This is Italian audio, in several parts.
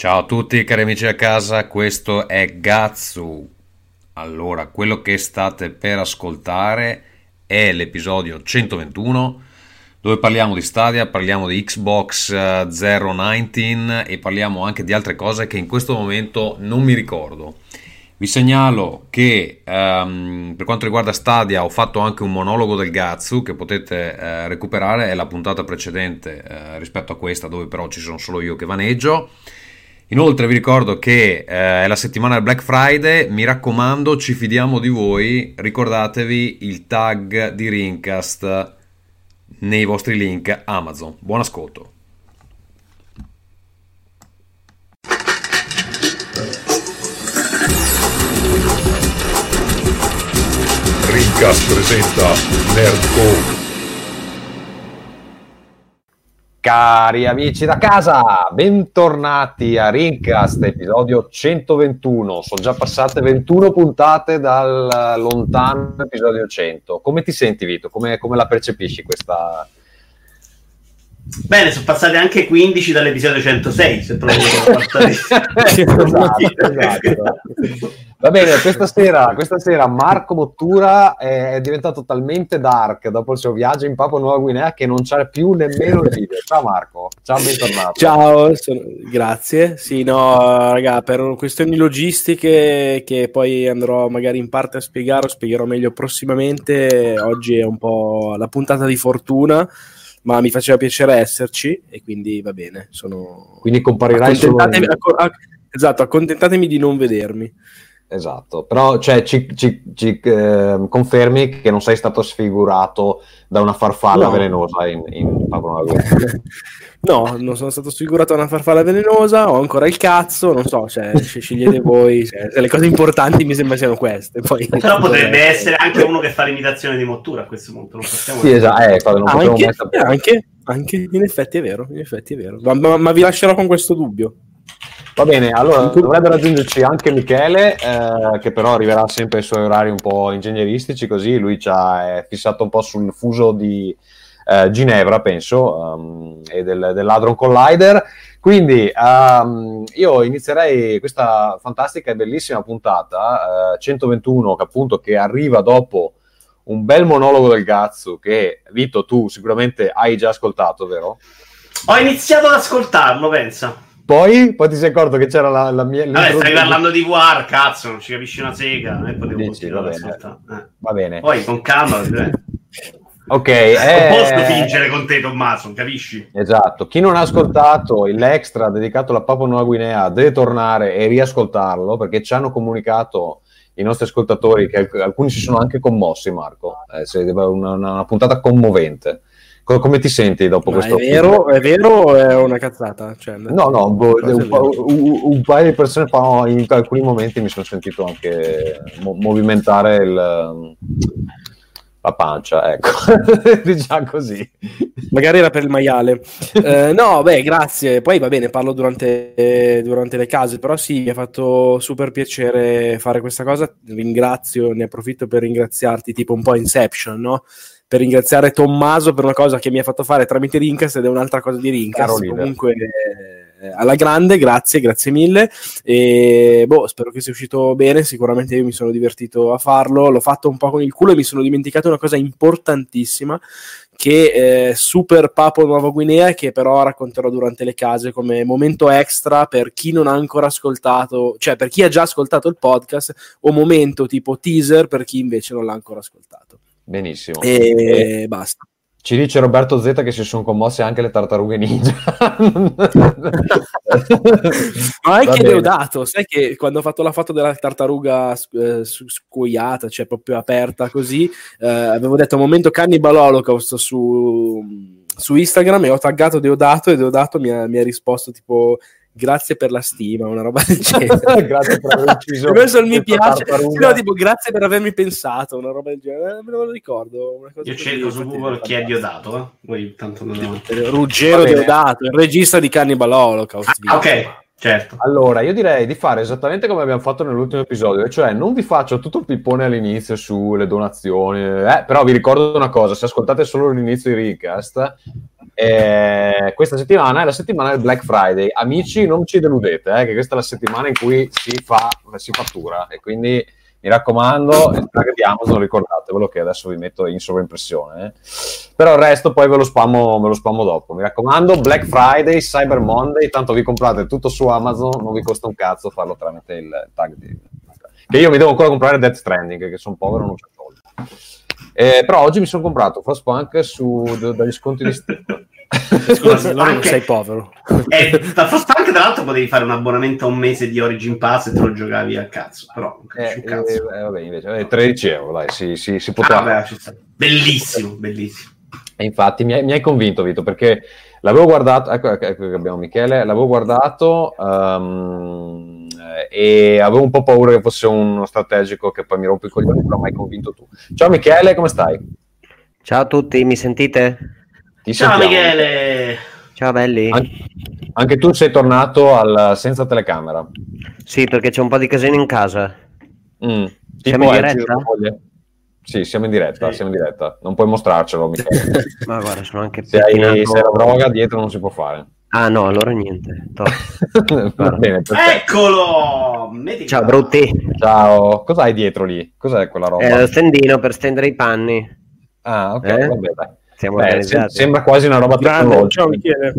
Ciao a tutti cari amici a casa, questo è Gazzu. Allora, quello che state per ascoltare è l'episodio 121 dove parliamo di Stadia, parliamo di Xbox 019 e parliamo anche di altre cose che in questo momento non mi ricordo. Vi segnalo che per quanto riguarda Stadia ho fatto anche un monologo del Gazzu che potete recuperare, è la puntata precedente rispetto a questa dove però ci sono solo io che vaneggio. Inoltre vi ricordo che è la settimana del Black Friday, mi raccomando, ci fidiamo di voi, ricordatevi il tag di Rincast nei vostri link Amazon. Buon ascolto. Rincast presenta Nerdcore. Cari amici da casa, bentornati a Rincast, episodio 121. Sono già passate 21 puntate dal lontano episodio 100. Come ti senti, Vito? Come la percepisci questa? Bene, sono passate anche 15 dall'episodio 106, se proprio esatto. Va bene, questa sera Marco Bottura è diventato talmente dark dopo il suo viaggio in Papua Nuova Guinea che non c'è più nemmeno il video. Ciao Marco, ciao, bentornato. Ciao, grazie. Sì, no, raga, per questioni logistiche che poi andrò magari in parte a spiegare, o spiegherò meglio prossimamente, oggi è un po' la puntata di fortuna, ma mi faceva piacere esserci e quindi va bene. Quindi comparirai solo... Esatto, accontentatemi di non vedermi. Esatto, però cioè, ci confermi che non sei stato sfigurato da una farfalla velenosa in Papua Nuova Guinea? No, non sono stato sfigurato da una farfalla velenosa, ho ancora il cazzo, non so, cioè, scegliete voi, se le cose importanti mi sembra siano queste. Poi, però potrebbe essere anche uno che fa l'imitazione di Mottura a questo punto, non possiamo... Sì, esatto, non anche, in effetti è vero, ma vi lascerò con questo dubbio. Va bene, allora dovrebbe raggiungerci anche Michele, che però arriverà sempre ai suoi orari un po' ingegneristici, così lui è fissato un po' sul fuso di Ginevra, penso, e dell'Hadron Collider. Quindi io inizierei questa fantastica e bellissima puntata 121, che arriva dopo un bel monologo del Gazzu che, Vito, tu sicuramente hai già ascoltato, vero? Ho iniziato ad ascoltarlo, pensa. Poi ti sei accorto che c'era la mia... Vabbè, stai parlando di VR, cazzo, non ci capisci una sega, e poi devo continuare ad ascoltare. Va bene. Poi con calma, ok. Non posso fingere con te, Tommaso, capisci? Esatto. Chi non ha ascoltato l'extra dedicato alla Papua Nuova Guinea deve tornare e riascoltarlo, perché ci hanno comunicato i nostri ascoltatori che alcuni si sono anche commossi, Marco. Una puntata commovente. Come ti senti dopo questo? È vero o è una cazzata? Cioè, un paio di persone in alcuni momenti mi sono sentito anche movimentare la pancia, ecco. Diciamo così. Magari era per il maiale. Grazie. Poi va bene, parlo durante le case, però sì, mi ha fatto super piacere fare questa cosa. Ne approfitto per ringraziarti, tipo un po' Inception, no? Per ringraziare Tommaso per una cosa che mi ha fatto fare tramite Rincast ed è un'altra cosa di Rincast. Comunque alla grande, grazie mille e spero che sia uscito bene. Sicuramente io mi sono divertito a farlo, l'ho fatto un po' con il culo e mi sono dimenticato una cosa importantissima che Super Papua Nuova Guinea, che però racconterò durante le case come momento extra per chi non ha ancora ascoltato, cioè per chi ha già ascoltato il podcast, o momento tipo teaser per chi invece non l'ha ancora ascoltato. Benissimo. E basta. Ci dice Roberto Z che si sono commosse anche le tartarughe ninja. Ma anche Deodato, sai che quando ho fatto la foto della tartaruga scuoiata, cioè proprio aperta così, avevo detto momento Cannibal Holocaust su Instagram e ho taggato Deodato e Deodato mi ha risposto tipo grazie per la stima, una roba del genere. Grazie per aver ucciso mi piace, no, tipo grazie per avermi pensato, una roba del genere, me lo ricordo, una cosa. Io cerco su Google chi è Deodato, Voi tanto non Ruggero Deodato, il regista di Cannibal Holocaust. Ok, certo. Allora, io direi di fare esattamente come abbiamo fatto nell'ultimo episodio, cioè non vi faccio tutto il pippone all'inizio sulle donazioni, però vi ricordo una cosa, se ascoltate solo l'inizio di Rincast Questa settimana è la settimana del Black Friday. Amici, non ci deludete, che questa è la settimana in cui si fattura, e quindi mi raccomando, il tag di Amazon, ricordatevelo che adesso vi metto in sovraimpressione, però il resto poi ve lo spammo dopo. Mi raccomando, Black Friday, Cyber Monday, tanto vi comprate tutto su Amazon, non vi costa un cazzo farlo tramite il tag che io mi devo ancora comprare Death Stranding, che sono povero, non c'ho soldi. Però oggi mi sono comprato Frostpunk dagli sconti di Steam. Scusa, allora non sei povero. Da Frostpunk, tra l'altro, potevi fare un abbonamento a un mese di Origin Pass e te lo giocavi a cazzo. Però non capisci un cazzo. Vabbè, invece 13 euro, dai, si poteva. Bellissimo, bellissimo. E infatti mi hai convinto, Vito, perché l'avevo guardato, ecco che abbiamo Michele, l'avevo guardato e avevo un po' paura che fosse uno strategico che poi mi rompo i coglioni, però mi hai convinto tu. Ciao Michele, come stai? Ciao a tutti, mi sentite? Ciao Michele! Ciao belli! Anche tu sei tornato senza telecamera? Sì, perché c'è un po' di casino in casa. Siamo in diretta? Sì, siamo in diretta. Non puoi mostrarcelo, Michele. Ma guarda, sono anche se hai la droga dietro non si può fare. Ah no, allora niente. Va bene, eccolo! Ciao brutti. Ciao. Cosa hai dietro lì? Cos'è quella roba? È lo stendino per stendere i panni. Ah, ok, vabbè, dai. Siamo organizzati. Sembra quasi una roba tecnologica. Ciao Michele.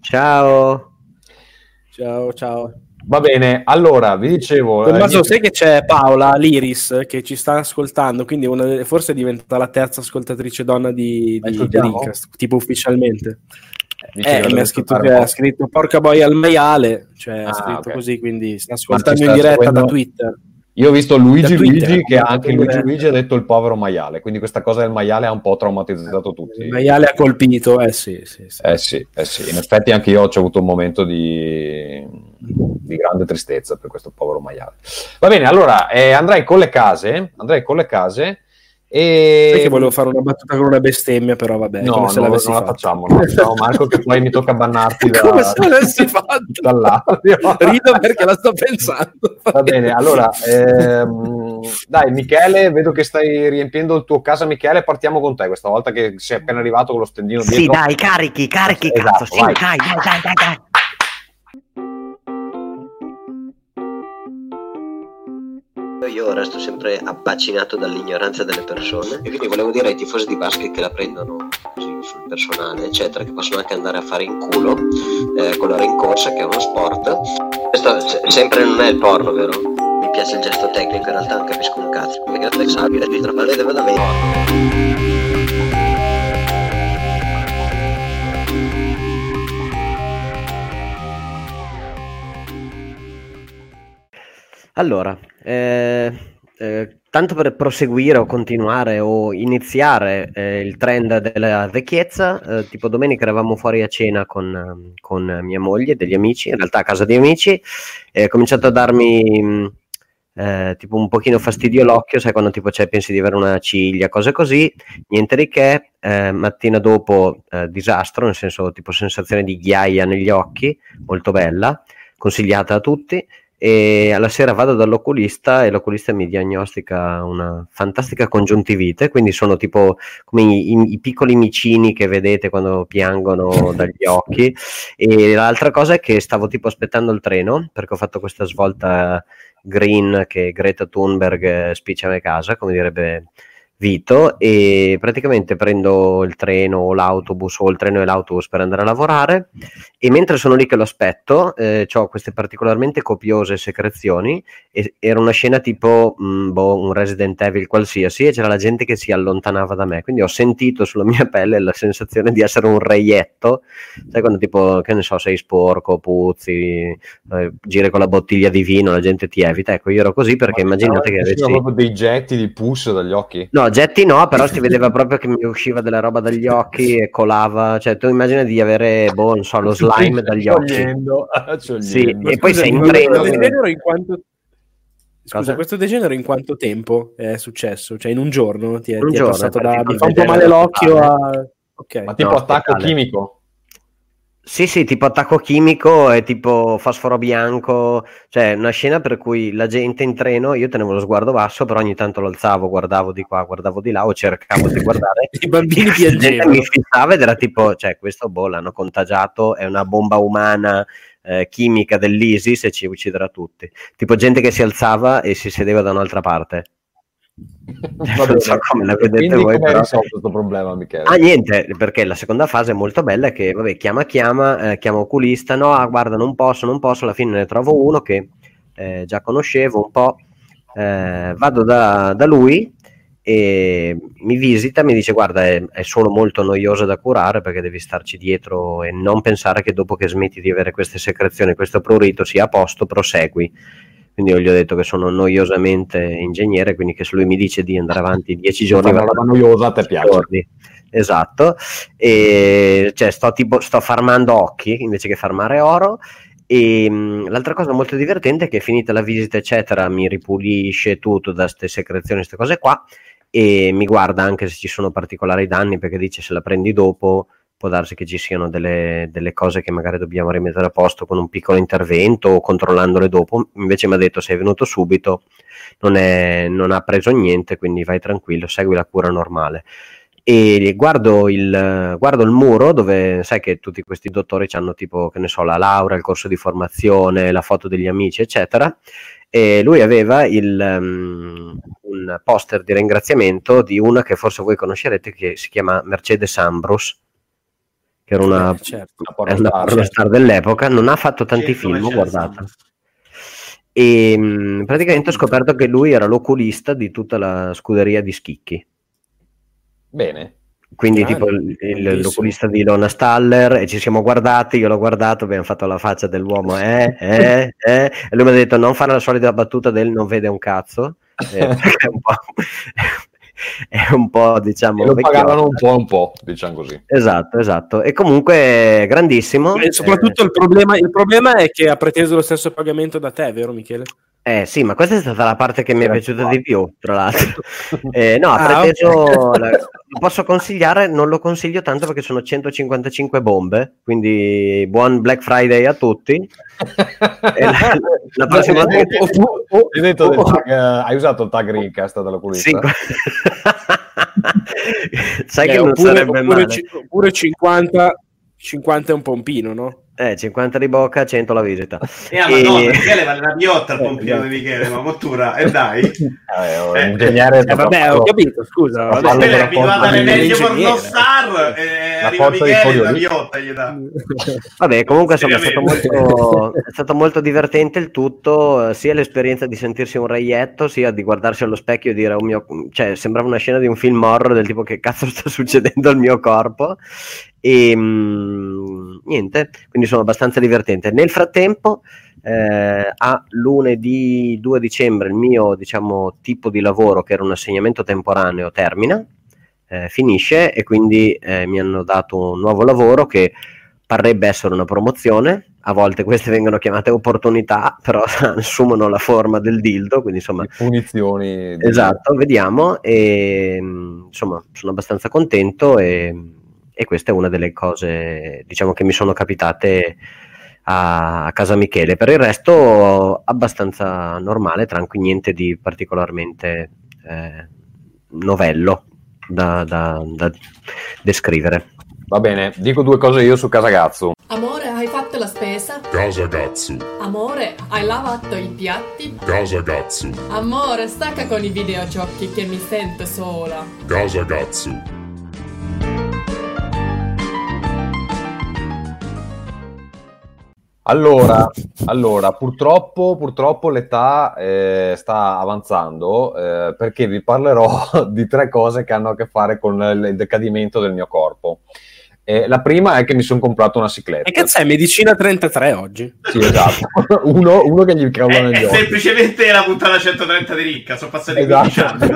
Ciao. Va bene, allora vi dicevo. Tommaso, sai che c'è Paola l'Iris che ci sta ascoltando, quindi forse è diventata la terza ascoltatrice donna di Rincast, tipo ufficialmente. Mi ha scritto che ha scritto porca boia al maiale, cioè ha scritto così, quindi sta ascoltando in diretta da Twitter. Io ho visto Luigi che anche Luigi ha detto il povero maiale, quindi questa cosa del maiale ha un po' traumatizzato tutti. Il maiale ha colpito, sì. In effetti anche io ho avuto un momento di grande tristezza per questo povero maiale. Va bene, allora andrei con le case e... Sai che volevo fare una battuta con una bestemmia, però vabbè. No, non la facciamo. No, Marco, che poi mi tocca bannarti come se l'avessi fatto dall'audio. Rido perché la sto pensando. Va bene, allora dai Michele, vedo che stai riempiendo il tuo casa. Michele, partiamo con te questa volta che sei appena arrivato con lo stendino dietro. Sì, dai, carichi, esatto, cazzo, sì, vai. dai. Io resto sempre abbacinato dall'ignoranza delle persone e quindi volevo dire ai tifosi di basket che la prendono così sul personale eccetera, che possono anche andare a fare in culo con la rincorsa, che è uno sport. Questo sempre non è il porno, vero? Mi piace il gesto tecnico, in realtà non capisco un cazzo, perché è flexabile dietro ma lei deve da me. Allora, tanto per proseguire o continuare o iniziare il trend della vecchiezza, tipo domenica eravamo fuori a cena con mia moglie e degli amici, in realtà a casa di amici, è cominciato a darmi tipo un pochino fastidio l'occhio, sai quando tipo pensi di avere una ciglia, cose così, niente di che, mattina dopo disastro, nel senso tipo sensazione di ghiaia negli occhi, molto bella, consigliata a tutti. E alla sera vado dall'oculista e l'oculista mi diagnostica una fantastica congiuntivite, quindi sono tipo come i piccoli micini che vedete quando piangono dagli occhi. E l'altra cosa è che stavo tipo aspettando il treno perché ho fatto questa svolta green che Greta Thunberg spiccia a casa, come direbbe Vito, e praticamente prendo il treno o l'autobus o il treno e l'autobus per andare a lavorare, e mentre sono lì che lo aspetto ho queste particolarmente copiose secrezioni e era una scena tipo un Resident Evil qualsiasi e c'era la gente che si allontanava da me, quindi ho sentito sulla mia pelle la sensazione di essere un reietto, sai quando tipo, che ne so, sei sporco, puzzi, giri con la bottiglia di vino, la gente ti evita, ecco io ero così perché immaginate che avessi proprio dei getti di pus dagli occhi. No, getti no, però si vedeva proprio che mi usciva della roba dagli occhi e colava, cioè tu immagini di avere, non so, lo slime dagli occhi. Sì, e poi sei in treno. Questo degenero in quanto tempo è successo? Cioè in un giorno ti è giorno, passato mi fa un po' male l'occhio a... Okay. Ma tipo attacco chimico? Sì, tipo attacco chimico e tipo fosforo bianco, cioè una scena per cui la gente in treno, io tenevo lo sguardo basso, però ogni tanto lo alzavo, guardavo di qua, guardavo di là o cercavo di guardare. I bambini La gente piangevano. mi fissava ed era tipo, cioè questo l'hanno contagiato, è una bomba umana chimica dell'ISIS e ci ucciderà tutti. Tipo gente che si alzava e si sedeva da un'altra parte. Non so come la vedete Quindi voi, come hai però. risolto questo problema, Michele? Niente, perché la seconda fase è molto bella, che vabbè, chiama oculista, no, guarda, non posso, alla fine ne trovo uno che già conoscevo un po', vado da lui e mi visita, mi dice guarda, è solo molto noioso da curare perché devi starci dietro e non pensare che dopo che smetti di avere queste secrezioni, questo prurito sia a posto, prosegui. Quindi io gli ho detto che sono noiosamente ingegnere, quindi che se lui mi dice di andare avanti 10 giorni... La noiosa a te piace. Giorni. Esatto, e cioè sto farmando occhi invece che farmare oro. E l'altra cosa molto divertente è che finita la visita eccetera mi ripulisce tutto da queste secrezioni, queste cose qua, e mi guarda anche se ci sono particolari danni, perché dice se la prendi dopo può darsi che ci siano delle cose che magari dobbiamo rimettere a posto con un piccolo intervento o controllandole dopo. Invece mi ha detto sei venuto subito, non ha preso niente, quindi vai tranquillo, segui la cura normale. E guardo il muro dove sai che tutti questi dottori hanno tipo, che ne so, la laurea, il corso di formazione, la foto degli amici eccetera, e lui aveva un poster di ringraziamento di una che forse voi conoscerete, che si chiama Mercedes Ambrose, che era una pornostar dell'epoca. Non ha fatto tanti film, ho guardato. E praticamente ho scoperto che lui era l'oculista di tutta la scuderia di Schicchi. Bene. Quindi tipo l'oculista di Ilona Staller, e ci siamo guardati, io l'ho guardato, abbiamo fatto la faccia dell'uomo e lui mi ha detto non fare la solita battuta del non vede un cazzo, è un po' diciamo, lo pagavano un po', diciamo così. Esatto, e comunque grandissimo. E soprattutto il problema è che ha preteso lo stesso pagamento da te, vero Michele? Sì, ma questa è stata la parte che mi è piaciuta di più, tra l'altro. No, ha preteso, okay. Lo posso consigliare, non lo consiglio tanto perché sono 155 bombe, quindi buon Black Friday a tutti. La prossima volta hai usato il tag Rincast dall'oculista? Sì. Sai che non sarebbe male. Oppure 50 è un pompino, no? 50 di bocca, 100 la visita. Madonna, Michele vale una piotta il pompino di Michele, ma cottura, dai. Ingegnere vabbè, ho capito, scusa. Michele è abituato alle vecchie pornostar e arriva Michele la piotta gli dà. Vabbè, comunque insomma, è stato molto divertente il tutto, sia l'esperienza di sentirsi un reietto, sia di guardarsi allo specchio e dire oh mio, cioè sembrava una scena di un film horror del tipo che cazzo sta succedendo al mio corpo. E niente, quindi sono abbastanza divertente. Nel frattempo a lunedì 2 dicembre il mio diciamo tipo di lavoro, che era un assegnamento temporaneo, termina, finisce, e quindi mi hanno dato un nuovo lavoro che parrebbe essere una promozione. A volte queste vengono chiamate opportunità, però assumono la forma del dildo, quindi insomma punizioni. Esatto, vediamo, e insomma sono abbastanza contento e questa è una delle cose diciamo che mi sono capitate a casa Michele. Per il resto abbastanza normale, tranquillo, niente di particolarmente novello da descrivere. Va bene, dico due cose io su Casagazzo. Amore, hai fatto la spesa? Casagazzo. Amore, hai lavato i piatti? Casagazzo. Amore, stacca con i videogiochi che mi sento sola. Casagazzo. Allora, purtroppo l'età sta avanzando, perché vi parlerò di tre cose che hanno a che fare con il decadimento del mio corpo. La prima è che mi sono comprato una cicletta. E cazzo è medicina 33 oggi? Sì, esatto. uno che gli cavolo negli occhi. Semplicemente la puntata 130 di Ricca, sono passati 15 anni.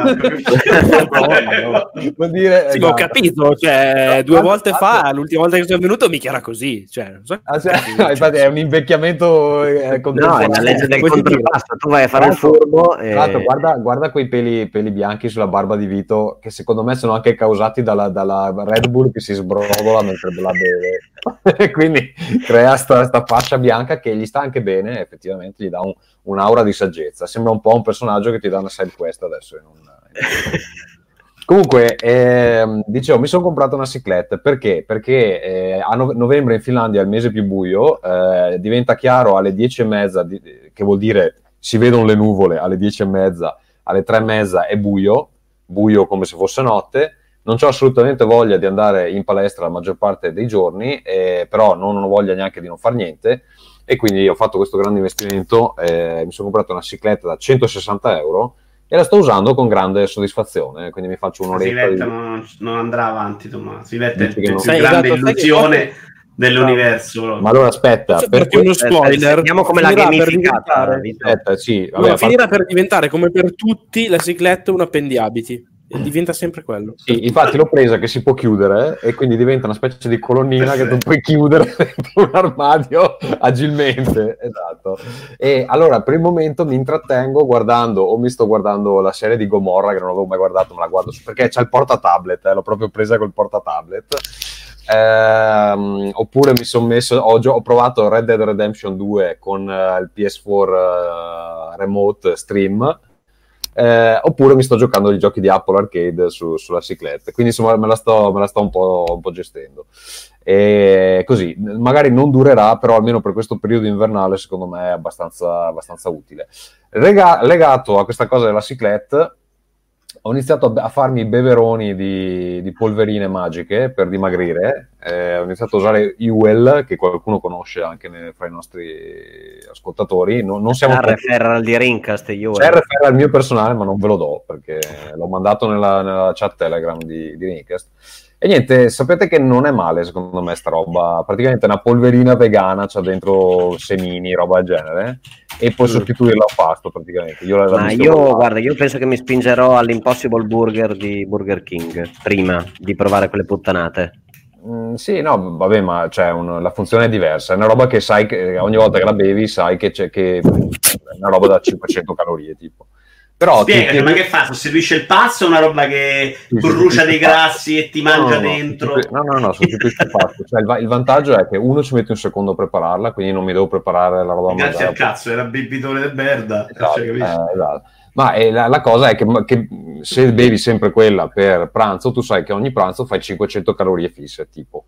Vuol dire, sì, ho capito, cioè, due volte fa, l'ultima volta che sono venuto mica era così, cioè, non so infatti è un invecchiamento no, è la legge del contrappasso, tu vai a fare il furbo e... guarda quei peli bianchi sulla barba di Vito, che secondo me sono anche causati dalla Red Bull che si sbrodola mentre la beve. E quindi crea sta fascia bianca che gli sta anche bene, effettivamente gli dà un'aura di saggezza. Sembra un po' un personaggio che ti dà una side quest adesso. Comunque, dicevo, mi sono comprato una cyclette perché a novembre in Finlandia è il mese più buio, diventa chiaro alle 10:30, che vuol dire si vedono le nuvole alle 10:30, alle 3:30 è buio come se fosse notte. Non ho assolutamente voglia di andare in palestra la maggior parte dei giorni, però non ho voglia neanche di non fare niente, e quindi ho fatto questo grande investimento, mi sono comprato una cyclette da 160 euro e la sto usando con grande soddisfazione, quindi mi faccio un'oretta di... non andrà avanti, Tommaso. Ivetta è la più Sai, grande esatto, illusione dell'universo. Ma allora aspetta, per uno spoiler, vediamo come la gamificata. Finirà per diventare come per tutti la cyclette un appendiabiti. Diventa sempre quello. Sì, infatti l'ho presa che si può chiudere e quindi diventa una specie di colonnina che tu puoi chiudere dentro un armadio agilmente. Esatto. E allora per il momento mi intrattengo mi sto guardando la serie di Gomorra, che non avevo mai guardato, me la guardo perché c'è il portatablet, l'ho proprio presa col portatablet. Oppure mi sono messo, ho provato Red Dead Redemption 2 con il PS4 Remote Stream. Oppure mi sto giocando i giochi di Apple Arcade sulla cyclette, quindi insomma me la sto un po' gestendo, e così magari non durerà, però almeno per questo periodo invernale secondo me è abbastanza utile. Legato a questa cosa della cyclette, ho iniziato a farmi i beveroni di polverine magiche per dimagrire. Ho iniziato a usare Ewell, che qualcuno conosce anche fra i nostri ascoltatori. Non siamo c'è il referral di Rincast. C'è il referral mio personale, ma non ve lo do perché l'ho mandato nella chat Telegram di Rincast. E niente, sapete che non è male secondo me sta roba, praticamente è una polverina vegana, c'ha dentro semini, roba del genere, e puoi sostituirla a pasto praticamente. Guarda, io penso che mi spingerò all'Impossible Burger di Burger King prima di provare quelle puttanate. Sì, no, vabbè, ma la funzione è diversa, è una roba che sai che ogni volta che la bevi sai che è una roba da 500 calorie tipo. Però spiega, ma che fa? Sostituisce il pasto o una roba che brucia dei grassi e ti mangia dentro? No, sostituisce il pasto. Il vantaggio è che uno ci mette un secondo a prepararla, quindi non mi devo preparare la roba. Grazie al cazzo, era bibitore del merda. Esatto. Ma la cosa è che se bevi sempre quella per pranzo, tu sai che ogni pranzo fai 500 calorie fisse, tipo.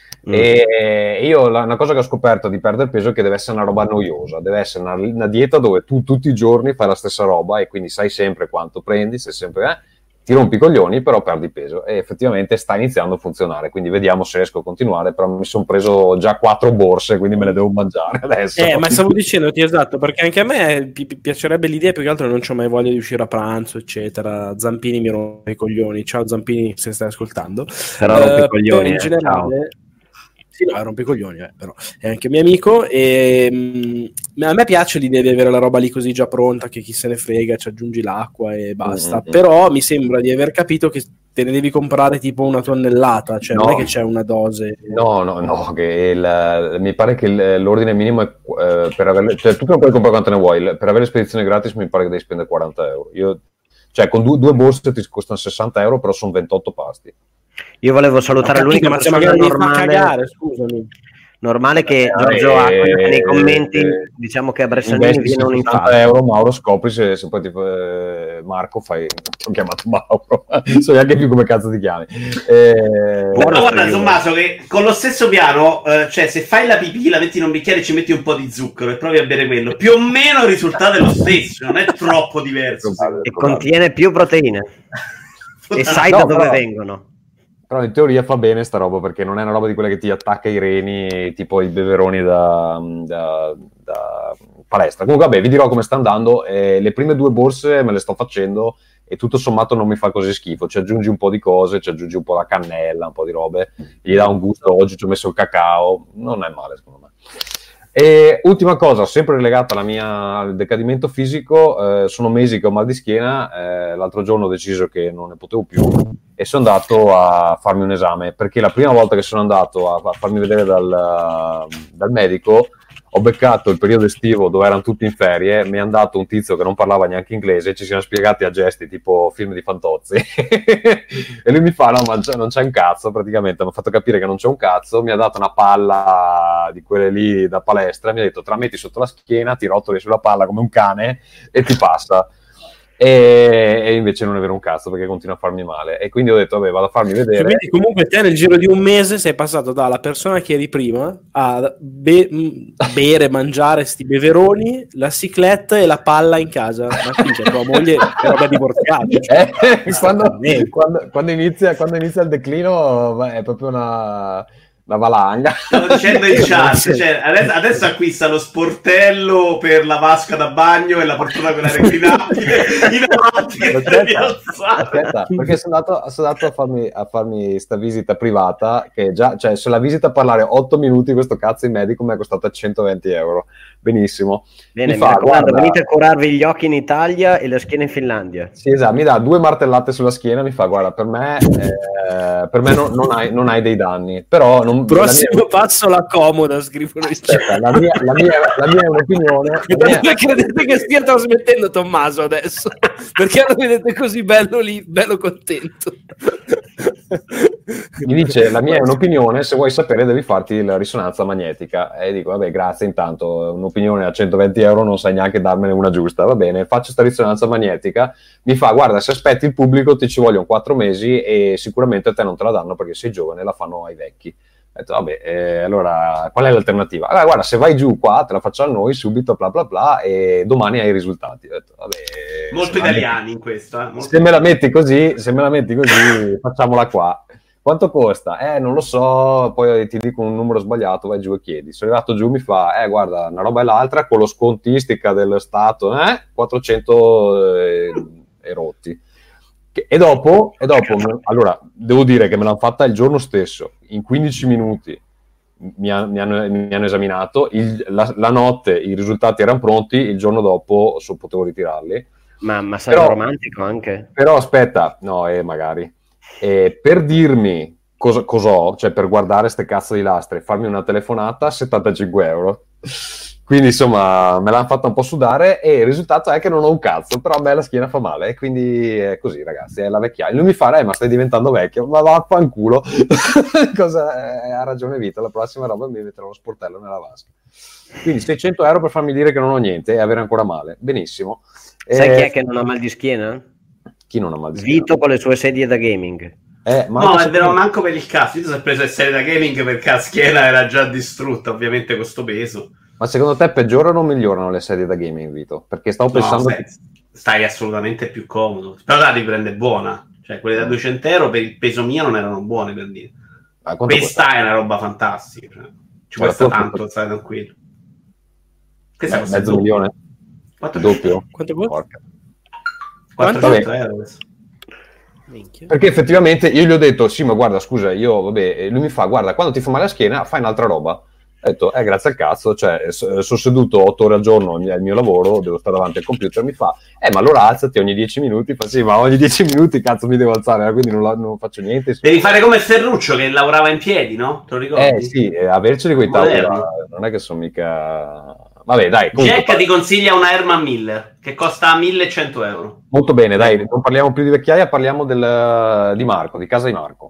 E io una cosa che ho scoperto di perdere peso è che deve essere una roba noiosa, deve essere una dieta dove tu tutti i giorni fai la stessa roba e quindi sai sempre quanto prendi, sei sempre ti rompi i coglioni, però perdi peso, e effettivamente sta iniziando a funzionare, quindi vediamo se riesco a continuare. Però mi sono preso già 4 borse, quindi me le devo mangiare adesso. Ma stavo dicendoti, esatto, perché anche a me piacerebbe l'idea, più che altro non c'ho mai voglia di uscire a pranzo, eccetera. Zampini mi rompe i coglioni. Ciao Zampini, se stai ascoltando. Però rompe i coglioni, in generale. Sì, no, rompe i coglioni, però è anche mio amico, e a me piace l'idea di avere la roba lì così già pronta, che chi se ne frega, ci aggiungi l'acqua e basta. Però mi sembra di aver capito che te ne devi comprare tipo 1 tonnellata, cioè non è che c'è una dose. No, che mi pare che l'ordine minimo è per avere, cioè tu non puoi comprare quante ne vuoi, per avere spedizione gratis mi pare che devi spendere 40 euro. Cioè con due borse ti costano 60 euro, però sono 28 pasti. Io volevo salutare l'unica persona normale che Giorgio ha nei commenti, diciamo che a Bressanini viene un infarto. €60, Mauro, scopri se poi Marco ti ho chiamato Mauro, so neanche più come cazzo ti chiami. Guarda Tommaso, che con lo stesso piano, cioè se fai la pipì, la metti in un bicchiere e ci metti un po' di zucchero e provi a bere quello, più o meno il risultato è lo stesso, non è troppo diverso. E contiene più proteine e sai da dove vengono. Però in teoria fa bene sta roba, perché non è una roba di quella che ti attacca i reni, tipo i beveroni da palestra. Comunque vabbè, vi dirò come sta andando. Le prime 2 borse me le sto facendo e tutto sommato non mi fa così schifo. Ci aggiungi un po' di cose, ci aggiungi un po' la cannella, un po' di robe, gli dà un gusto. Oggi ci ho messo il cacao, non è male secondo me. E ultima cosa, sempre legata al decadimento fisico, sono mesi che ho mal di schiena. L'altro giorno ho deciso che non ne potevo più e sono andato a farmi un esame, perché la prima volta che sono andato a farmi vedere dal medico ho beccato il periodo estivo dove erano tutti in ferie, mi è andato un tizio che non parlava neanche inglese, ci siamo spiegati a gesti tipo film di Fantozzi e lui mi fa no ma non c'è un cazzo, praticamente mi ha fatto capire che non c'è un cazzo, mi ha dato una palla di quelle lì da palestra, mi ha detto te la metti sotto la schiena, ti rotoli sulla palla come un cane e ti passa. E invece non è vero un cazzo perché continua a farmi male e quindi ho detto vabbè vado a farmi vedere. Quindi comunque te nel giro di un mese sei passato dalla persona che eri prima a bere, mangiare sti beveroni, la ciclette e la palla in casa. Ma qui c'è tua moglie è roba divorziata, quando inizia il declino è proprio una valanga. Stavo dicendo in chat, cioè, adesso acquista lo sportello per la vasca da bagno e la portata quella reclinabile in avanti che aspetta, perché sono andato a farmi sta visita privata che già, cioè se la visita a parlare 8 minuti questo cazzo in medico mi è costato 120 euro. Benissimo. Bene, mi raccomando, venite a curarvi gli occhi in Italia e la schiena in Finlandia. Sì, esatto, mi dà 2 martellate sulla schiena, mi fa guarda per me non hai dei danni, però non. Prossimo passo la comoda, scrivono. Aspetta, la mia è un'opinione. Credete che stia trasmettendo Tommaso adesso? Perché lo vedete così bello lì, bello contento? Mi dice la mia è un'opinione, se vuoi sapere devi farti la risonanza magnetica e dico vabbè grazie, intanto un'opinione a 120 euro non sai neanche darmene una giusta, va bene, faccio sta risonanza magnetica, mi fa guarda se aspetti il pubblico ti ci vogliono 4 mesi e sicuramente a te non te la danno perché sei giovane, la fanno ai vecchi. Ho detto vabbè, allora qual è l'alternativa? Allora guarda se vai giù qua te la facciamo noi subito bla bla bla e domani hai i risultati. Ho detto, vabbè, molto italiani in questo se me la metti così facciamola qua. Quanto costa? Non lo so, poi ti dico un numero sbagliato, vai giù e chiedi. Sono arrivato giù, mi fa, guarda, una roba e l'altra, con lo scontistica del Stato, 400 e rotti. E dopo, allora, devo dire che me l'hanno fatta il giorno stesso, in 15 minuti mi hanno esaminato, la notte i risultati erano pronti, il giorno dopo potevo ritirarli. Ma sei romantico anche? Però aspetta, no, magari. Per dirmi cos'ho, cioè per guardare ste cazzo di lastre, farmi una telefonata, 75 euro. Quindi insomma me l'hanno fatta un po' sudare e il risultato è che non ho un cazzo, però a me la schiena fa male e quindi è così ragazzi, è la vecchiaia. Lui mi fa, ma stai diventando vecchio, ma vaffanculo. Ha ragione Vito, la prossima roba mi metterò lo sportello nella vasca. Quindi 600 euro per farmi dire che non ho niente e avere ancora male, benissimo. Sai chi è che non ha mal di schiena? Chi non ha mal di schiena? Vito con le sue sedie da gaming. No, è vero, manco per il cazzo. Io si è preso le sedie da gaming perché la schiena era già distrutta, ovviamente con sto peso. Ma secondo te peggiorano o migliorano le sedie da gaming, Vito? Perché stavo pensando... Stai assolutamente più comodo. Però la riprende buona. Cioè, quelle da 200 euro per il peso mio non erano buone, per dire. Questa è una roba fantastica. Cioè, ci costa tanto, stai tranquillo. Questa costa mezzo milione? Doppio? Quanto costa? 400 euro. Perché effettivamente io gli ho detto sì ma guarda scusa io lui mi fa guarda quando ti fa male la schiena fai un'altra roba, ho detto grazie al cazzo, cioè sono seduto 8 ore al giorno al mio lavoro, devo stare davanti al computer, mi fa ma allora alzati ogni 10 minuti, fa sì ma ogni 10 minuti cazzo mi devo alzare, quindi non faccio niente. Devi fare come Ferruccio che lavorava in piedi, no? Te lo ricordi? Sì, averceli quei tavoli non è che sono mica... Vabbè, dai. Jack ti consiglia una Herman Miller che costa 1100 euro. Molto bene, dai, non parliamo più di vecchiaia, parliamo di Marco, di casa di Marco.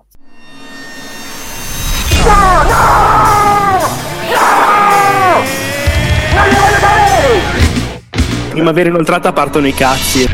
Primavera inoltrata partono i cazzi.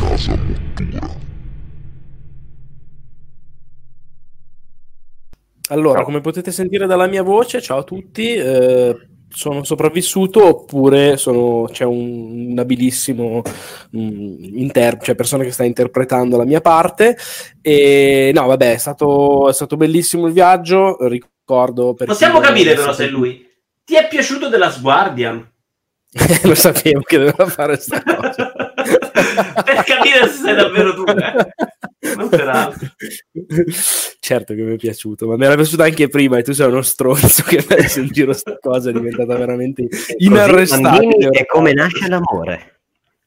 Allora, come potete sentire dalla mia voce, ciao a tutti. Sono sopravvissuto oppure c'è un abilissimo cioè persona che sta interpretando la mia parte e no vabbè è stato bellissimo il viaggio, ricordo possiamo capire però se lui ti è piaciuto The Last Guardian. Lo sapevo che doveva fare sta cosa per capire se sei davvero tu non per altro. Certo che mi è piaciuto, ma mi era piaciuto anche prima e tu sei uno stronzo che mi hai messo in giro sta cosa, è diventata veramente inarrestabile. È come nasce l'amore.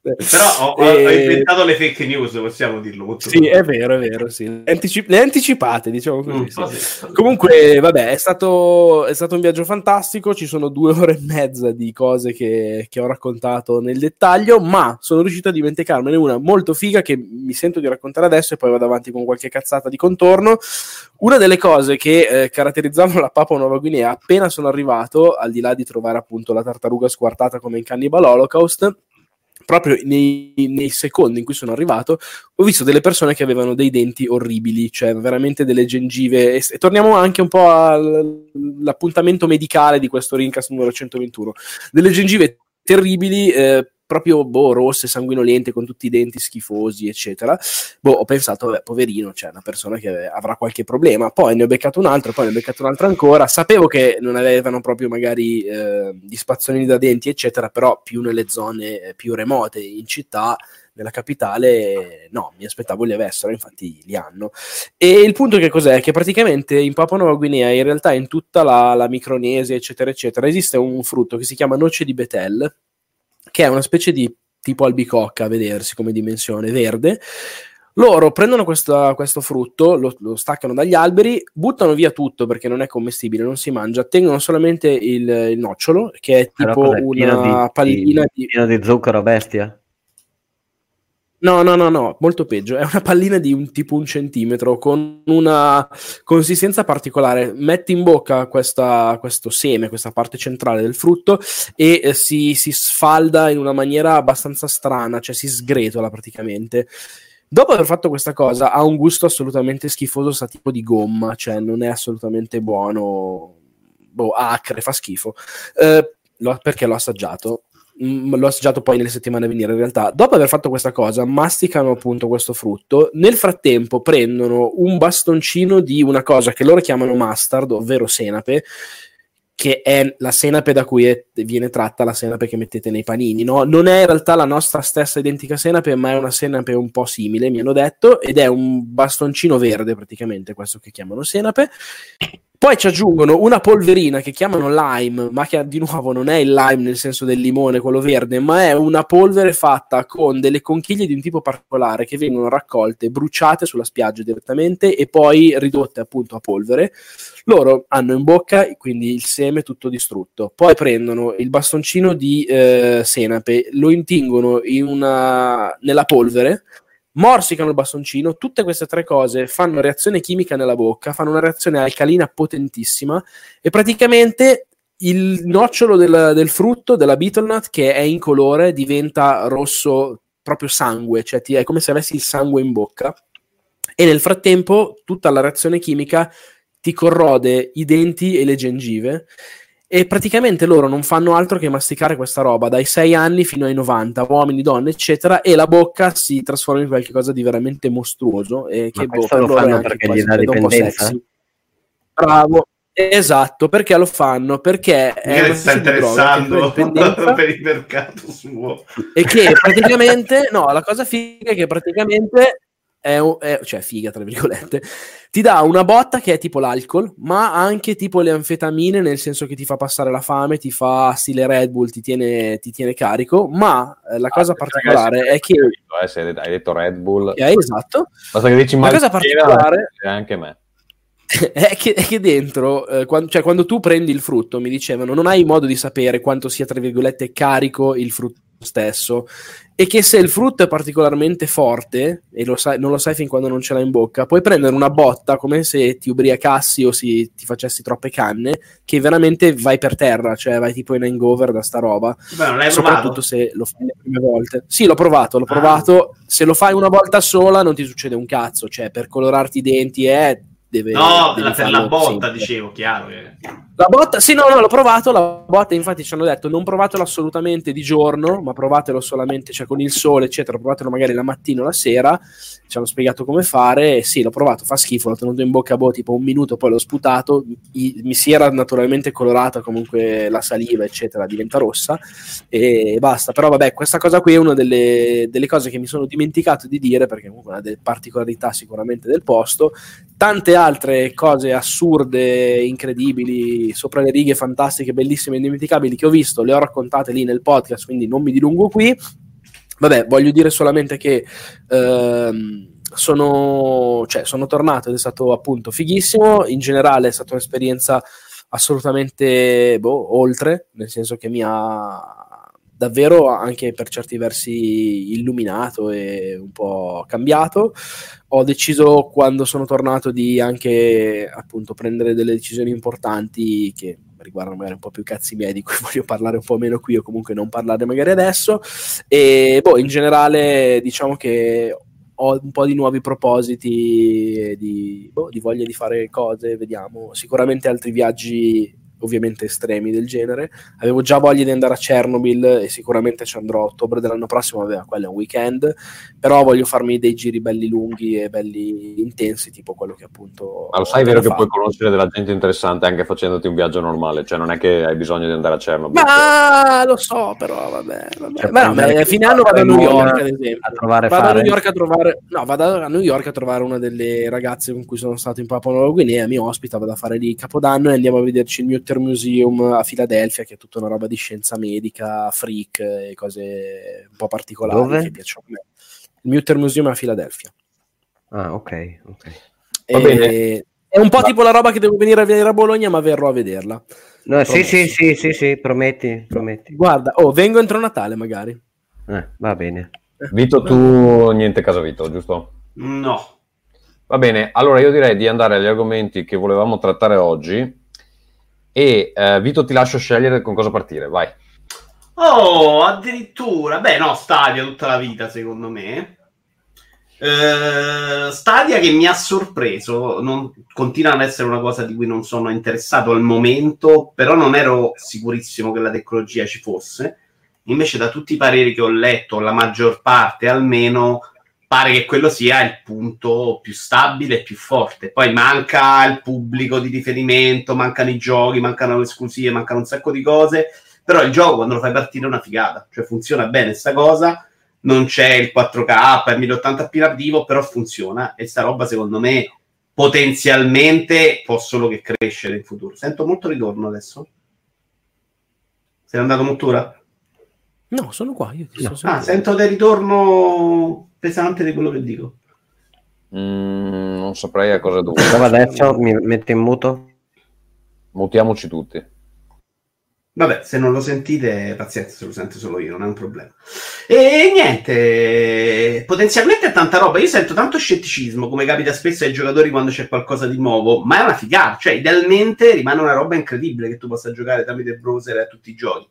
Però ho inventato le fake news, possiamo dirlo molto sì, è vero, sì. Le anticipate, diciamo così. Sì. Comunque, vabbè, è stato un viaggio fantastico, ci sono 2 ore e mezza di cose che ho raccontato nel dettaglio, ma sono riuscito a dimenticarmene una molto figa che mi sento di raccontare adesso e poi vado avanti con qualche cazzata di contorno. Una delle cose che caratterizzavano la Papua Nuova Guinea appena sono arrivato, al di là di trovare appunto la tartaruga squartata come in Cannibal Holocaust, proprio nei secondi in cui sono arrivato ho visto delle persone che avevano dei denti orribili, cioè veramente delle gengive, e torniamo anche un po' all'appuntamento medicale di questo Rincast numero 121, delle gengive terribili, proprio rosse, sanguinolente, con tutti i denti schifosi, eccetera. Ho pensato, vabbè, poverino, cioè una persona che avrà qualche problema. Poi ne ho beccato un altro, poi ne ho beccato un altro ancora. Sapevo che non avevano proprio magari gli spazzolini da denti, eccetera, però più nelle zone più remote, in città, nella capitale, no, mi aspettavo li avessero, infatti li hanno. E il punto che cos'è? Che praticamente in Papua Nuova Guinea, in realtà in tutta la Micronesia, eccetera, eccetera, esiste un frutto che si chiama noce di Betel, che è una specie di tipo albicocca a vedersi come dimensione, verde. Loro prendono questo frutto, lo staccano dagli alberi, buttano via tutto perché non è commestibile, non si mangia, tengono solamente il nocciolo, che è tipo una pallina pieno di zucchero bestia. No, molto peggio. È una pallina di tipo 1 centimetro con una consistenza particolare. Metti in bocca questo seme, questa parte centrale del frutto, e si sfalda in una maniera abbastanza strana, cioè si sgretola praticamente. Dopo aver fatto questa cosa, ha un gusto assolutamente schifoso, sa tipo di gomma, cioè non è assolutamente buono, acre, fa schifo. Perché l'ho assaggiato. L'ho assaggiato poi nelle settimane a venire. In realtà, dopo aver fatto questa cosa, masticano appunto questo frutto. Nel frattempo prendono un bastoncino di una cosa che loro chiamano mustard, ovvero senape, che è la senape da cui viene tratta la senape che mettete nei panini, no? Non è in realtà la nostra stessa identica senape, ma è una senape un po' simile, mi hanno detto, ed è un bastoncino verde praticamente, questo che chiamano senape. Poi ci aggiungono una polverina che chiamano lime, ma che di nuovo non è il lime nel senso del limone, quello verde, ma è una polvere fatta con delle conchiglie di un tipo particolare che vengono raccolte, bruciate sulla spiaggia direttamente e poi ridotte appunto a polvere. Loro hanno in bocca quindi il seme tutto distrutto, poi prendono il bastoncino di senape, lo intingono nella polvere, morsicano il bastoncino. Tutte queste 3 cose fanno reazione chimica nella bocca, fanno una reazione alcalina potentissima e praticamente il nocciolo del frutto, della beetle nut, che è in colore, diventa rosso proprio sangue, cioè è come se avessi il sangue in bocca, e nel frattempo tutta la reazione chimica ti corrode i denti e le gengive. E praticamente loro non fanno altro che masticare questa roba dai 6 anni fino ai 90, uomini, donne, eccetera, e la bocca si trasforma in qualcosa di veramente mostruoso. E che questo lo fanno perché gli dà dipendenza? Bravo, esatto, perché lo fanno? Perché è sta interessando per il mercato suo. E che praticamente, no, la cosa figa è che praticamente cioè figa tra virgolette, ti dà una botta che è tipo l'alcol, ma anche tipo le anfetamine, nel senso che ti fa passare la fame, ti fa stile Red Bull, ti tiene carico, ma la cosa particolare è che se hai detto Red Bull, esatto, basta che dici la cosa particolare anche me è che dentro, quando tu prendi il frutto, mi dicevano, non hai modo di sapere quanto sia tra virgolette carico il frutto stesso, e che se il frutto è particolarmente forte e non lo sai fin quando non ce l'hai in bocca, puoi prendere una botta come se ti ubriacassi o ti facessi troppe canne, che veramente vai per terra, cioè vai tipo in hangover da sta roba. Beh, non l'hai soprattutto provato? Se lo fai le prime volte. Sì, l'ho provato. Se lo fai una volta sola non ti succede un cazzo, cioè per colorarti i denti devi per la botta, sempre. dicevo, chiaro. La botta, sì, no, l'ho provato, la botta, infatti ci hanno detto non provatelo assolutamente di giorno, ma provatelo solamente, cioè con il sole, eccetera, provatelo magari la mattina o la sera, ci hanno spiegato come fare, e sì, l'ho provato, fa schifo, l'ho tenuto in bocca tipo un minuto, poi l'ho sputato, mi si era naturalmente colorata comunque la saliva, eccetera, diventa rossa, e basta. Però vabbè, questa cosa qui è una delle cose che mi sono dimenticato di dire, perché comunque è una delle particolarità sicuramente del posto. Tante altre cose assurde, incredibili, sopra le righe, fantastiche, bellissime, indimenticabili che ho visto, le ho raccontate lì nel podcast, quindi non mi dilungo qui. Vabbè, voglio dire solamente che sono tornato ed è stato appunto fighissimo. In generale è stata un'esperienza assolutamente oltre, nel senso che mi ha davvero anche per certi versi illuminato e un po' cambiato. Ho deciso quando sono tornato di anche appunto prendere delle decisioni importanti che riguardano magari un po' più cazzi miei, di cui voglio parlare un po' meno qui o comunque non parlare magari adesso, e in generale diciamo che ho un po' di nuovi propositi, di voglia di fare cose, vediamo, sicuramente altri viaggi ovviamente estremi del genere. Avevo già voglia di andare a Chernobyl e sicuramente ci andrò a ottobre dell'anno prossimo, quello è un weekend, però voglio farmi dei giri belli lunghi e belli intensi, tipo quello che appunto... Ma lo sai, è vero che puoi conoscere della gente interessante anche facendoti un viaggio normale, cioè non è che hai bisogno di andare a Chernobyl. Ma lo so, però vabbè. Ma a fine anno vado a New York, ad esempio. Vado a New York a trovare una delle ragazze con cui sono stato in Papua Nuova Guinea, mi ospita, vado a fare lì Capodanno e andiamo a vederci il Mutter Museum a Filadelfia, che è tutta una roba di scienza medica, freak e cose un po' particolari. Dove? Che piacciono a me. Il Mutter Museum a Filadelfia. Ah, ok. Va bene. È un po' tipo la roba che devo venire a vedere a Bologna, ma verrò a vederla. No, sì, prometti. Guarda, vengo entro Natale magari. Va bene. Vito, tu niente casa Vito, giusto? No. Va bene, allora io direi di andare agli argomenti che volevamo trattare oggi e Vito ti lascio scegliere con cosa partire, vai. Oh, addirittura. Beh, no, Stadia tutta la vita, secondo me. Stadia che mi ha sorpreso, continua ad essere una cosa di cui non sono interessato al momento, però non ero sicurissimo che la tecnologia ci fosse. Invece da tutti i pareri che ho letto, la maggior parte almeno, pare che quello sia il punto più stabile e più forte. Poi manca il pubblico di riferimento, mancano i giochi, mancano le esclusive, mancano un sacco di cose, però il gioco quando lo fai partire è una figata, cioè funziona bene sta cosa. Non c'è il 4K, il 1080p nativo, però funziona e sta roba secondo me potenzialmente può solo che crescere in futuro. Sento molto ritorno adesso. Sei andato Mottura? No, sono qua. Io ti sento del ritorno pesante di quello che dico. Non saprei a cosa dovuto. Prova adesso, mi metto in muto. Mutiamoci tutti. Vabbè, se non lo sentite, pazienza, se lo sento solo io, non è un problema. E niente, potenzialmente è tanta roba. Io sento tanto scetticismo, come capita spesso ai giocatori quando c'è qualcosa di nuovo, ma è una figata. Cioè, idealmente rimane una roba incredibile che tu possa giocare tramite il browser a tutti i giochi.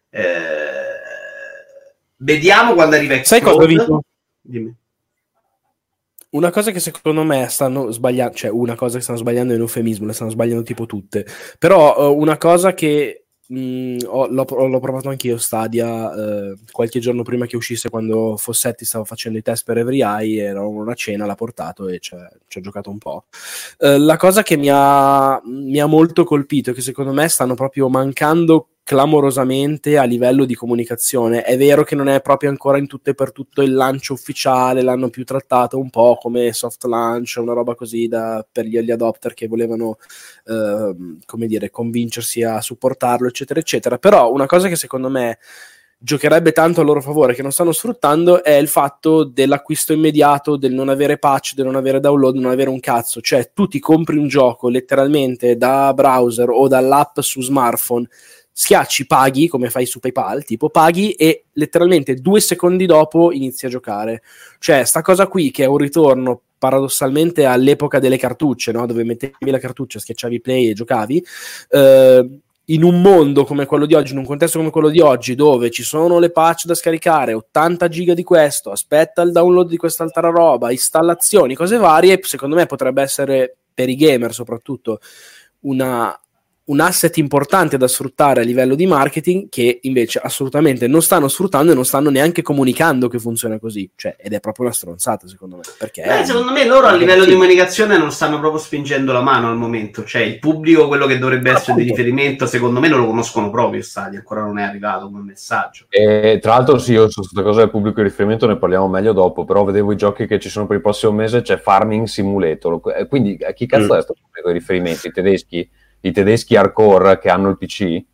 Vediamo quando arriva Explode. Sai cosa, Vito? Dimmi. Una cosa che secondo me stanno sbagliando, cioè una cosa che stanno sbagliando è un eufemismo, le stanno sbagliando tipo tutte. Però una cosa che l'ho provato anch'io Stadia qualche giorno prima che uscisse, quando Fossetti stava facendo i test per Every Eye, era una cena, l'ha portato e ci ho giocato un po'. La cosa che mi ha molto colpito è che secondo me stanno proprio mancando clamorosamente a livello di comunicazione. È vero che non è proprio ancora in tutto e per tutto il lancio ufficiale, l'hanno più trattato un po' come soft launch, una roba così per gli early adopter che volevano come dire, convincersi a supportarlo, eccetera eccetera. Però una cosa che secondo me giocherebbe tanto a loro favore, che non stanno sfruttando, è il fatto dell'acquisto immediato, del non avere patch, del non avere download, non avere un cazzo. Cioè tu ti compri un gioco letteralmente da browser o dall'app su smartphone, schiacci, paghi, come fai su PayPal, tipo paghi e letteralmente 2 secondi dopo inizi a giocare. Cioè sta cosa qui, che è un ritorno paradossalmente all'epoca delle cartucce, no? Dove mettevi la cartuccia, schiacciavi play e giocavi, in un mondo come quello di oggi, in un contesto come quello di oggi, dove ci sono le patch da scaricare, 80 giga di questo, aspetta il download di quest'altra roba, installazioni, cose varie, secondo me potrebbe essere, per i gamer soprattutto, un asset importante da sfruttare a livello di marketing, che invece assolutamente non stanno sfruttando e non stanno neanche comunicando che funziona così, cioè, ed è proprio una stronzata secondo me, perché secondo me loro a livello di comunicazione non stanno proprio spingendo la mano al momento, cioè il pubblico, quello che dovrebbe essere di riferimento, secondo me non lo conoscono proprio. Stadia ancora non è arrivato come messaggio, e tra l'altro sì, io su questa cosa del pubblico di riferimento ne parliamo meglio dopo, però vedevo i giochi che ci sono per il prossimo mese, c'è Farming Simulator, quindi chi cazzo è questo pubblico di riferimento? I tedeschi hardcore che hanno il PC?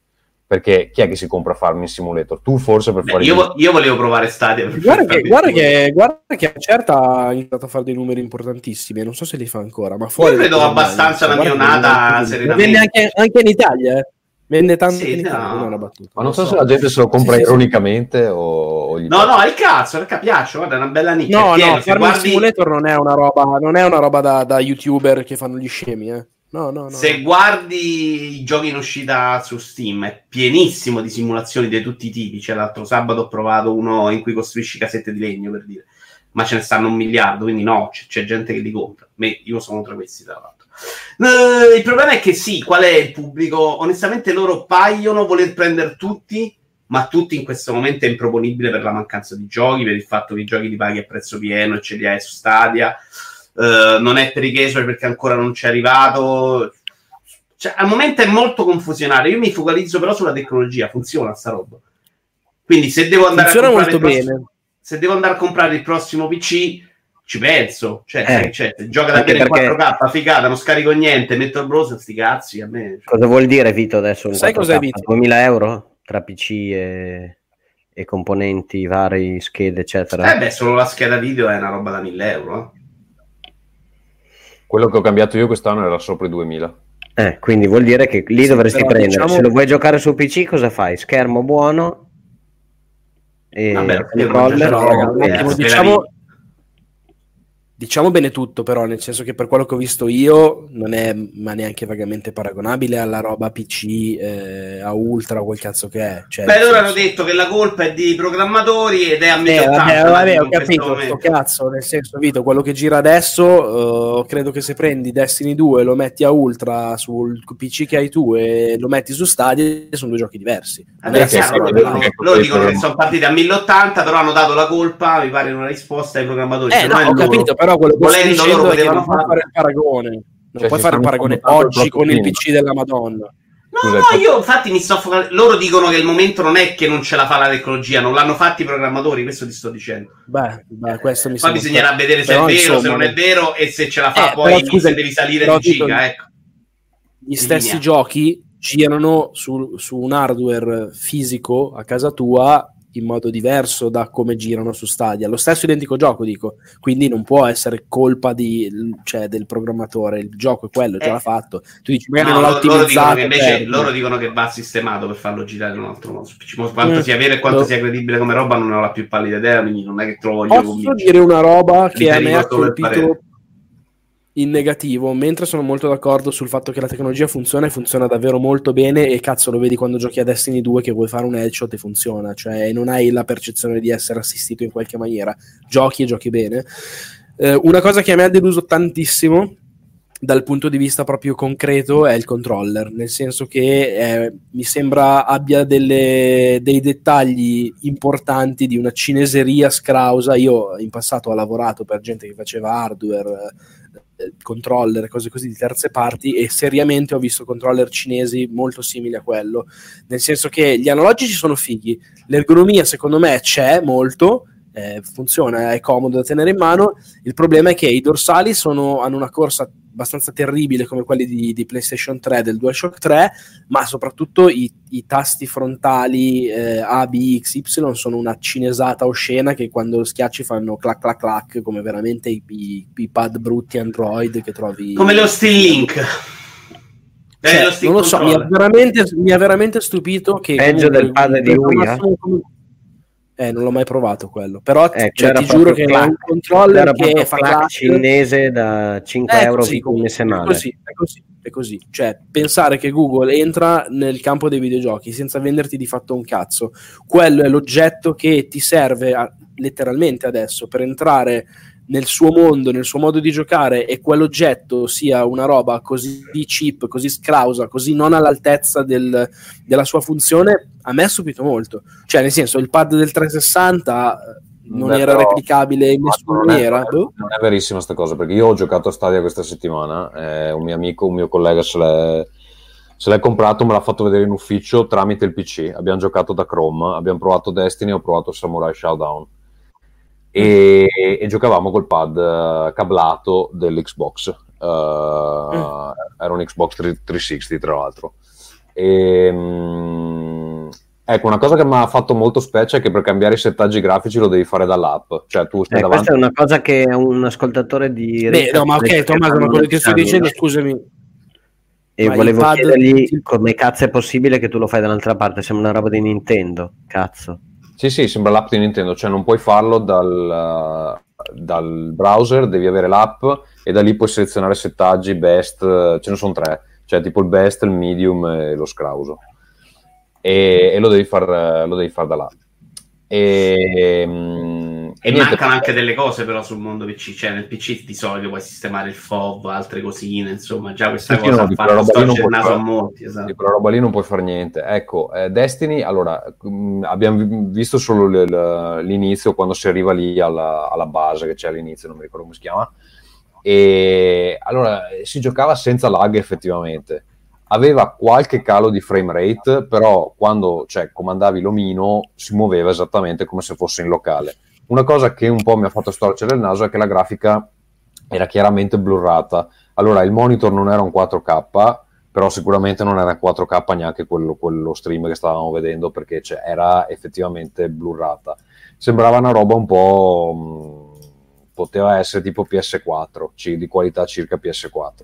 perché chi è che si compra Farming Simulator? Tu forse per fare io volevo provare Stadia. Guarda che certa ha iniziato a fare dei numeri importantissimi, non so se li fa ancora, ma fuori io vedo abbastanza la mionata serenamente. Vende anche in Italia, Vende tanto in Italia, non è una battuta. Ma non so se la gente se lo compra ironicamente o gli no, è il cazzo, perché piace, guarda, è una bella nicchia. No, Farming Simulator non è una roba da YouTuber che fanno gli scemi, No. Se guardi i giochi in uscita su Steam, è pienissimo di simulazioni di tutti i tipi. Cioè, l'altro sabato ho provato uno in cui costruisci casette di legno, per dire. Ma ce ne stanno 1 miliardo, quindi no, c'è gente che li compra. Io sono tra questi, tra l'altro. Il problema è che sì, qual è il pubblico? Onestamente loro paiono voler prendere tutti, ma tutti in questo momento è improponibile per la mancanza di giochi, per il fatto che i giochi li paghi a prezzo pieno e ce li hai su Stadia. Non è per i casual perché ancora non c'è arrivato. Cioè, al momento è molto confusionario. Io mi focalizzo però sulla tecnologia, funziona sta roba. Quindi se devo andare se devo andare a comprare il prossimo PC ci penso, se gioca da bene in 4K, figata, non scarico niente, metto il browser, sti cazzi a me. Cosa vuol dire, Vito, adesso? Sai cos'è, Vito? 2000 euro tra PC e componenti vari, schede, eccetera? Solo la scheda video è una roba da 1000 euro. Quello che ho cambiato io quest'anno era sopra i 2000. Quindi vuol dire che lì dovresti prendere, se lo vuoi giocare su PC, cosa fai? Schermo buono e diciamo bene tutto, però, nel senso che per quello che ho visto io non è ma neanche vagamente paragonabile alla roba PC a Ultra o quel cazzo che è. Cioè, loro hanno detto che la colpa è dei programmatori ed è a 1080. Vabbè, ho capito, sto cazzo, nel senso, Vito, quello che gira adesso, credo che se prendi Destiny 2 e lo metti a Ultra sul PC che hai tu e lo metti su Stadia, sono 2 giochi diversi. Loro dicono che sono partiti a 1080, però hanno dato la colpa, mi pare, in una risposta ai programmatori. Ho capito, però quello che sto dicendo è che non puoi fare il paragone. Non puoi fare il paragone oggi con il PC della Madonna. No, io infatti mi sto focalizzando. Loro dicono che il momento non è che non ce la fa la tecnologia, non l'hanno fatti i programmatori, questo ti sto dicendo. Questo mi poi bisognerà vedere se è vero, se non è vero e se ce la fa poi se devi salire di giga, ecco. Gli stessi giochi girano su un hardware fisico a casa tua in modo diverso da come girano su Stadia, lo stesso identico gioco, dico, quindi non può essere colpa del programmatore, il gioco è quello, già l'ha fatto, tu dici magari non l'ha ottimizzato. Loro dicono che va sistemato per farlo girare in un altro modo, quanto sia vero e quanto sia credibile come roba non ho la più pallida idea, quindi non è che trovo io. Posso dire una roba che a me ha colpito in negativo, mentre sono molto d'accordo sul fatto che la tecnologia funziona e funziona davvero molto bene, e cazzo lo vedi quando giochi a Destiny 2 che vuoi fare un headshot e funziona, cioè non hai la percezione di essere assistito in qualche maniera, giochi bene. Una cosa che a me ha deluso tantissimo dal punto di vista proprio concreto è il controller, nel senso che mi sembra abbia dei dettagli importanti di una cineseria scrausa. Io in passato ho lavorato per gente che faceva hardware, controller, cose così di terze parti, e seriamente ho visto controller cinesi molto simili a quello, nel senso che gli analogici sono fighi, l'ergonomia secondo me c'è molto, funziona, è comodo da tenere in mano. Il problema è che i dorsali hanno una corsa abbastanza terribile come quelli di PlayStation 3, del DualShock 3, ma soprattutto i tasti frontali A, B, X, Y sono una cinesata oscena che quando lo schiacci fanno clac clac clac come veramente i pad brutti Android che trovi come lo Steam Link. Non lo so, mi ha veramente stupito che peggio del pad di lui, non l'ho mai provato quello, però ti giuro che è un controller che fa clac cinese da 5 euro messe male. È così, cioè pensare che Google entra nel campo dei videogiochi senza venderti di fatto un cazzo, quello è l'oggetto che ti serve letteralmente adesso per entrare nel suo mondo, nel suo modo di giocare, e quell'oggetto sia una roba così cheap, così scrausa, così non all'altezza della sua funzione, a me ha stupito molto. Cioè, nel senso, il pad del 360 non era replicabile in nessuna maniera. Non è verissima sta cosa, perché io ho giocato a Stadia questa settimana, un mio collega se l'è comprato, me l'ha fatto vedere in ufficio tramite il PC, abbiamo giocato da Chrome, abbiamo provato Destiny, ho provato Samurai Showdown. E giocavamo col pad cablato dell'Xbox, era un Xbox 360 tra l'altro, e Ecco, una cosa che mi ha fatto molto specie è che per cambiare i settaggi grafici lo devi fare dall'app. Cioè, tu stai davanti... Questa è una cosa che un ascoltatore di... no, ma ok, Tommaso, ma quello che sto dicendo, scusami. E volevo chiedergli come cazzo è possibile che tu lo fai dall'altra parte, sembra una roba di Nintendo, cazzo. Sì, sembra l'app di Nintendo, cioè non puoi farlo dal browser, devi avere l'app e da lì puoi selezionare settaggi, best, ce ne sono 3, cioè tipo il best, il medium e lo scrauso. E lo devi far da là. E mancano anche delle cose però sul mondo PC, cioè nel PC di solito puoi sistemare il FOV, altre cosine, insomma già questa cosa ha fatto storcere il naso a molti, esatto. Di quella roba lì non puoi fare niente. Ecco, Destiny, allora abbiamo visto solo l'inizio, quando si arriva lì alla base che c'è all'inizio, non mi ricordo come si chiama, e allora si giocava senza lag effettivamente. Aveva qualche calo di frame rate, però quando comandavi l'omino si muoveva esattamente come se fosse in locale. Una cosa che un po' mi ha fatto storcere il naso è che la grafica era chiaramente blurrata. Allora, il monitor non era un 4K, però sicuramente non era 4K neanche quello stream che stavamo vedendo, perché era effettivamente blurrata. Sembrava una roba un po'... poteva essere tipo PS4, di qualità circa PS4.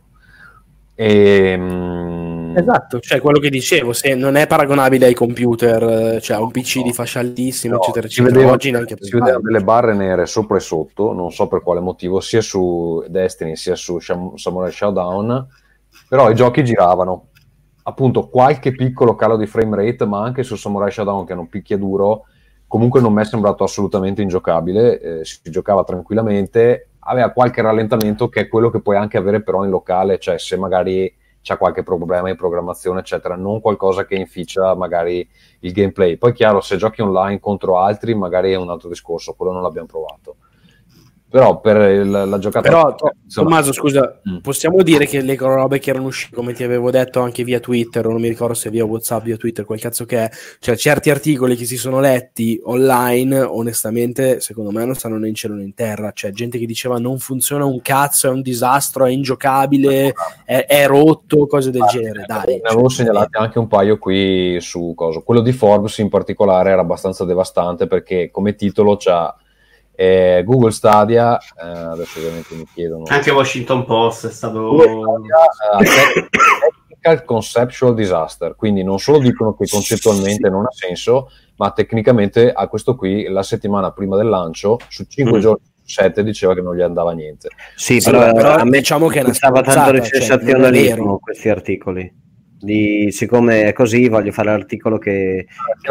Esatto, cioè quello che dicevo, se non è paragonabile ai computer, cioè un PC di fascia altissima, eccetera, eccetera. Oggi neanche si vedevano delle barre nere sopra e sotto, non so per quale motivo, sia su Destiny sia su Samurai Showdown, però i giochi giravano. Appunto, qualche piccolo calo di frame rate, ma anche su Samurai Showdown, che è un picchiaduro, comunque non mi è sembrato assolutamente ingiocabile, si giocava tranquillamente. Aveva qualche rallentamento, che è quello che puoi anche avere però in locale, cioè se magari c'è qualche problema in programmazione eccetera, non qualcosa che inficia magari il gameplay. Poi chiaro, se giochi online contro altri magari è un altro discorso, quello non l'abbiamo provato. Però per la giocata... Però Tommaso, scusa, possiamo dire che le robe che erano uscite, come ti avevo detto anche via Twitter, o non mi ricordo se via WhatsApp, via Twitter, quel cazzo che è, cioè certi articoli che si sono letti online, onestamente, secondo me non stanno né in cielo né in terra. Cioè gente che diceva non funziona un cazzo, è un disastro, è ingiocabile, è rotto, cose del genere. Dai, ne avevo segnalati anche un paio qui su cosa. Quello di Forbes in particolare era abbastanza devastante, perché come titolo c'ha Google Stadia, adesso ovviamente mi chiedono anche Washington Post è stato technical conceptual disaster, quindi non solo dicono che concettualmente non ha senso, ma tecnicamente a questo qui la settimana prima del lancio su 5 giorni su 7 diceva che non gli andava niente. Sì, però a me diciamo che stava tanto sensazionalismo questi articoli. Siccome è così, voglio fare l'articolo che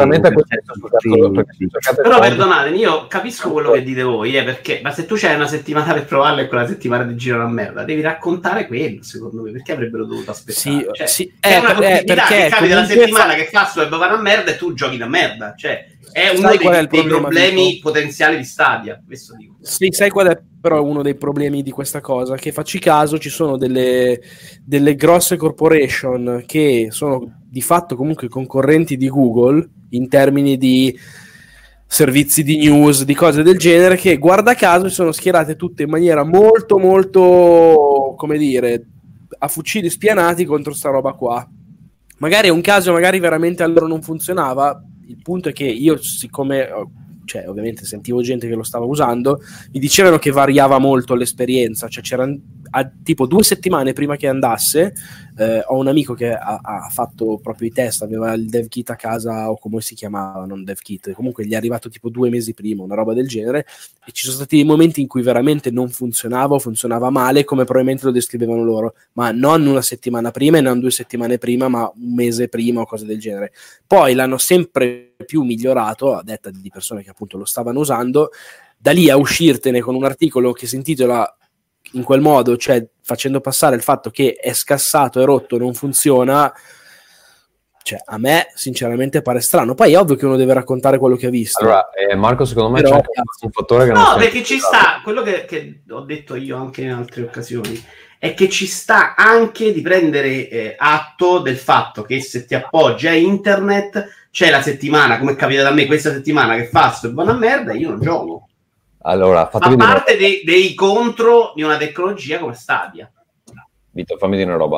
però perdonatemi, io capisco quello che dite voi, perché ma se tu c'hai una settimana per provarlo e quella settimana ti gira una merda, devi raccontare quello, secondo me, perché avrebbero dovuto aspettare? È una possibilità che capita la settimana che fa web va una merda e tu giochi una merda, cioè è uno dei problemi potenziali di Stadia, questo dico. Sì, sai qual è però uno dei problemi di questa cosa? Che facci caso, ci sono delle grosse corporation che sono di fatto comunque concorrenti di Google in termini di servizi di news, di cose del genere, che guarda caso si sono schierate tutte in maniera molto molto, come dire, a fucili spianati contro sta roba qua. Magari è un caso, magari veramente a loro non funzionava. Il punto è che io, siccome ovviamente sentivo gente che lo stava usando, mi dicevano che variava molto l'esperienza, cioè c'erano tipo 2 settimane prima che andasse, ho un amico che ha fatto proprio i test, aveva il dev kit a casa, o come si chiamava, non dev kit, comunque gli è arrivato tipo 2 mesi prima, una roba del genere, e ci sono stati dei momenti in cui veramente non funzionava o funzionava male, come probabilmente lo descrivevano loro, ma non una settimana prima e non 2 settimane prima, ma un mese prima o cose del genere. Poi l'hanno sempre più migliorato, a detta di persone che appunto lo stavano usando. Da lì a uscirtene con un articolo che si intitola in quel modo, cioè facendo passare il fatto che è scassato, è rotto, non funziona, cioè a me sinceramente pare strano. Poi è ovvio che uno deve raccontare quello che ha visto. Allora, Marco, secondo me c'è un fattore che no, perché ci sta, quello che ho detto io anche in altre occasioni, è che ci sta anche di prendere atto del fatto che se ti appoggi a internet c'è la settimana, come è capitato a me questa settimana, che fa sto buona merda e io non gioco. Allora, fa parte dei contro di una tecnologia come Stadia. Vito, fammi dire una roba.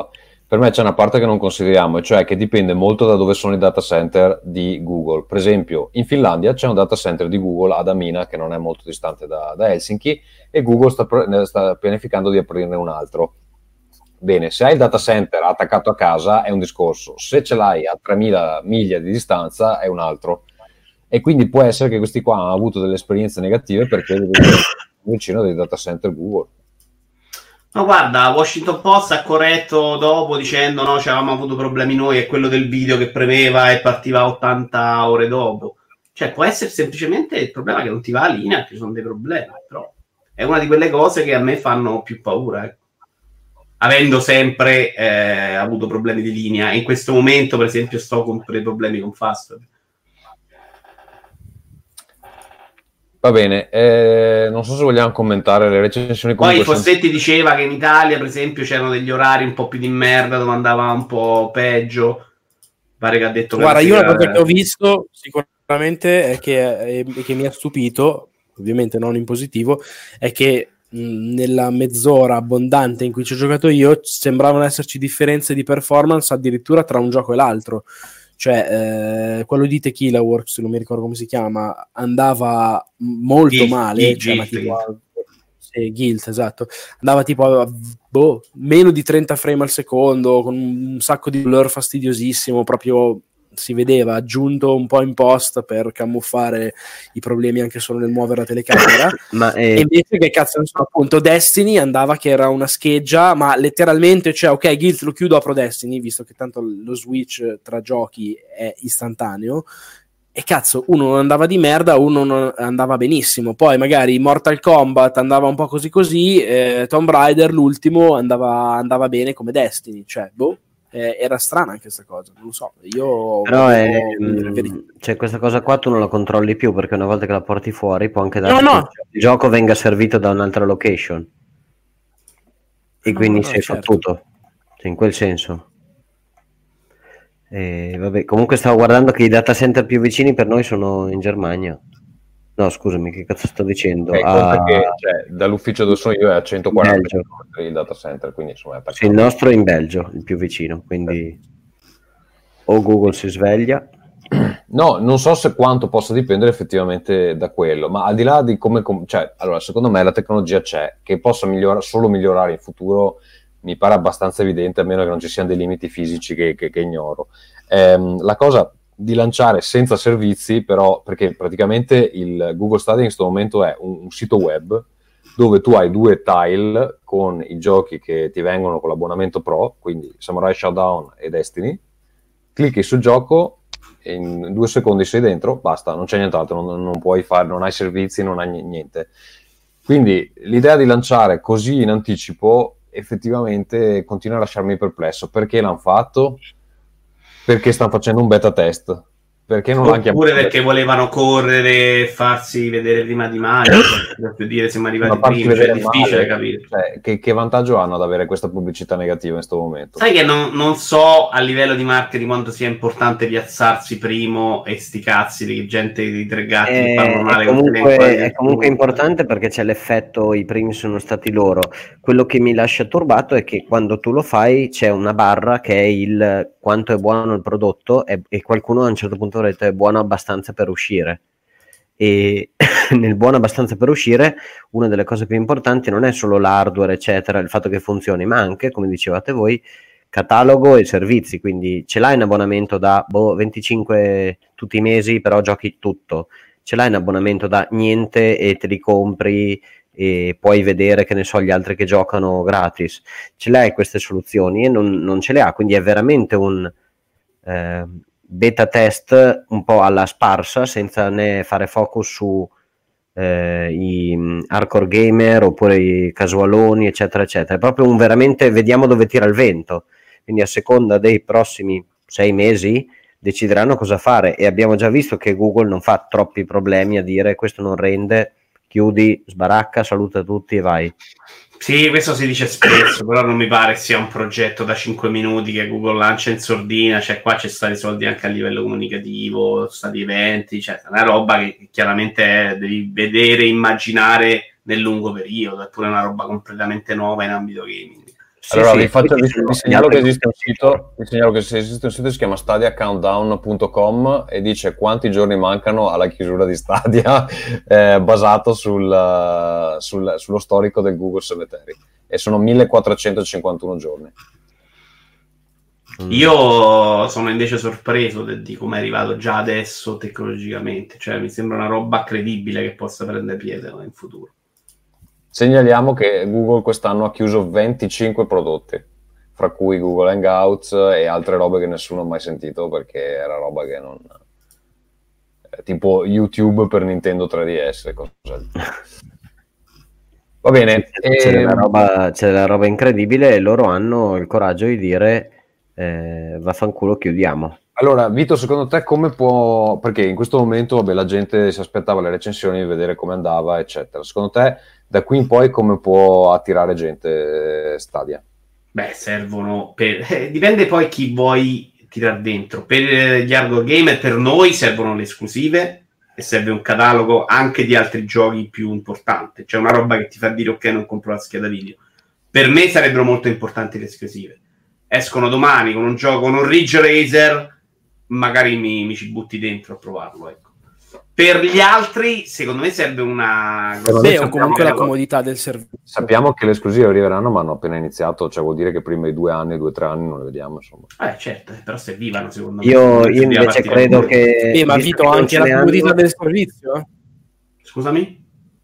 Per me c'è una parte che non consideriamo, e cioè che dipende molto da dove sono i data center di Google. Per esempio, in Finlandia c'è un data center di Google ad Amina, che non è molto distante da Helsinki, e Google sta pianificando di aprirne un altro. Bene, se hai il data center attaccato a casa è un discorso, se ce l'hai a 3000 miglia di distanza è un altro. E quindi può essere che questi qua hanno avuto delle esperienze negative perché vicino dei data center Google. No, guarda, Washington Post ha corretto dopo dicendo no, ci avevamo avuto problemi noi, è quello del video che premeva e partiva 80 ore dopo. Cioè, può essere semplicemente il problema che non ti va a linea, che ci sono dei problemi, però è una di quelle cose che a me fanno più paura, ecco. Avendo sempre avuto problemi di linea. In questo momento, per esempio, sto con dei problemi con Fastweb. Va bene, non so se vogliamo commentare le recensioni. Poi Fossetti diceva che in Italia, per esempio, c'erano degli orari un po' più di merda, dove andava un po' peggio. Pare che ha detto. Guarda, io una cosa che ho visto sicuramente è che mi ha stupito, ovviamente non in positivo, è che nella mezz'ora abbondante in cui ci ho giocato io sembravano esserci differenze di performance addirittura tra un gioco e l'altro. Cioè quello di Tequila Works, non mi ricordo come si chiama, andava molto male, Guild, esatto, andava tipo a meno di 30 frame al secondo, con un sacco di blur fastidiosissimo, proprio si vedeva aggiunto un po' in post per camuffare i problemi anche solo nel muovere la telecamera. E invece che cazzo ne so, appunto Destiny andava che era una scheggia, ma letteralmente, cioè ok, Guild lo chiudo, apro Destiny, visto che tanto lo switch tra giochi è istantaneo, e cazzo, uno non andava di merda, uno non andava benissimo. Poi magari Mortal Kombat andava un po' così così, Tomb Raider l'ultimo andava bene come Destiny, cioè era strana anche questa cosa, non lo so, io però cioè questa cosa qua tu non la controlli più, perché una volta che la porti fuori può anche darti il gioco venga servito da un'altra location e quindi sei fottuto, cioè, in quel senso. Vabbè, comunque stavo guardando che i data center più vicini per noi sono in Germania. No, scusami, che cazzo sto dicendo? Che, cioè, dall'ufficio dove sono io è a 140 km il data center, quindi insomma sì, il nostro è in Belgio, il più vicino, quindi o Google si sveglia. No, non so se quanto possa dipendere effettivamente da quello, ma al di là di come cioè, allora, secondo me la tecnologia c'è, che possa solo migliorare in futuro mi pare abbastanza evidente, a meno che non ci siano dei limiti fisici che ignoro. La cosa di lanciare senza servizi, però, perché praticamente il Google Stadia in questo momento è un sito web dove tu hai 2 tile con i giochi che ti vengono con l'abbonamento Pro, quindi Samurai Shodown e Destiny, clicchi sul gioco e in 2 secondi sei dentro, basta, non c'è nient'altro, non puoi fare, non hai servizi, non hai niente. Quindi l'idea di lanciare così in anticipo effettivamente continua a lasciarmi perplesso. Perché l'hanno fatto? Perché stanno facendo un beta test. Perché non l'hanno chiamato? Oppure perché volevano correre e farsi vedere prima di Mario, per più dire siamo arrivati prima, cioè è difficile capire. Cioè, che vantaggio hanno ad avere questa pubblicità negativa in questo momento? Sai che non so a livello di marketing quanto sia importante piazzarsi primo e sti cazzi di gente di 3 gatti che fanno male. È comunque importante perché c'è l'effetto, i primi sono stati loro. Quello che mi lascia turbato è che quando tu lo fai c'è una barra che è il quanto è buono il prodotto e qualcuno a un certo punto ha detto è buono abbastanza per uscire, e nel buono abbastanza per uscire una delle cose più importanti non è solo l'hardware eccetera, il fatto che funzioni, ma anche, come dicevate voi, catalogo e servizi. Quindi ce l'hai un abbonamento da 25 tutti i mesi però giochi tutto, ce l'hai un abbonamento da niente e te li compri e puoi vedere, che ne so, gli altri che giocano gratis, ce l'hai queste soluzioni e non ce le ha, quindi è veramente un beta test un po' alla sparsa, senza né fare focus su i hardcore gamer oppure i casualoni eccetera eccetera. È proprio un veramente vediamo dove tira il vento, quindi a seconda dei prossimi 6 mesi decideranno cosa fare, e abbiamo già visto che Google non fa troppi problemi a dire questo non rende, chiudi, sbaracca, saluta tutti e vai. Sì, questo si dice spesso, però non mi pare sia un progetto da 5 minuti che Google lancia in sordina, cioè qua c'è stati soldi anche a livello comunicativo, stati eventi, cioè è una roba che chiaramente devi vedere, immaginare nel lungo periodo, è pure una roba completamente nuova in ambito gaming. Allora vi segnalo che esiste un sito, si chiama stadiacountdown.com e dice quanti giorni mancano alla chiusura di Stadia, basato sullo storico del Google Cemetery, e sono 1451 giorni. Io sono invece sorpreso di come è arrivato già adesso tecnologicamente, cioè mi sembra una roba credibile che possa prendere piede in futuro. Segnaliamo che Google quest'anno ha chiuso 25 prodotti, fra cui Google Hangouts e altre robe che nessuno ha mai sentito, perché era roba che non... tipo YouTube per Nintendo 3DS, cose del genere. Va bene. C'è della roba incredibile e loro hanno il coraggio di dire vaffanculo, chiudiamo. Allora, Vito, secondo te come può... Perché in questo momento la gente si aspettava le recensioni, vedere come andava, eccetera. Secondo te, da qui in poi, come può attirare gente Stadia? Beh, servono... dipende poi chi vuoi tirare dentro. Per gli hardcore gamer, per noi, servono le esclusive e serve un catalogo anche di altri giochi più importanti. Cioè una roba che ti fa dire ok, non compro la scheda video. Per me sarebbero molto importanti le esclusive. Escono domani con un gioco, con un Ridge Racer, magari mi ci butti dentro a provarlo, ecco. Per gli altri, secondo me serve una... o comunque la comodità del servizio. Sappiamo che le esclusive arriveranno, ma hanno appena iniziato, cioè vuol dire che prima di 2 anni, 2 o 3 anni non le vediamo, insomma. Certo, però servivano, secondo me. Io invece credo che... ma Vito, anche la comodità del servizio? Scusami?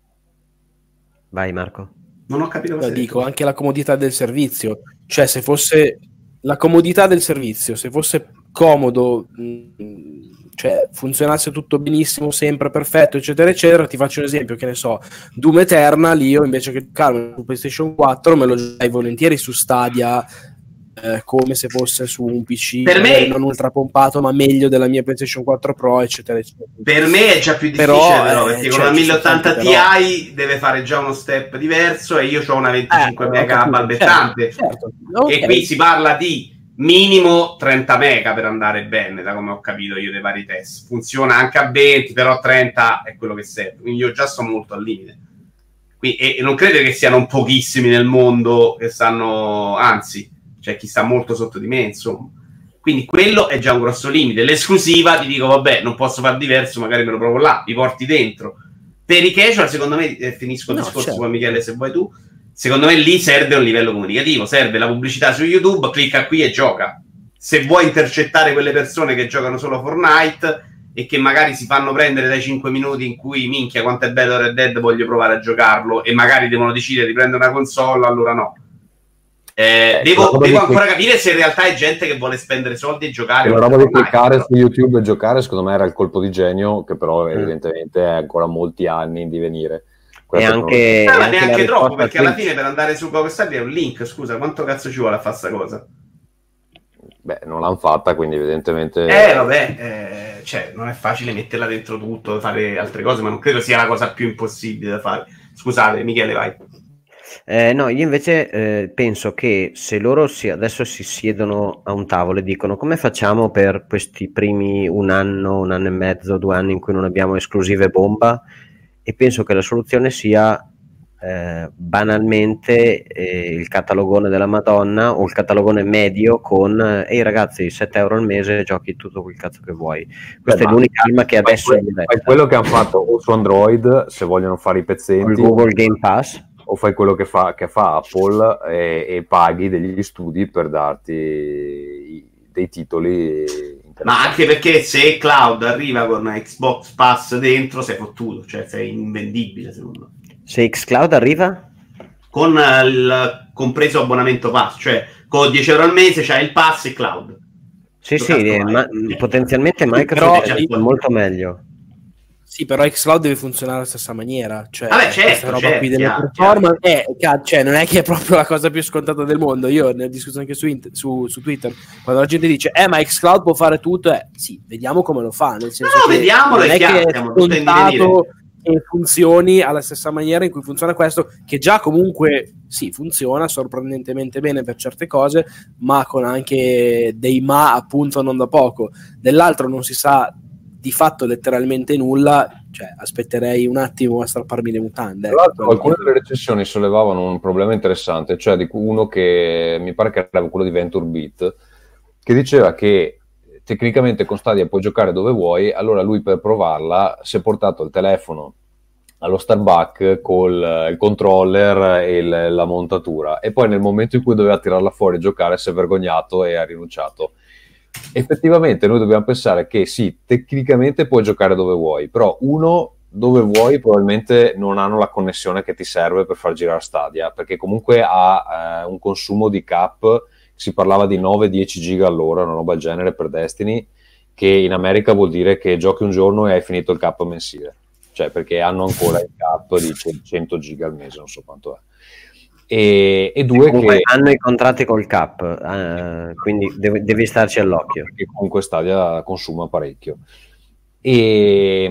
Vai, Marco. Non ho capito cosa dico, anche la comodità del servizio. Cioè, se fosse... La comodità del servizio, se fosse comodo, cioè funzionasse tutto benissimo, sempre perfetto, eccetera, eccetera, ti faccio un esempio, che ne so, Doom Eternal, io invece che giocarlo su PlayStation 4 me lo giocherei volentieri su Stadia, come se fosse su un PC, per me non ultra pompato, ma meglio della mia PlayStation 4 Pro, eccetera, eccetera. Per me è già più difficile, però perché con la 1080 Ti deve fare già uno step diverso e io ho una 25 mega balbettante, certo. Okay. E qui si parla di minimo 30 mega per andare bene, da come ho capito io dei vari test. Funziona anche a 20, però 30 è quello che serve, quindi io già sto molto al limite. E non credo che siano pochissimi nel mondo che stanno, anzi, c'è chi sta molto sotto di me, insomma. Quindi quello è già un grosso limite. L'esclusiva ti dico, vabbè, non posso far diverso, magari me lo provo là, mi porti dentro. Per i casual, secondo me, finisco il discorso certo. con Michele se vuoi tu, secondo me lì serve un livello comunicativo, serve la pubblicità su YouTube, clicca qui e gioca. Se vuoi intercettare quelle persone che giocano solo Fortnite e che magari si fanno prendere dai 5 minuti in cui, minchia, quanto è bello Red Dead, voglio provare a giocarlo, e magari devono decidere di prendere una console, allora no. Devo ancora capire se in realtà è gente che vuole spendere soldi e giocare. La roba di cliccare su YouTube e giocare, secondo me era il colpo di genio, che però evidentemente è ancora molti anni in divenire. E anche, ma neanche troppo, perché alla fine per andare su Pokéstars è un link. Scusa, quanto cazzo ci vuole a fare sta cosa? Beh, non l'hanno fatta, quindi evidentemente... cioè, non è facile metterla dentro tutto, fare altre cose, ma non credo sia la cosa più impossibile da fare. Scusate, Michele, vai. No, io invece penso che se loro adesso si siedono a un tavolo e dicono come facciamo per questi primi un anno e mezzo, 2 anni in cui non abbiamo esclusive bomba, e penso che la soluzione sia banalmente il catalogone della Madonna o il catalogone medio con ehi ragazzi, 7 euro al mese, giochi tutto quel cazzo che vuoi. Questa è l'unica arma che adesso fai quello che hanno fatto o su Android, se vogliono fare i pezzenti, il Google Game Pass, o fai quello che fa Apple e paghi degli studi per darti dei titoli. Ma anche perché se Cloud arriva con Xbox Pass dentro sei fottuto, cioè sei invendibile secondo me. Se xCloud arriva? Con il compreso abbonamento Pass, cioè con 10 euro al mese c'hai il Pass e Cloud. Sì, ma potenzialmente Microsoft è molto meglio. Sì, però xCloud deve funzionare alla stessa maniera, cioè questa roba qui delle performance cioè non è che è proprio la cosa più scontata del mondo. Io ne ho discusso anche su Twitter, quando la gente dice ma xCloud può fare tutto, sì, vediamo come lo fa, nel senso che vediamolo, non è che è scontato che funzioni alla stessa maniera in cui funziona questo, che già comunque sì, funziona sorprendentemente bene per certe cose, ma con anche dei appunto non da poco. Dell'altro non si sa di fatto letteralmente nulla, cioè aspetterei un attimo a strapparmi le mutande. Tra l'altro, alcune delle recensioni sollevavano un problema interessante, cioè di uno che mi pare che era quello di Venture Beat, che diceva che tecnicamente con Stadia puoi giocare dove vuoi. Allora lui, per provarla, si è portato il telefono allo Starbucks col il controller e la montatura, e poi nel momento in cui doveva tirarla fuori e giocare si è vergognato e ha rinunciato. Effettivamente noi dobbiamo pensare che sì, tecnicamente puoi giocare dove vuoi, però dove vuoi probabilmente non hanno la connessione che ti serve per far girare Stadia, perché comunque ha un consumo di cap, si parlava di 9-10 giga all'ora, una roba del genere per Destiny, che in America vuol dire che giochi un giorno e hai finito il cap mensile, cioè perché hanno ancora il cap di 100 giga al mese, non so quanto è. E due, comunque che hanno i contratti col cap, quindi devi starci all'occhio, perché comunque Stadia consuma parecchio. E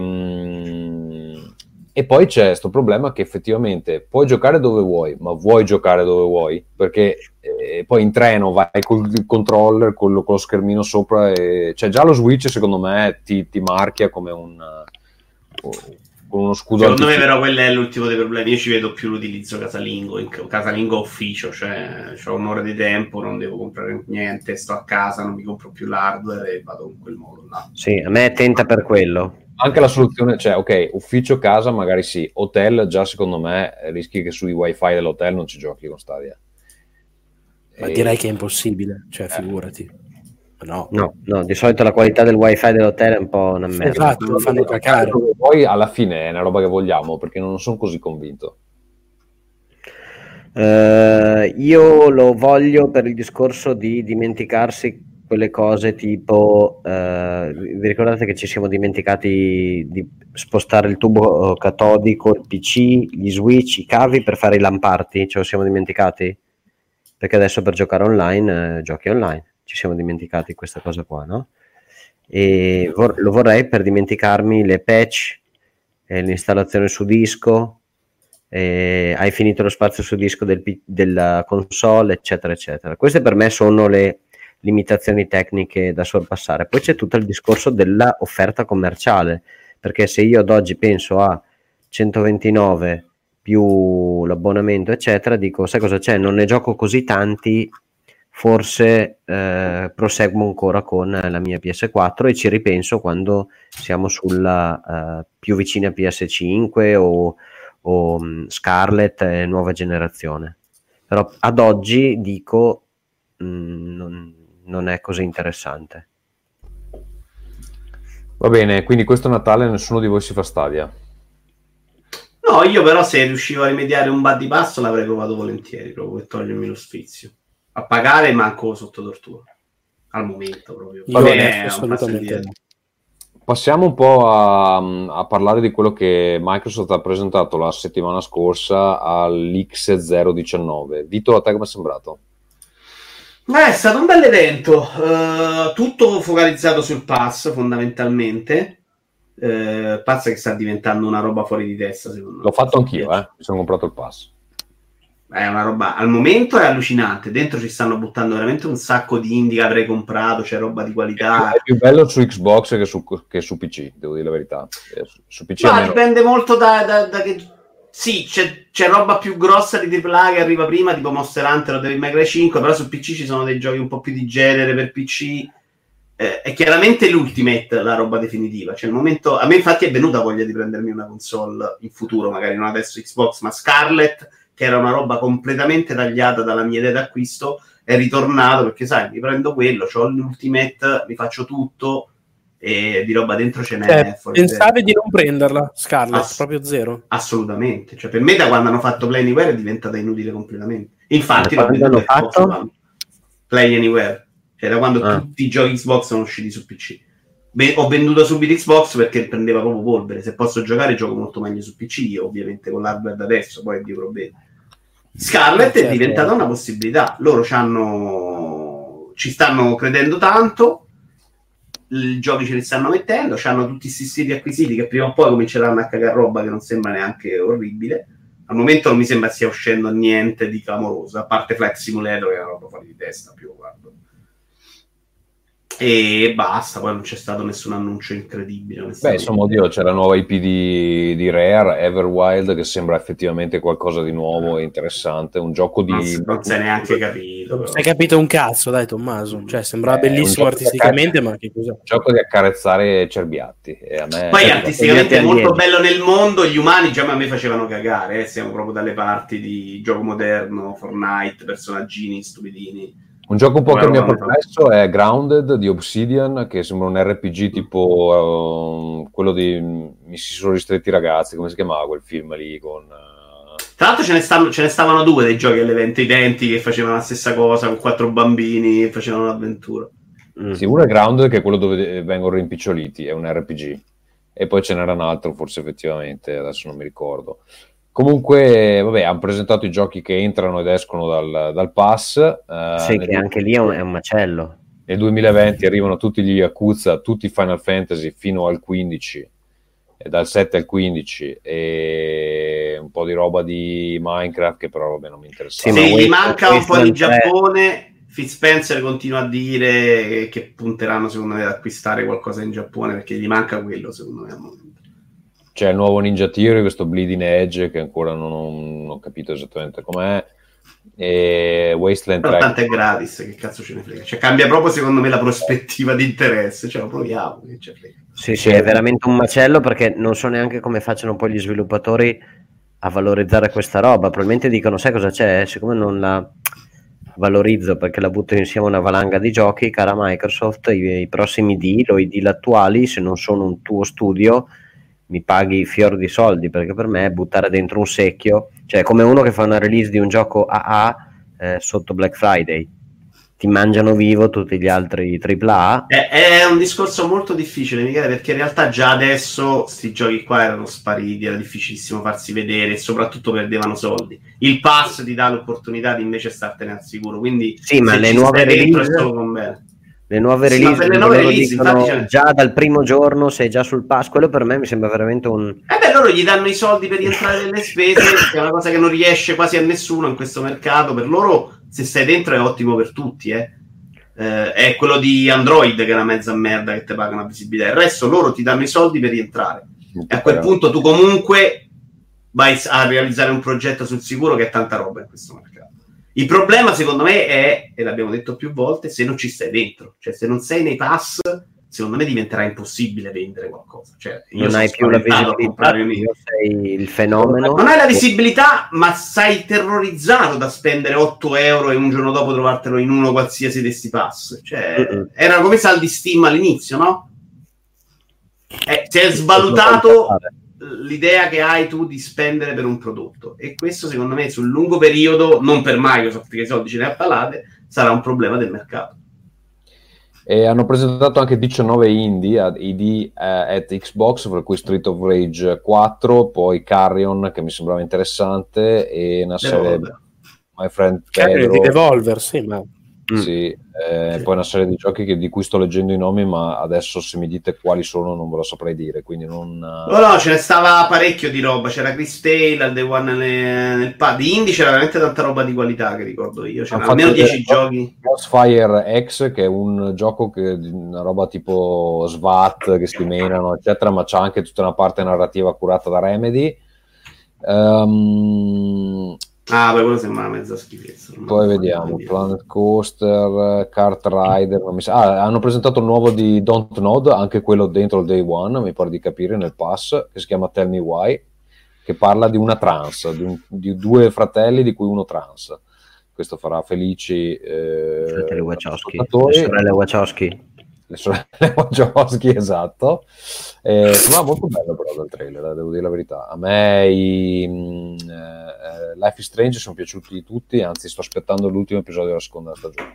poi c'è questo problema che effettivamente puoi giocare dove vuoi, ma vuoi giocare dove vuoi? Perché poi in treno vai col controller, con lo schermino sopra, cioè già lo Switch secondo me ti marchia come con uno scudo. Secondo me però quello è l'ultimo dei problemi. Io ci vedo più l'utilizzo casalingo ufficio, cioè ho un'ora di tempo, non devo comprare niente, sto a casa, non mi compro più l'hardware e vado in quel modo là. Sì, a me è tenta per quello. Anche la soluzione, cioè ok, ufficio, casa magari sì, hotel già secondo me rischi che sui wifi dell'hotel non ci giochi con Stadia. Ma direi che è impossibile, cioè figurati. No, di solito la qualità del wifi dell'hotel è un po' una merda. Esatto, lo fanno cacare. Poi alla fine è una roba che vogliamo, perché non sono così convinto. Io lo voglio per il discorso di dimenticarsi quelle cose tipo vi ricordate che ci siamo dimenticati di spostare il tubo catodico, il PC, gli switch, i cavi per fare i LAN party? Ce lo siamo dimenticati? Perché adesso per giocare online giochi online. Ci siamo dimenticati questa cosa qua, no? E lo vorrei per dimenticarmi le patch, l'installazione su disco, hai finito lo spazio su disco della console, eccetera eccetera. Queste per me sono le limitazioni tecniche da sorpassare. Poi c'è tutto il discorso della offerta commerciale, perché se io ad oggi penso a 129 più l'abbonamento eccetera, dico sai cosa c'è, non ne gioco così tanti, forse proseguo ancora con la mia PS4 e ci ripenso quando siamo sulla più vicina a PS5 o Scarlett nuova generazione. Però ad oggi dico non è così interessante. Va bene, quindi questo Natale nessuno di voi si fa Stadia? No, io però se riuscivo a rimediare un bad di passo l'avrei provato volentieri, proprio per togliermi lo sfizio. A pagare manco sotto tortura al momento proprio. Va bene, assolutamente. Passiamo un po' a parlare di quello che Microsoft ha presentato la settimana scorsa all'X019. Vito, a te come è sembrato? È stato un bel evento, tutto focalizzato sul pass fondamentalmente. Pass che sta diventando una roba fuori di testa, secondo me. L'ho fatto anch'io, mi sono comprato il pass. È una roba, al momento è allucinante, dentro ci stanno buttando veramente un sacco di indie che avrei comprato, c'è roba di qualità. È più bello su Xbox che su PC, devo dire la verità. Su PC ma dipende molto da che... Sì, c'è roba più grossa di AAA che arriva prima, tipo Monster Hunter o Devil May Cry 5, però su PC ci sono dei giochi un po' più di genere per PC. È chiaramente l'Ultimate la roba definitiva, cioè il momento, a me infatti è venuta voglia di prendermi una console in futuro, magari non adesso Xbox, ma Scarlett, che era una roba completamente tagliata dalla mia idea d'acquisto, è ritornato perché sai, mi prendo quello, c'ho l'Ultimate, mi faccio tutto e di roba dentro ce n'è. Pensavi di non prenderla Scarlett, proprio zero? Assolutamente, cioè per me da quando hanno fatto Play Anywhere è diventata inutile completamente. Infatti l'hanno fatto? Play Anywhere, cioè da quando tutti i giochi Xbox sono usciti su PC. Ho venduto subito Xbox perché prendeva proprio polvere. Se posso giocare gioco molto meglio su PC, io, ovviamente con l'hardware da adesso, poi Dio problemi. Scarlett è diventata una possibilità, loro ci stanno credendo tanto, i giochi ce li stanno mettendo, hanno tutti questi siti acquisiti che prima o poi cominceranno a cagare roba che non sembra neanche orribile. Al momento non mi sembra stia uscendo niente di clamoroso, a parte Flight Simulator che è una roba fuori di testa più, guarda. e basta, poi non c'è stato nessun annuncio incredibile. Beh, insomma, oddio, c'è la nuova IP di Rare, Everwild, che sembra effettivamente qualcosa di nuovo e interessante, un gioco di... Non si è neanche capito. Non hai capito un cazzo, dai Tommaso, cioè sembrava bellissimo artisticamente, ma che cos'è? Un gioco di accarezzare cerbiatti. E a me poi artisticamente è molto bello nel mondo, gli umani già a me facevano cagare, siamo proprio dalle parti di gioco moderno, Fortnite, personaggini stupidini. Un gioco un po' che mi ha perplesso è Grounded di Obsidian, che sembra un RPG tipo quello di Mi si sono ristretti i ragazzi, come si chiamava quel film lì con... Tra l'altro ce ne stavano 2 dei giochi all'evento identici che facevano la stessa cosa con 4 bambini e facevano un'avventura. Sì, uno è Grounded, che è quello dove vengono rimpiccioliti, è un RPG, e poi ce n'era un altro forse effettivamente, adesso non mi ricordo. Comunque, vabbè, hanno presentato i giochi che entrano ed escono dal pass. Sì, che anche lì è un macello. Nel 2020 arrivano tutti gli Yakuza, tutti i Final Fantasy fino al 15, e dal 7 al 15, e un po' di roba di Minecraft che però vabbè non mi interessa. Sì, gli manca un po' di Giappone. Phil continua a dire che punteranno secondo me ad acquistare qualcosa in Giappone perché gli manca quello secondo me al momento. C'è il nuovo Ninja Theory, questo Bleeding Edge che ancora non ho capito esattamente com'è, e Wasteland 3. Però tanto è gratis, che cazzo ce ne frega, cioè cambia proprio secondo me la prospettiva di interesse, cioè lo proviamo, che ce frega. Sì, è veramente un macello, perché non so neanche come facciano poi gli sviluppatori a valorizzare questa roba. Probabilmente dicono, sai cosa c'è? Siccome non la valorizzo perché la butto insieme a una valanga di giochi, cara Microsoft, i prossimi deal o i deal attuali, se non sono un tuo studio, mi paghi fior di soldi, perché per me buttare dentro un secchio, cioè come uno che fa una release di un gioco AA sotto Black Friday, ti mangiano vivo tutti gli altri AAA. È un discorso molto difficile, Michele, perché in realtà già adesso sti giochi qua erano spariti, era difficilissimo farsi vedere e soprattutto perdevano soldi. Il pass ti dà l'opportunità di invece startene al sicuro, quindi sì, ma le nuove release le nuove release, infatti, già dal primo giorno sei già sul pass, quello per me mi sembra veramente un... loro gli danno i soldi per rientrare nelle spese, che è una cosa che non riesce quasi a nessuno in questo mercato. Per loro, se stai dentro, è ottimo per tutti, è quello di Android che è una mezza merda che ti paga una visibilità, il resto loro ti danno i soldi per rientrare, e a quel punto tu comunque vai a realizzare un progetto sul sicuro, che è tanta roba in questo mercato. Il problema secondo me è, e l'abbiamo detto più volte, se non ci stai dentro, cioè se non sei nei pass, secondo me diventerà impossibile vendere qualcosa, cioè non hai più la visibilità, sei il fenomeno, non hai la visibilità, ma sei terrorizzato da spendere 8 euro e un giorno dopo trovartelo in uno qualsiasi di sti pass, cioè era come saldi Steam all'inizio, no? Si è svalutato l'idea che hai tu di spendere per un prodotto, e questo secondo me sul lungo periodo, non per Microsoft che i soldi ce ne ha palate, sarà un problema del mercato. E hanno presentato anche 19 indie at Xbox, per cui Street of Rage 4, poi Carrion che mi sembrava interessante, e una serie My Friend Pedro di Devolver, sì, ma... sì, poi una serie di giochi di cui sto leggendo i nomi, ma adesso se mi dite quali sono non ve lo saprei dire, quindi non... No, ce ne stava parecchio di roba, c'era Chris Tale, The One nel pad, di indie c'era veramente tanta roba di qualità che ricordo io, c'erano almeno 10 giochi. Crossfire X, che è un gioco che una roba tipo SWAT che si menano eccetera, ma c'ha anche tutta una parte narrativa curata da Remedy. Poi quello sembra una mezza schifezza. Poi vediamo Planet Coaster, Kart Rider, hanno presentato il nuovo di Don't Nod, anche quello dentro il Day One, mi pare di capire, nel pass, che si chiama Tell Me Why, che parla di una trans, di 2 fratelli di cui uno trans. Questo farà felici fratelli Wachowski, le sorelle Wachowski. Le sorelle Wachowski, esatto. Sembrava molto bello però dal trailer, devo dire la verità. A me Life is Strange sono piaciuti tutti, anzi sto aspettando l'ultimo episodio della seconda stagione.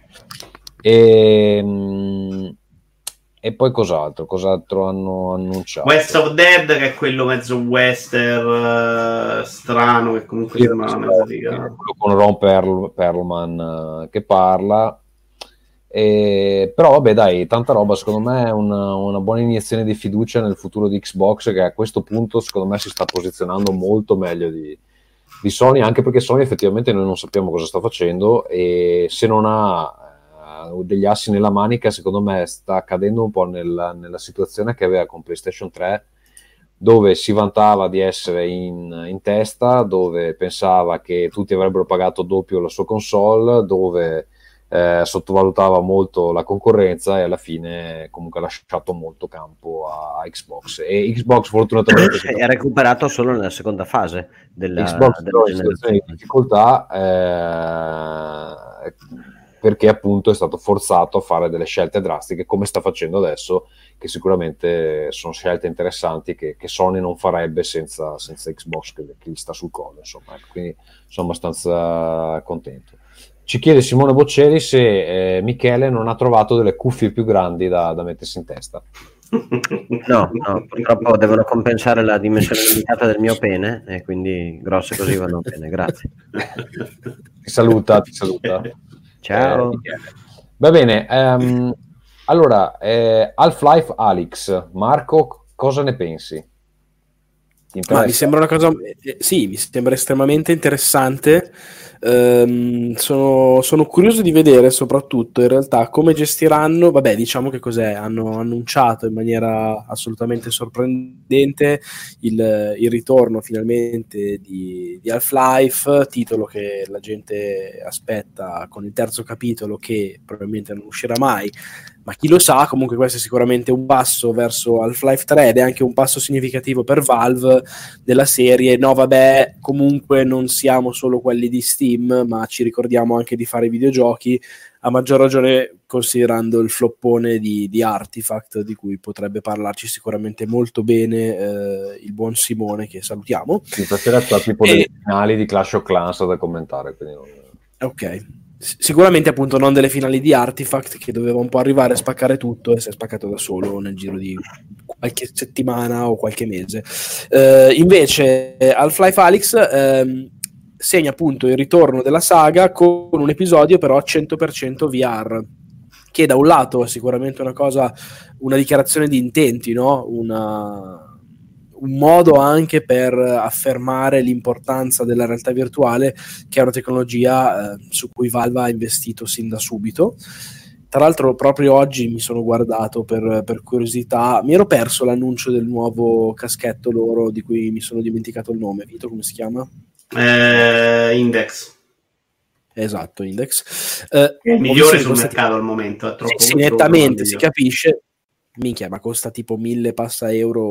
E poi cos'altro hanno annunciato? West of Dead, che è quello mezzo western strano, che comunque sembra una mezza figa, con Ron Perlman che parla. Però vabbè dai, tanta roba, secondo me è una buona iniezione di fiducia nel futuro di Xbox, che a questo punto secondo me si sta posizionando molto meglio di Sony, anche perché Sony effettivamente noi non sappiamo cosa sta facendo, e se non ha degli assi nella manica, secondo me sta cadendo un po' nella situazione che aveva con PlayStation 3, dove si vantava di essere in testa, dove pensava che tutti avrebbero pagato doppio la sua console, dove sottovalutava molto la concorrenza e alla fine comunque ha lasciato molto campo a Xbox, e Xbox fortunatamente è recuperato solo nella seconda fase Xbox della in situazione di difficoltà, perché appunto è stato forzato a fare delle scelte drastiche, come sta facendo adesso, che sicuramente sono scelte interessanti che Sony non farebbe senza Xbox che gli sta sul collo, insomma. Quindi sono abbastanza contento. Ci chiede Simone Bocceri se Michele non ha trovato delle cuffie più grandi da mettersi in testa. No, purtroppo devono compensare la dimensione limitata del mio pene, e quindi grosse così vanno bene, grazie. Ti saluta. Ciao. Va bene, allora, Half-Life Alyx, Marco, cosa ne pensi? Mi sembra una cosa, sì, mi sembra estremamente interessante. Sono curioso di vedere soprattutto in realtà come gestiranno. Vabbè, diciamo che cos'è, hanno annunciato in maniera assolutamente sorprendente il ritorno finalmente di Half-Life, titolo che la gente aspetta con il terzo capitolo, che probabilmente non uscirà mai, ma chi lo sa. Comunque questo è sicuramente un passo verso Half-Life 3 ed è anche un passo significativo per Valve della serie. No, vabbè, comunque non siamo solo quelli di Steam, ma ci ricordiamo anche di fare videogiochi, a maggior ragione considerando il floppone di Artifact, di cui potrebbe parlarci sicuramente molto bene il buon Simone, che salutiamo. Sì, stasera c'è tipo dei finali di Clash of Clans da commentare, quindi non... Ok. Sicuramente appunto non delle finali di Artifact, che doveva un po' arrivare a spaccare tutto e si è spaccato da solo nel giro di qualche settimana o qualche mese. Invece Half-Life Alyx segna appunto il ritorno della saga con un episodio però 100% VR, che da un lato è sicuramente una dichiarazione di intenti, no? Un modo anche per affermare l'importanza della realtà virtuale, che è una tecnologia su cui Valve ha investito sin da subito. Tra l'altro proprio oggi mi sono guardato per curiosità, mi ero perso l'annuncio del nuovo caschetto loro, di cui mi sono dimenticato il nome. Vito, come si chiama? Index. Esatto, Index. Il migliore sul mercato al momento, è troppo sì, nettamente, si capisce. Minchia, ma costa tipo 1.000 passa euro.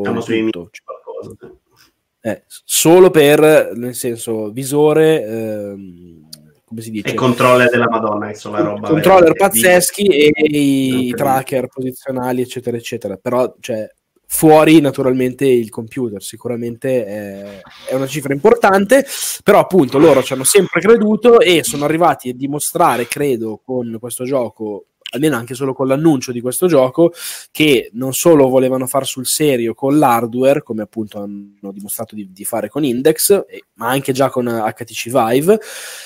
Solo per, nel senso, visore, come si dice? E controller della Madonna, insomma, roba. Controller pazzeschi e i tracker posizionali, eccetera, eccetera. Però, cioè, fuori naturalmente il computer, sicuramente è una cifra importante, però appunto loro ci hanno sempre creduto e sono arrivati a dimostrare, credo, con questo gioco, almeno anche solo con l'annuncio di questo gioco, che non solo volevano far sul serio con l'hardware, come appunto hanno dimostrato di fare con Index, ma anche già con HTC Vive,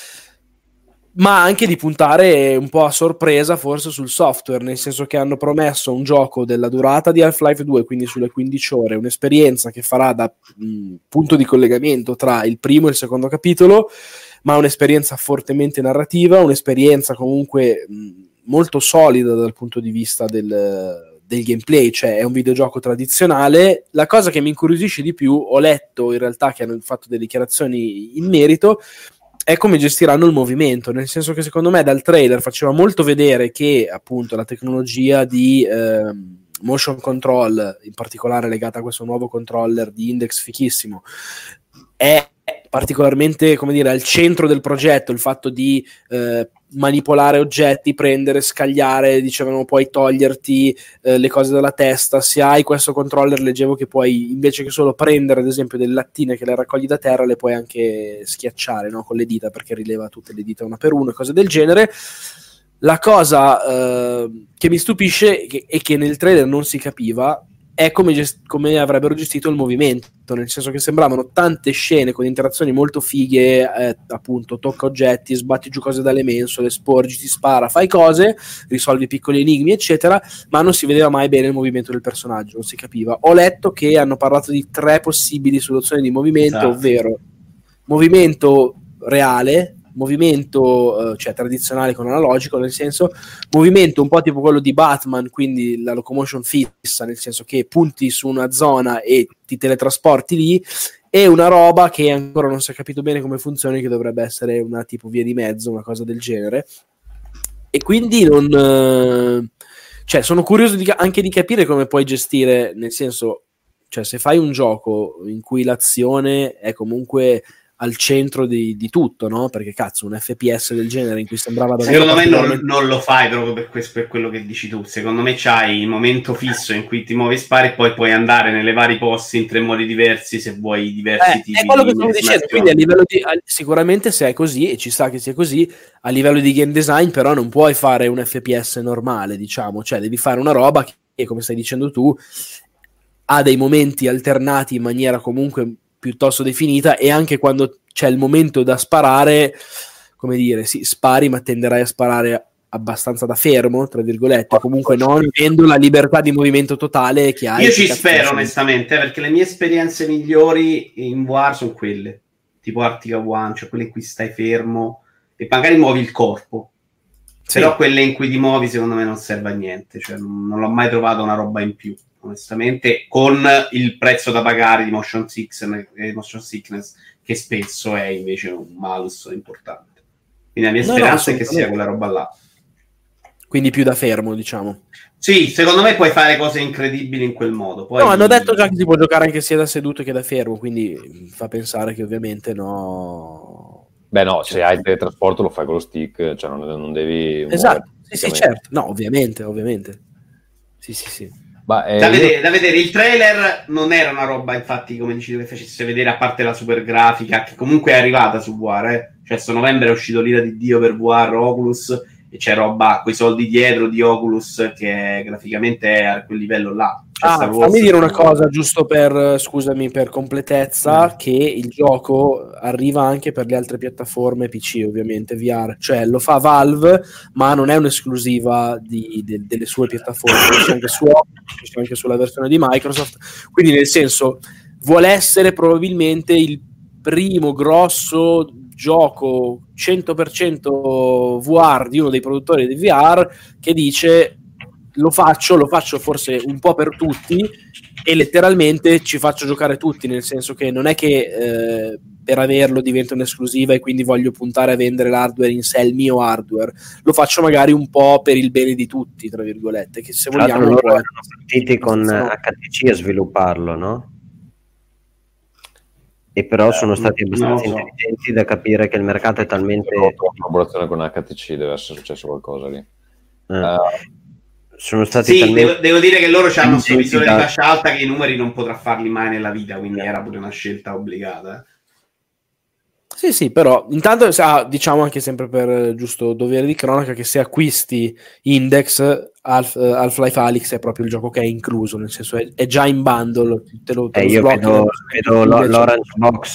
ma anche di puntare un po' a sorpresa forse sul software, nel senso che hanno promesso un gioco della durata di Half-Life 2, quindi sulle 15 ore, un'esperienza che farà da punto di collegamento tra il primo e il secondo capitolo, ma un'esperienza fortemente narrativa, un'esperienza comunque molto solida dal punto di vista del gameplay, cioè è un videogioco tradizionale. La cosa che mi incuriosisce di più, ho letto in realtà che hanno fatto delle dichiarazioni in merito, è come gestiranno il movimento, nel senso che secondo me dal trailer faceva molto vedere che appunto la tecnologia di motion control, in particolare legata a questo nuovo controller di Index fichissimo, è particolarmente, come dire, al centro del progetto, il fatto di manipolare oggetti, prendere, scagliare, dicevano puoi toglierti le cose dalla testa. Se hai questo controller, leggevo che puoi, invece che solo prendere ad esempio delle lattine che le raccogli da terra, le puoi anche schiacciare, no? Con le dita, perché rileva tutte le dita una per una, cose del genere. La cosa che mi stupisce e che nel trailer non si capiva è come avrebbero gestito il movimento, nel senso che sembravano tante scene con interazioni molto fighe, appunto tocca oggetti, sbatti giù cose dalle mensole, sporgi, ti spara, fai cose, risolvi piccoli enigmi eccetera, ma non si vedeva mai bene il movimento del personaggio, non si capiva. Ho letto che hanno parlato di 3 possibili soluzioni di movimento, ovvero movimento reale, movimento cioè tradizionale con analogico, nel senso movimento un po' tipo quello di Batman, quindi la locomotion fissa, nel senso che punti su una zona e ti teletrasporti lì, e una roba che ancora non si è capito bene come funzioni, che dovrebbe essere una tipo via di mezzo, una cosa del genere, e quindi non cioè sono curioso anche di capire come puoi gestire, nel senso, cioè se fai un gioco in cui l'azione è comunque al centro di tutto, no? Perché cazzo, un FPS del genere in cui sembrava davvero... Secondo me non lo fai proprio per quello che dici tu. Secondo me c'hai il momento fisso in cui ti muovi e spari, e poi puoi andare nei vari posti in 3 modi diversi se vuoi diversi tipi di... È quello che stavo dicendo, quindi a livello di... Sicuramente se è così, e ci sta che sia così, a livello di game design però non puoi fare un FPS normale, diciamo. Cioè devi fare una roba che, come stai dicendo tu, ha dei momenti alternati in maniera comunque piuttosto definita, e anche quando c'è il momento da sparare, come dire, sì, spari, ma tenderai a sparare abbastanza da fermo, tra virgolette, comunque non avendo la libertà di movimento totale che hai. Io ci spero onestamente, perché le mie esperienze migliori in VR sono quelle tipo Arctica One, cioè quelle in cui stai fermo e magari muovi il corpo, sì. Però quelle in cui ti muovi secondo me non serve a niente, cioè non l'ho mai trovato una roba in più, onestamente, con il prezzo da pagare di motion sickness, che spesso è invece un malus importante. Quindi la mia speranza è che sia quella roba là. Quindi più da fermo, diciamo. Sì, secondo me puoi fare cose incredibili in quel modo. Poi no, hanno detto già che si può giocare anche sia da seduto che da fermo, quindi fa pensare che ovviamente no... Beh no, se hai il teletrasporto lo fai con lo stick, cioè non devi... Esatto, sì, certo. No, ovviamente. Sì. Da vedere, il trailer non era una roba, infatti, come dici, che facesse vedere, a parte la super grafica, che comunque è arrivata su VR, cioè sto novembre è uscito l'ira di Dio per VR, Oculus, e c'è roba, quei soldi dietro di Oculus, che graficamente è a quel livello là. Fammi dire una cosa, giusto per, scusami, per completezza, che il gioco arriva anche per le altre piattaforme PC, ovviamente, VR, cioè lo fa Valve, ma non è un'esclusiva delle sue piattaforme, c'è anche su Oculus, c'è anche sulla versione di Microsoft, quindi nel senso vuole essere probabilmente il primo grosso gioco 100% VR di uno dei produttori di VR che dice lo faccio forse un po' per tutti, e letteralmente ci faccio giocare tutti, nel senso che non è che per averlo diventa un'esclusiva e quindi voglio puntare a vendere l'hardware in sé, il mio hardware, lo faccio magari un po' per il bene di tutti, tra virgolette, che se vogliamo loro erano partiti con HTC a svilupparlo, no? E però sono stati abbastanza intelligenti da capire che il mercato è talmente... In collaborazione con HTC deve essere successo qualcosa lì. Sono stati devo dire che loro hanno questo visore di fascia alta che i numeri non potrà farli mai nella vita, quindi era pure una scelta obbligata. Sì, però intanto diciamo anche sempre per giusto dovere di cronaca che se acquisti Index, Half-Life Alyx è proprio il gioco che è incluso, nel senso è già in bundle, te lo io vedo l'Orange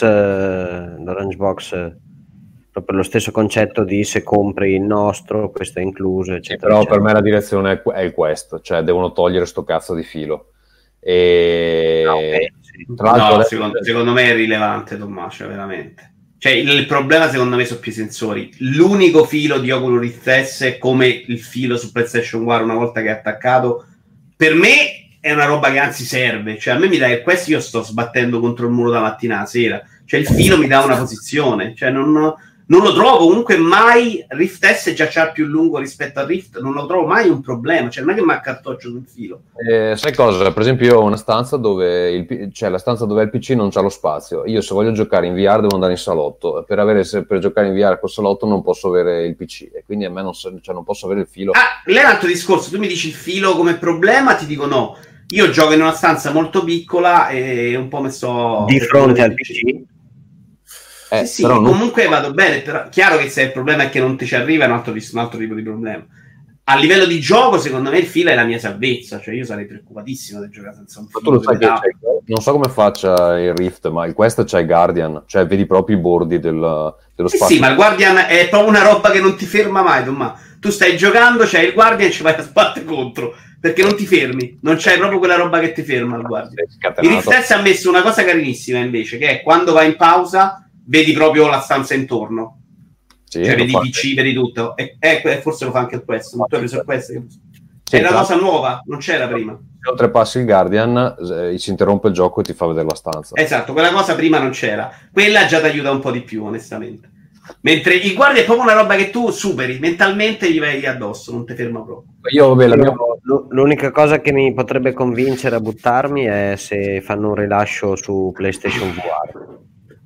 Box proprio lo stesso concetto di se compri il nostro, questo è incluso, eccetera. Però eccetera. Per me la direzione è il Quest, cioè devono togliere sto cazzo di filo. E tra l'altro secondo me è rilevante, Tommaso, veramente. Cioè il problema secondo me sono più i sensori. L'unico filo di Oculus Rift S è come il filo su PlayStation VR una volta che è attaccato. Per me è una roba che anzi serve. Cioè a me mi dà il Quest, io sto sbattendo contro il muro da mattina a sera. Cioè il filo mi dà una posizione. Cioè non lo trovo comunque mai. Rift S già c'ha più lungo rispetto a Rift, non lo trovo mai un problema, cioè non è che mi accartoccio sul filo. Sai cosa? Per esempio io ho una stanza dove la stanza dove il PC non c'ha lo spazio. Io se voglio giocare in VR devo andare in salotto, per giocare in VR col salotto non posso avere il PC e quindi a me non posso avere il filo. Lì è un altro discorso, tu mi dici il filo come problema, ti dico no. Io gioco in una stanza molto piccola e un po' mi sto di fronte al PC. Sì, comunque vado bene, però chiaro che se il problema è che non ti ci arriva è un altro tipo di problema. A livello di gioco, secondo me il filo è la mia salvezza, cioè io sarei preoccupatissimo di giocare senza un filo. Tu lo sai che non so come faccia il Rift, ma il Quest c'è il Guardian, cioè vedi proprio i bordi dello spazio. Sì, ma il Guardian è proprio una roba che non ti ferma mai, Tommaso. Tu stai giocando, c'hai il Guardian e ci vai a sbattere contro, perché non ti fermi, non c'hai proprio quella roba che ti ferma il Guardian. Il Rift S ha messo una cosa carinissima invece, che è quando vai in pausa vedi proprio la stanza intorno. cioè vedi PC, vedi tutto. Forse lo fa anche il Quest. Non tu hai preso il Quest? È una cosa nuova, non c'era prima. Se oltrepassi il Guardian, si interrompe il gioco e ti fa vedere la stanza. Esatto, quella cosa prima non c'era. Quella già ti aiuta un po' di più, onestamente. Mentre il Guardian è proprio una roba che tu superi, mentalmente gli vai addosso, non ti ferma proprio. L'unica cosa che mi potrebbe convincere a buttarmi è se fanno un rilascio su PlayStation VR.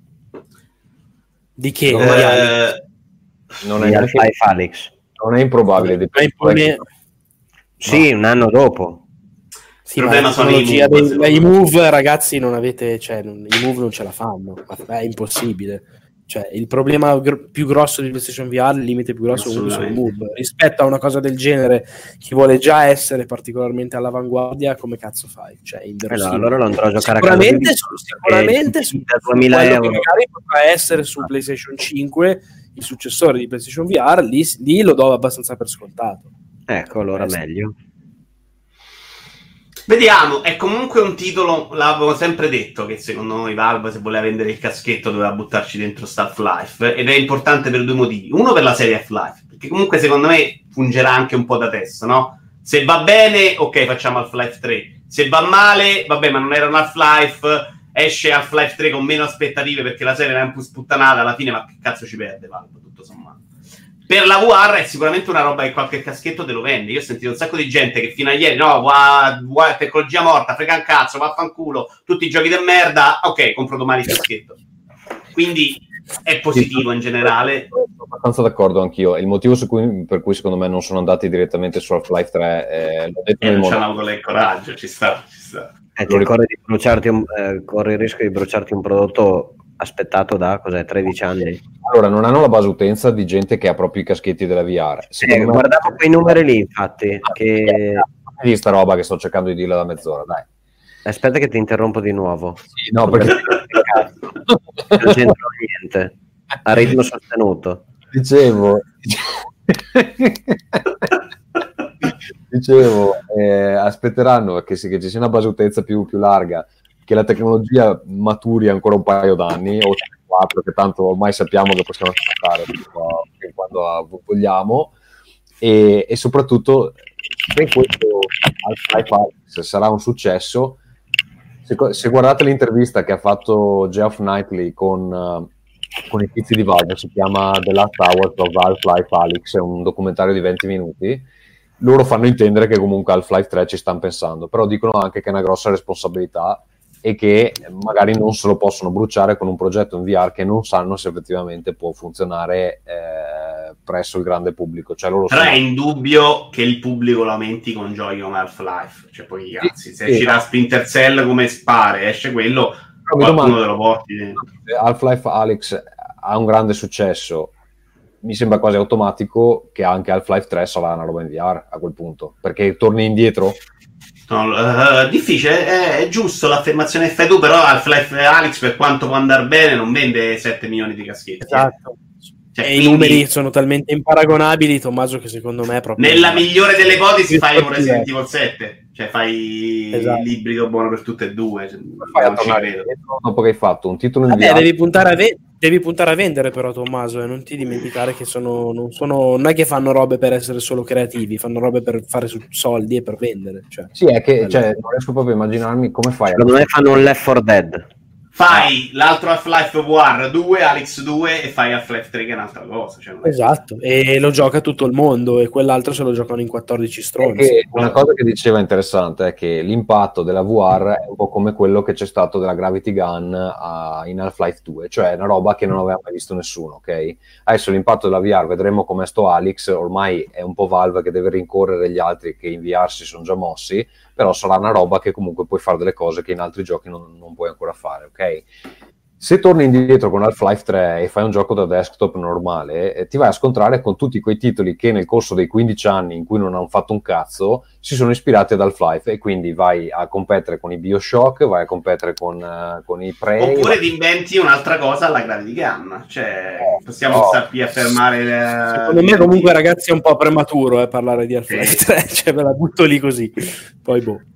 Di che? Non è Half-Life Alyx. Non è improbabile. Sì, un anno dopo. Sì, ma la tecnologia dei move, ragazzi, non avete, cioè, i move non ce la fanno, è impossibile. Cioè, il problema più grosso di PlayStation VR, il limite più grosso sono i move. Rispetto a una cosa del genere, chi vuole già essere particolarmente all'avanguardia, come cazzo fai? Cioè, allora lo andrò a giocare sicuramente su quello che magari potrà essere su PlayStation 5, il successore di PlayStation VR, lì lo do abbastanza per scontato. Ecco, allora meglio. Vediamo, è comunque un titolo, l'avevo sempre detto, che secondo noi Valve, se voleva vendere il caschetto, doveva buttarci dentro Half-Life, ed è importante per due motivi. Uno, per la serie Half-Life, perché comunque secondo me fungerà anche un po' da test, no? Se va bene, ok, facciamo Half-Life 3. Se va male, vabbè, ma non era un Half-Life, esce Half-Life 3 con meno aspettative perché la serie era un po' sputtanata, alla fine, ma che cazzo ci perde Valve, tutto sommato. Per la VR è sicuramente una roba che qualche caschetto te lo vende. Io ho sentito un sacco di gente che fino a ieri, no, tecnologia morta, frega un cazzo, vaffanculo, tutti i giochi di merda, ok, compro domani il caschetto. Quindi è positivo in generale. Sono abbastanza d'accordo anch'io. Il motivo per cui secondo me non sono andati direttamente su Half-Life 3 l'ho detto non c'hanno avuto il coraggio, ci sta. Corri il rischio di bruciarti un prodotto aspettato da 13 anni. Allora, non hanno la base utenza di gente che ha proprio i caschetti della VR. Guardavo quei numeri lì, infatti. Di sta roba che sto cercando di dirla da mezz'ora, dai. Aspetta che ti interrompo di nuovo. Sì, no, perché non c'entra niente. A ritmo sostenuto. Dicevo, aspetteranno che ci sia una base utenza più larga, che la tecnologia maturi ancora un paio d'anni o 4, che tanto ormai sappiamo che possiamo aspettare quando vogliamo, e soprattutto se questo Half-Life sarà un successo. Se guardate l'intervista che ha fatto Geoff Knightley con i tizi di Valve, si chiama The Last Hours of Half-Life Alyx, è un documentario di 20 minuti. Loro fanno intendere che comunque Half-Life 3 ci stanno pensando, però dicono anche che è una grossa responsabilità e che magari non se lo possono bruciare con un progetto in VR che non sanno se effettivamente può funzionare presso il grande pubblico. Cioè, però è indubbio che il pubblico lo aumenti con giochi come Half-Life, cioè poi ragazzi, se uscirà Splinter Cell come spare, esce quello, qualcuno te lo porti dentro. Half-Life Alyx ha un grande successo, mi sembra quasi automatico che anche Half-Life 3 sarà una roba in VR a quel punto, perché torni indietro. No, difficile, è giusto l'affermazione che fai tu, però Half-Life Alyx, per quanto può andare bene, non vende 7 milioni di caschetti. Esatto. Cioè, e quindi, i numeri sono talmente imparagonabili, Tommaso, che secondo me è proprio... Nella migliore delle ipotesi fai un Resident Evil 7, cioè fai l'ibrido buono per tutte e due. Fai dopo che hai fatto un titolo in VR... Devi puntare a vendere però, Tommaso, e non ti dimenticare che non è che fanno robe per essere solo creativi, fanno robe per fare soldi e per vendere. Cioè. Sì, è che non riesco proprio a immaginarmi come fai. Secondo me fanno un Left 4 Dead. Fai l'altro Half-Life VR 2, Alyx 2 e fai Half-Life 3 che è un'altra cosa. Cioè esatto, e lo gioca tutto il mondo e quell'altro se lo giocano in 14 stronzi. Una cosa che diceva interessante è che l'impatto della VR è un po' come quello che c'è stato della Gravity Gun in Half-Life 2, cioè una roba che non aveva mai visto nessuno, ok? Adesso l'impatto della VR, vedremo com'è sto Alyx, ormai è un po' Valve che deve rincorrere gli altri che in VR si sono già mossi, però sarà una roba che comunque puoi fare delle cose che in altri giochi non puoi ancora fare, ok? Se torni indietro con Half-Life 3 e fai un gioco da desktop normale, ti vai a scontrare con tutti quei titoli che nel corso dei 15 anni in cui non hanno fatto un cazzo si sono ispirati ad Half-Life, e quindi vai a competere con i BioShock, vai a competere con i Prey. Oppure ti inventi un'altra cosa alla Gravity Gun, cioè possiamo star qui a fermare secondo me comunque, ragazzi, è un po' prematuro parlare di Half-Life 3, cioè me la butto lì così, poi boh.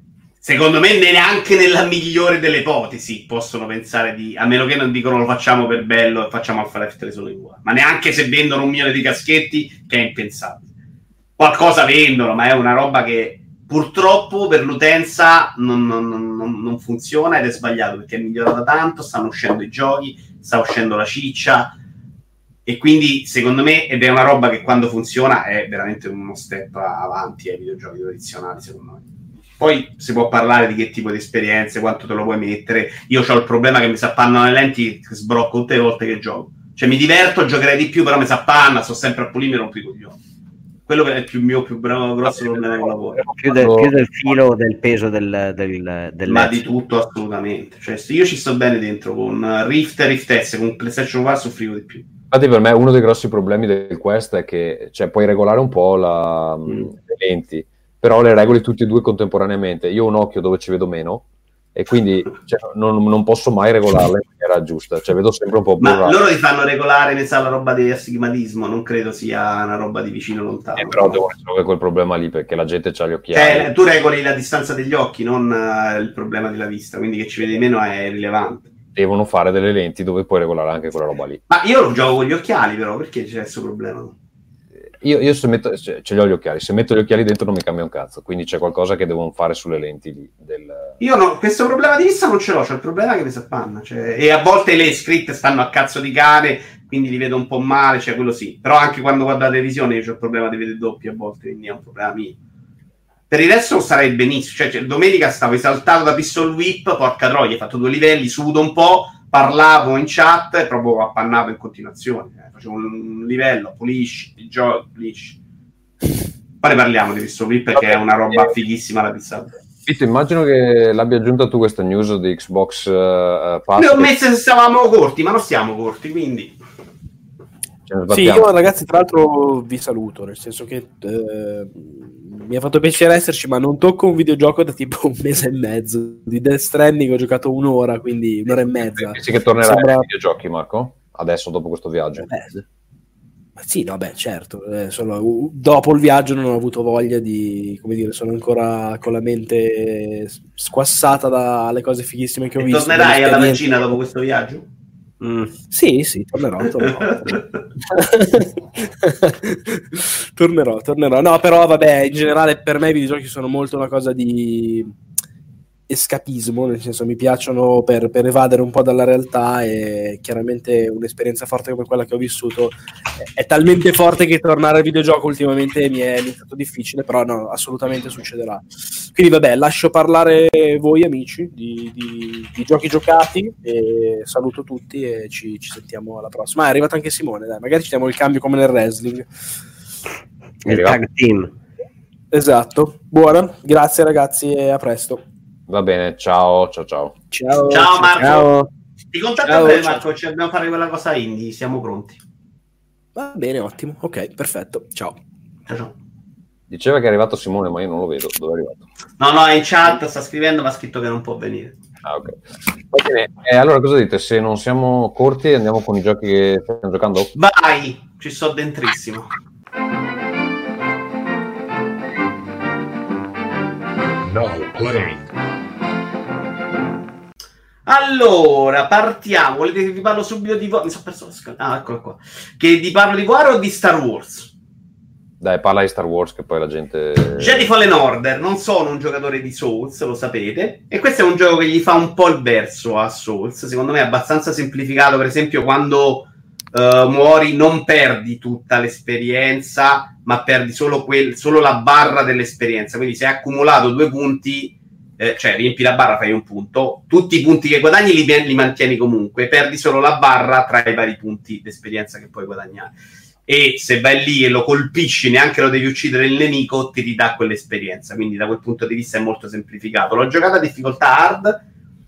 secondo me neanche nella migliore delle ipotesi possono pensare di, a meno che non dicono lo facciamo per bello e facciamo Alpha Left solo in War, ma neanche se vendono 1 milione di caschetti, che è impensabile. Qualcosa vendono, ma è una roba che purtroppo per l'utenza non funziona ed è sbagliato, perché è migliorata tanto, stanno uscendo i giochi, sta uscendo la ciccia, e quindi secondo me, ed è una roba che quando funziona è veramente uno step avanti ai videogiochi tradizionali, secondo me. Poi si può parlare di che tipo di esperienze, quanto te lo puoi mettere. Io ho il problema che mi si appannano le lenti, sbrocco tutte le volte che gioco. Cioè mi diverto, giocherei di più, però mi si appanna, sto sempre a pulire e rompo i coglioni. Quello che è il mio più grosso problema con lavoro. Più del filo, del peso del ma di tutto, assolutamente. Cioè, se io ci sto bene dentro con Rift e Rift S, con PlayStation 4 soffrivo di più. Infatti per me uno dei grossi problemi del Quest è che puoi regolare un po' le lenti, però le regoli tutti e due contemporaneamente. Io ho un occhio dove ci vedo meno e quindi non posso mai regolarle in maniera giusta, vedo sempre un po' blurrato. Ma loro ti fanno regolare, ne sa, la roba di astigmatismo, non credo sia una roba di vicino lontano. Però devo risolvere quel problema lì, perché la gente ha gli occhiali. Tu regoli la distanza degli occhi, non il problema della vista, quindi che ci vedi meno è rilevante. Devono fare delle lenti dove puoi regolare anche quella roba lì. Ma io lo gioco con gli occhiali, però, perché c'è questo problema? Io se metto, ce li ho gli occhiali, se metto gli occhiali dentro non mi cambia un cazzo, quindi c'è qualcosa che devono fare sulle lenti lì Io no, questo problema di vista non ce l'ho, c'è il problema che mi si appanna, e a volte le scritte stanno a cazzo di cane, quindi li vedo un po' male, quello sì, però anche quando guardo la televisione io c'ho il problema di vedere doppio a volte, quindi è un problema mio. Per il resto sarei benissimo, domenica stavo esaltato da Pistol Whip, porca troia, ho fatto 2 livelli, sudo un po', parlavo in chat e proprio appannato in continuazione. Facevo un livello, pulisci, il gioco, pulisci. Poi ne parliamo di Pistol Whip perché è una roba fighissima la pizzata. Vito, immagino che l'abbia aggiunta tu questa news di Xbox Pass. Le ho messe se stavamo corti, ma non stiamo corti, quindi... Sì, io ragazzi tra l'altro vi saluto, nel senso che mi ha fatto piacere esserci, ma non tocco un videogioco da tipo 1 mese e mezzo. Di Death Stranding ho giocato 1 ora, quindi 1 ora e mezza. Pensi che tornerai ai videogiochi, Marco? Adesso, dopo questo viaggio? Sì, no, beh, certo. Dopo il viaggio non ho avuto voglia di, come dire, sono ancora con la mente squassata dalle cose fighissime che ho visto. Tornerai alla Messina dopo questo viaggio? Sì, tornerò. tornerò. No, però vabbè, in generale per me i videogiochi sono molto una cosa di escapismo, nel senso mi piacciono per evadere un po' dalla realtà, e chiaramente un'esperienza forte come quella che ho vissuto è talmente forte che tornare al videogioco ultimamente mi è stato difficile, però no, assolutamente succederà. Quindi vabbè, lascio parlare voi amici di giochi giocati, e saluto tutti e ci sentiamo alla prossima. È arrivato anche Simone, dai, magari ci diamo il cambio come nel wrestling, il tag team. Esatto. Buona, grazie ragazzi e a presto. Va bene, ciao. Ciao Marco. Ti contatto te, Marco, dobbiamo fare quella cosa indie, siamo pronti. Va bene, ottimo. Ok, perfetto. Ciao. Diceva che è arrivato Simone, ma io non lo vedo. Dove è arrivato? No, è in chat, sta scrivendo, ma ha scritto che non può venire. Ah, ok. Va bene. Allora cosa dite? Se non siamo corti andiamo con i giochi che stiamo giocando? Vai, ci sto dentrissimo. Now playing. Allora, partiamo. Volete che vi parlo subito di War? Mi sono perso la scala. Ah, eccola qua. Che vi parlo di War o di Star Wars? Dai, parla di Star Wars che poi la gente... Jedi Fallen Order. Non sono un giocatore di Souls, lo sapete. E questo è un gioco che gli fa un po' il verso a Souls. Secondo me è abbastanza semplificato. Per esempio, quando muori non perdi tutta l'esperienza, ma perdi solo la barra dell'esperienza. Quindi se hai accumulato 2 punti... riempi la barra, fai 1 punto, tutti i punti che guadagni li mantieni comunque, perdi solo la barra tra i vari punti d'esperienza che puoi guadagnare, e se vai lì e lo colpisci, neanche lo devi uccidere il nemico, ti ridà quell'esperienza. Quindi da quel punto di vista è molto semplificato. L'ho giocato a difficoltà hard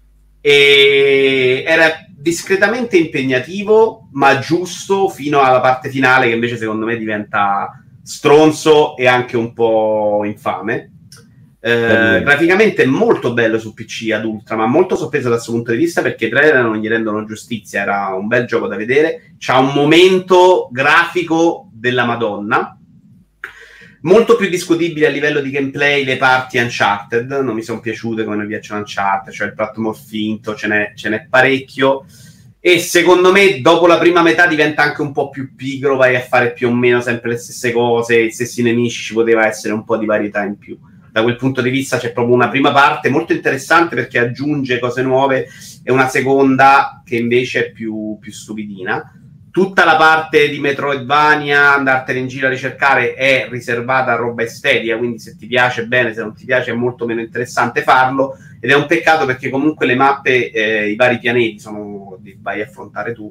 e era discretamente impegnativo, ma giusto fino alla parte finale, che invece secondo me diventa stronzo e anche un po' infame. Graficamente è molto bello su PC ad ultra, ma molto sorpreso dal suo punto di vista, perché i trailer non gli rendono giustizia. Era un bel gioco da vedere, c'ha un momento grafico della Madonna. Molto più discutibile a livello di gameplay le parti Uncharted, non mi sono piaciute come mi piacciono Uncharted, cioè il platform finto, ce n'è parecchio, e secondo me dopo la prima metà diventa anche un po' più pigro, vai a fare più o meno sempre le stesse cose, gli stessi nemici, ci poteva essere un po' di varietà in più. Da quel punto di vista c'è proprio una prima parte molto interessante perché aggiunge cose nuove e una seconda che invece è più stupidina. Tutta la parte di Metroidvania, andartene in giro a ricercare, è riservata a roba estetica, quindi se ti piace bene, se non ti piace è molto meno interessante farlo, ed è un peccato perché comunque le mappe, i vari pianeti vai a affrontare tu,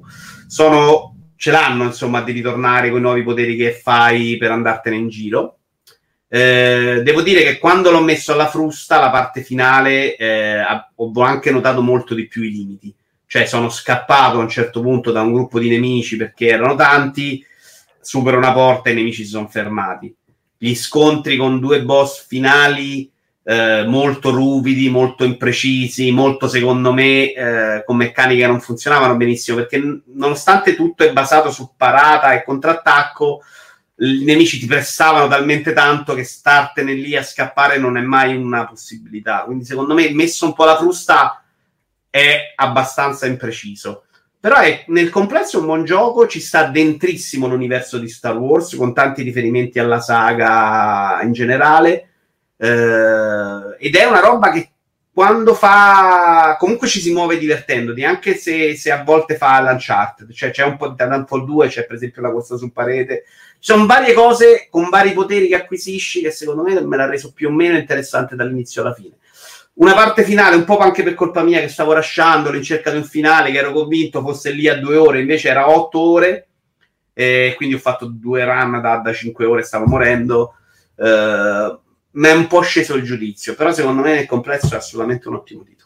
ce l'hanno insomma di ritornare con i nuovi poteri che fai per andartene in giro. Devo dire che quando l'ho messo alla frusta, la parte finale, ho anche notato molto di più i limiti. Cioè sono scappato a un certo punto da un gruppo di nemici perché erano tanti, supero una porta e i nemici si sono fermati. Gli scontri con 2 boss finali molto ruvidi, molto imprecisi, molto secondo me con meccaniche che non funzionavano benissimo, perché nonostante tutto è basato su parata e contrattacco, i nemici ti presstavano talmente tanto che startene lì a scappare non è mai una possibilità. Quindi secondo me, messo un po' la frusta, è abbastanza impreciso, però è nel complesso un buon gioco, ci sta dentrissimo l'universo di Star Wars con tanti riferimenti alla saga in generale, ed è una roba che quando fa comunque ci si muove divertendoti, anche se a volte fa l'Uncharted, cioè c'è un po' di Titanfall 2, c'è per esempio la corsa su parete, ci sono varie cose con vari poteri che acquisisci che secondo me me l'ha reso più o meno interessante dall'inizio alla fine. Una parte finale, un po' anche per colpa mia che stavo rasciandolo in cerca di un finale che ero convinto fosse lì a 2 ore, invece era 8 ore, e quindi ho fatto 2 run da 5 ore, stavo morendo, mi è un po' sceso il giudizio, però secondo me nel complesso è assolutamente un ottimo titolo.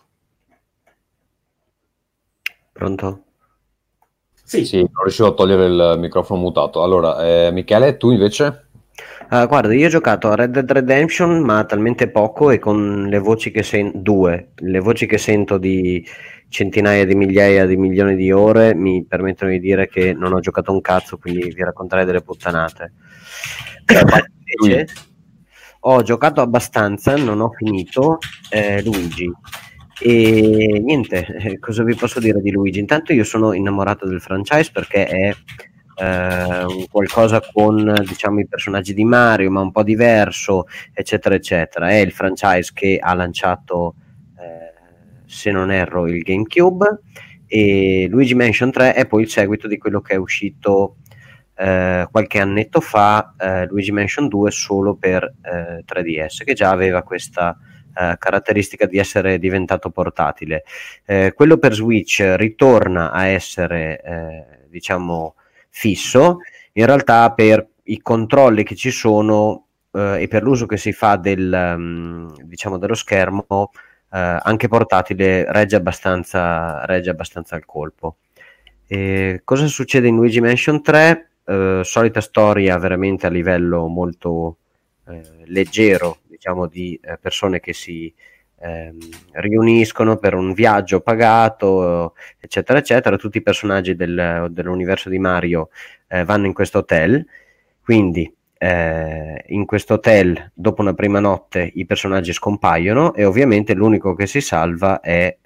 Pronto? Sì, non riuscivo a togliere il microfono mutato. Allora, Michele, tu invece? Guarda, io ho giocato a Red Dead Redemption, ma talmente poco, e con le voci che le voci che sento di centinaia di migliaia di milioni di ore mi permettono di dire che non ho giocato un cazzo, quindi vi racconterei delle puttanate. Invece ho giocato abbastanza, non ho finito Luigi, e niente, cosa vi posso dire di Luigi? Intanto io sono innamorato del franchise perché è qualcosa con, diciamo, i personaggi di Mario, ma un po' diverso, eccetera eccetera. È il franchise che ha lanciato, se non erro, il GameCube, e Luigi Mansion 3 è poi il seguito di quello che è uscito qualche annetto fa, Luigi Mansion 2 solo per 3DS, che già aveva questa caratteristica di essere diventato portatile. Quello per Switch ritorna a essere diciamo fisso, in realtà per i controlli che ci sono e per l'uso che si fa diciamo dello schermo, anche portatile regge abbastanza il colpo. Cosa succede in Luigi Mansion 3? Solita storia veramente a livello molto leggero, diciamo, di persone che si riuniscono per un viaggio pagato, eccetera eccetera. Tutti i personaggi dell'universo di Mario vanno in questo hotel, quindi in questo hotel dopo una prima notte i personaggi scompaiono e ovviamente l'unico che si salva è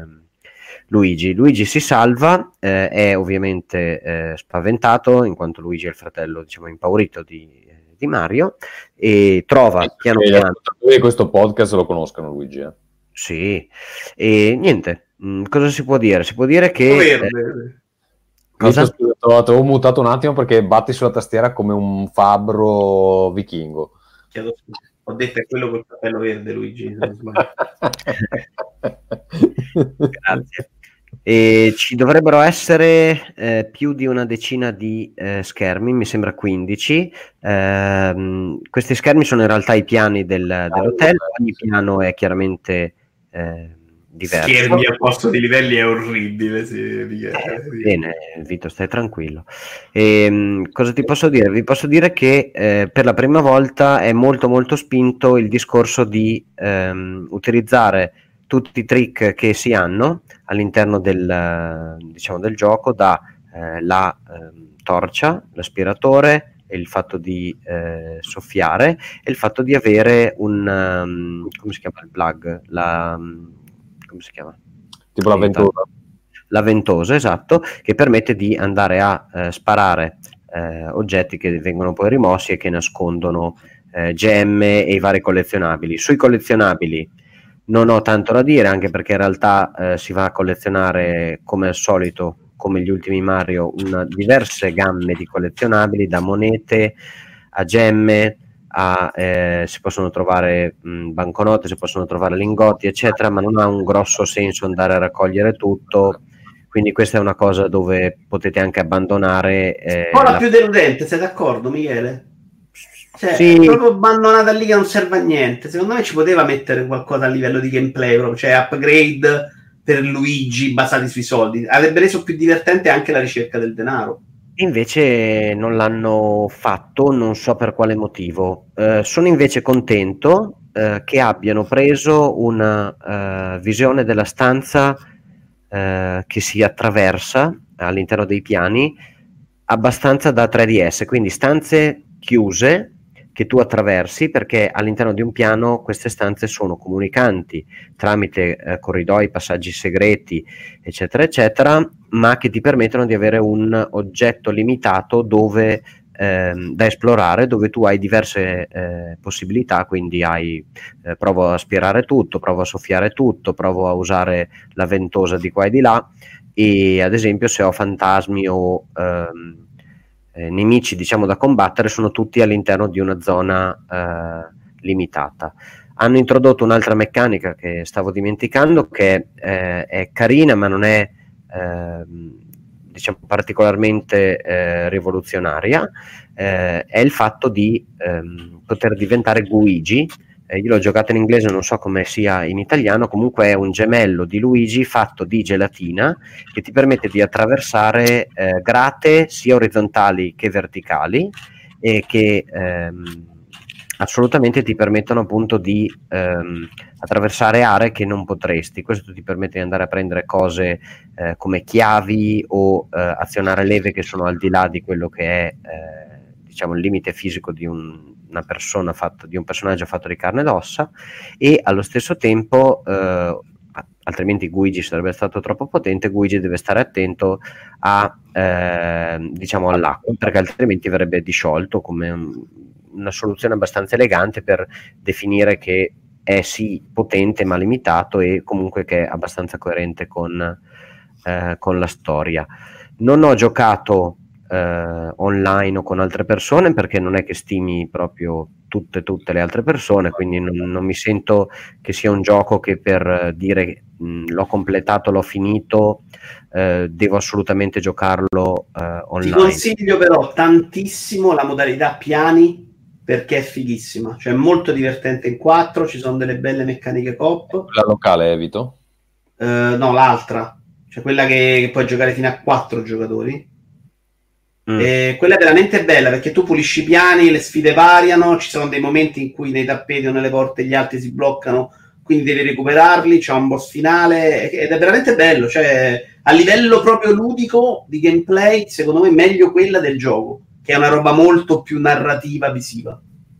Luigi si salva, è ovviamente spaventato, in quanto Luigi è il fratello, diciamo, impaurito di Mario, e trova piano piano. Questo podcast lo conoscono Luigi, Sì, e niente, cosa si può dire? Si può dire che cosa? Ti ho mutato un attimo perché batti sulla tastiera come un fabbro vichingo. Chiedo scusa. Ho detto è quello col capello verde, Luigi. Grazie. E ci dovrebbero essere più di una decina di schermi, mi sembra 15. Questi schermi sono in realtà i piani dell'hotel, ogni piano è chiaramente diverso. Schermi a posto di livelli è orribile. Bene, Vito, stai tranquillo. Cosa ti posso dire? Vi posso dire che per la prima volta è molto molto spinto il discorso di utilizzare tutti i trick che si hanno all'interno diciamo del gioco, da la torcia, l'aspiratore, il fatto di soffiare e il fatto di avere un come si chiama il plug? Come si chiama? Tipo la ventosa. La ventosa, esatto, che permette di andare a sparare oggetti che vengono poi rimossi e che nascondono gemme e i vari collezionabili. Sui collezionabili non ho tanto da dire, anche perché in realtà si va a collezionare come al solito, come gli ultimi Mario, diverse gamme di collezionabili, da monete a gemme, si possono trovare banconote, si possono trovare lingotti, eccetera, ma non ha un grosso senso andare a raccogliere tutto. Quindi questa è una cosa dove potete anche abbandonare. Un po' la più deludente, sei d'accordo, Michele? Cioè, sì. È proprio abbandonata lì che non serve a niente. Secondo me ci poteva mettere qualcosa a livello di gameplay, proprio, cioè upgrade per Luigi basati sui soldi. Avrebbe reso più divertente anche la ricerca del denaro. Invece non l'hanno fatto, non so per quale motivo. Sono invece contento che abbiano preso una visione della stanza che si attraversa all'interno dei piani abbastanza da 3DS, quindi stanze chiuse che tu attraversi, perché all'interno di un piano queste stanze sono comunicanti tramite corridoi, passaggi segreti, eccetera eccetera, ma che ti permettono di avere un oggetto limitato dove da esplorare, dove tu hai diverse possibilità, quindi provo a aspirare tutto, provo a soffiare tutto, provo a usare la ventosa di qua e di là, e ad esempio se ho fantasmi o nemici, diciamo, da combattere, sono tutti all'interno di una zona limitata. Hanno introdotto un'altra meccanica che stavo dimenticando, che è carina ma non è diciamo particolarmente rivoluzionaria, è il fatto di poter diventare Guigi. Io l'ho giocato in inglese, non so come sia in italiano, comunque è un gemello di Luigi fatto di gelatina che ti permette di attraversare grate sia orizzontali che verticali, e che assolutamente ti permettono appunto di attraversare aree che non potresti. Questo ti permette di andare a prendere cose come chiavi o azionare leve che sono al di là di quello che è diciamo il limite fisico di una persona di un personaggio fatto di carne ed ossa, e allo stesso tempo altrimenti Guigi sarebbe stato troppo potente. Guigi deve stare attento a diciamo all'acqua, perché altrimenti verrebbe disciolto, come una soluzione abbastanza elegante per definire che è sì potente ma limitato, e comunque che è abbastanza coerente con la storia. Non ho giocato online o con altre persone, perché non è che stimi proprio tutte le altre persone, quindi non mi sento che sia un gioco che per dire l'ho completato, l'ho finito, devo assolutamente giocarlo online. Ti consiglio però tantissimo la modalità piani, perché è fighissima, cioè è molto divertente in 4, ci sono delle belle meccaniche coop. La locale evito? No, l'altra, cioè quella che puoi giocare fino a 4 giocatori. Quella è veramente bella, perché tu pulisci i piani, le sfide variano, ci sono dei momenti in cui nei tappeti o nelle porte gli altri si bloccano, quindi devi recuperarli, c'è un boss finale ed è veramente bello, cioè a livello proprio ludico di gameplay secondo me è meglio quella del gioco, che è una roba molto più narrativa, visiva.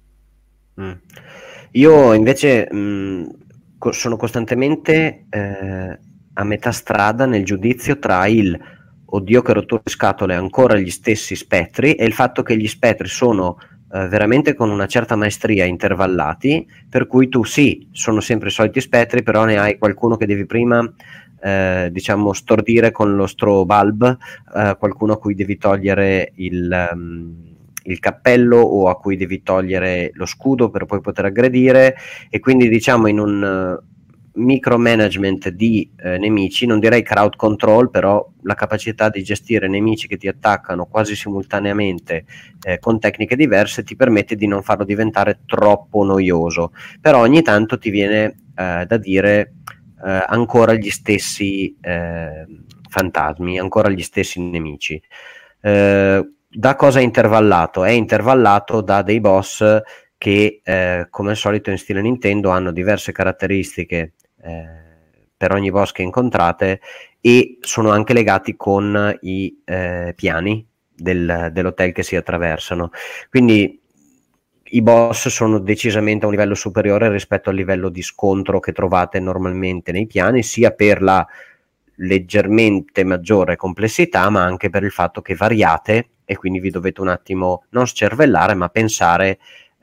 Io invece sono costantemente a metà strada nel giudizio tra il oddio che rottura le scatole, ancora gli stessi spettri, e il fatto che gli spettri sono veramente con una certa maestria intervallati, per cui tu sì, sono sempre i soliti spettri, però ne hai qualcuno che devi prima diciamo stordire con lo strobulb, qualcuno a cui devi togliere il cappello o a cui devi togliere lo scudo per poi poter aggredire, e quindi diciamo in un micromanagement di nemici, non direi crowd control, però la capacità di gestire nemici che ti attaccano quasi simultaneamente con tecniche diverse ti permette di non farlo diventare troppo noioso, però ogni tanto ti viene da dire ancora gli stessi fantasmi, ancora gli stessi nemici. Da cosa è intervallato? È intervallato da dei boss che come al solito in stile Nintendo hanno diverse caratteristiche per ogni boss che incontrate, e sono anche legati con i piani, dell'hotel che si attraversano. Quindi i boss sono decisamente a un livello superiore rispetto al livello di scontro che trovate normalmente nei piani, sia per la leggermente maggiore complessità, ma anche per il fatto che variate e quindi vi dovete un attimo non scervellare, ma pensare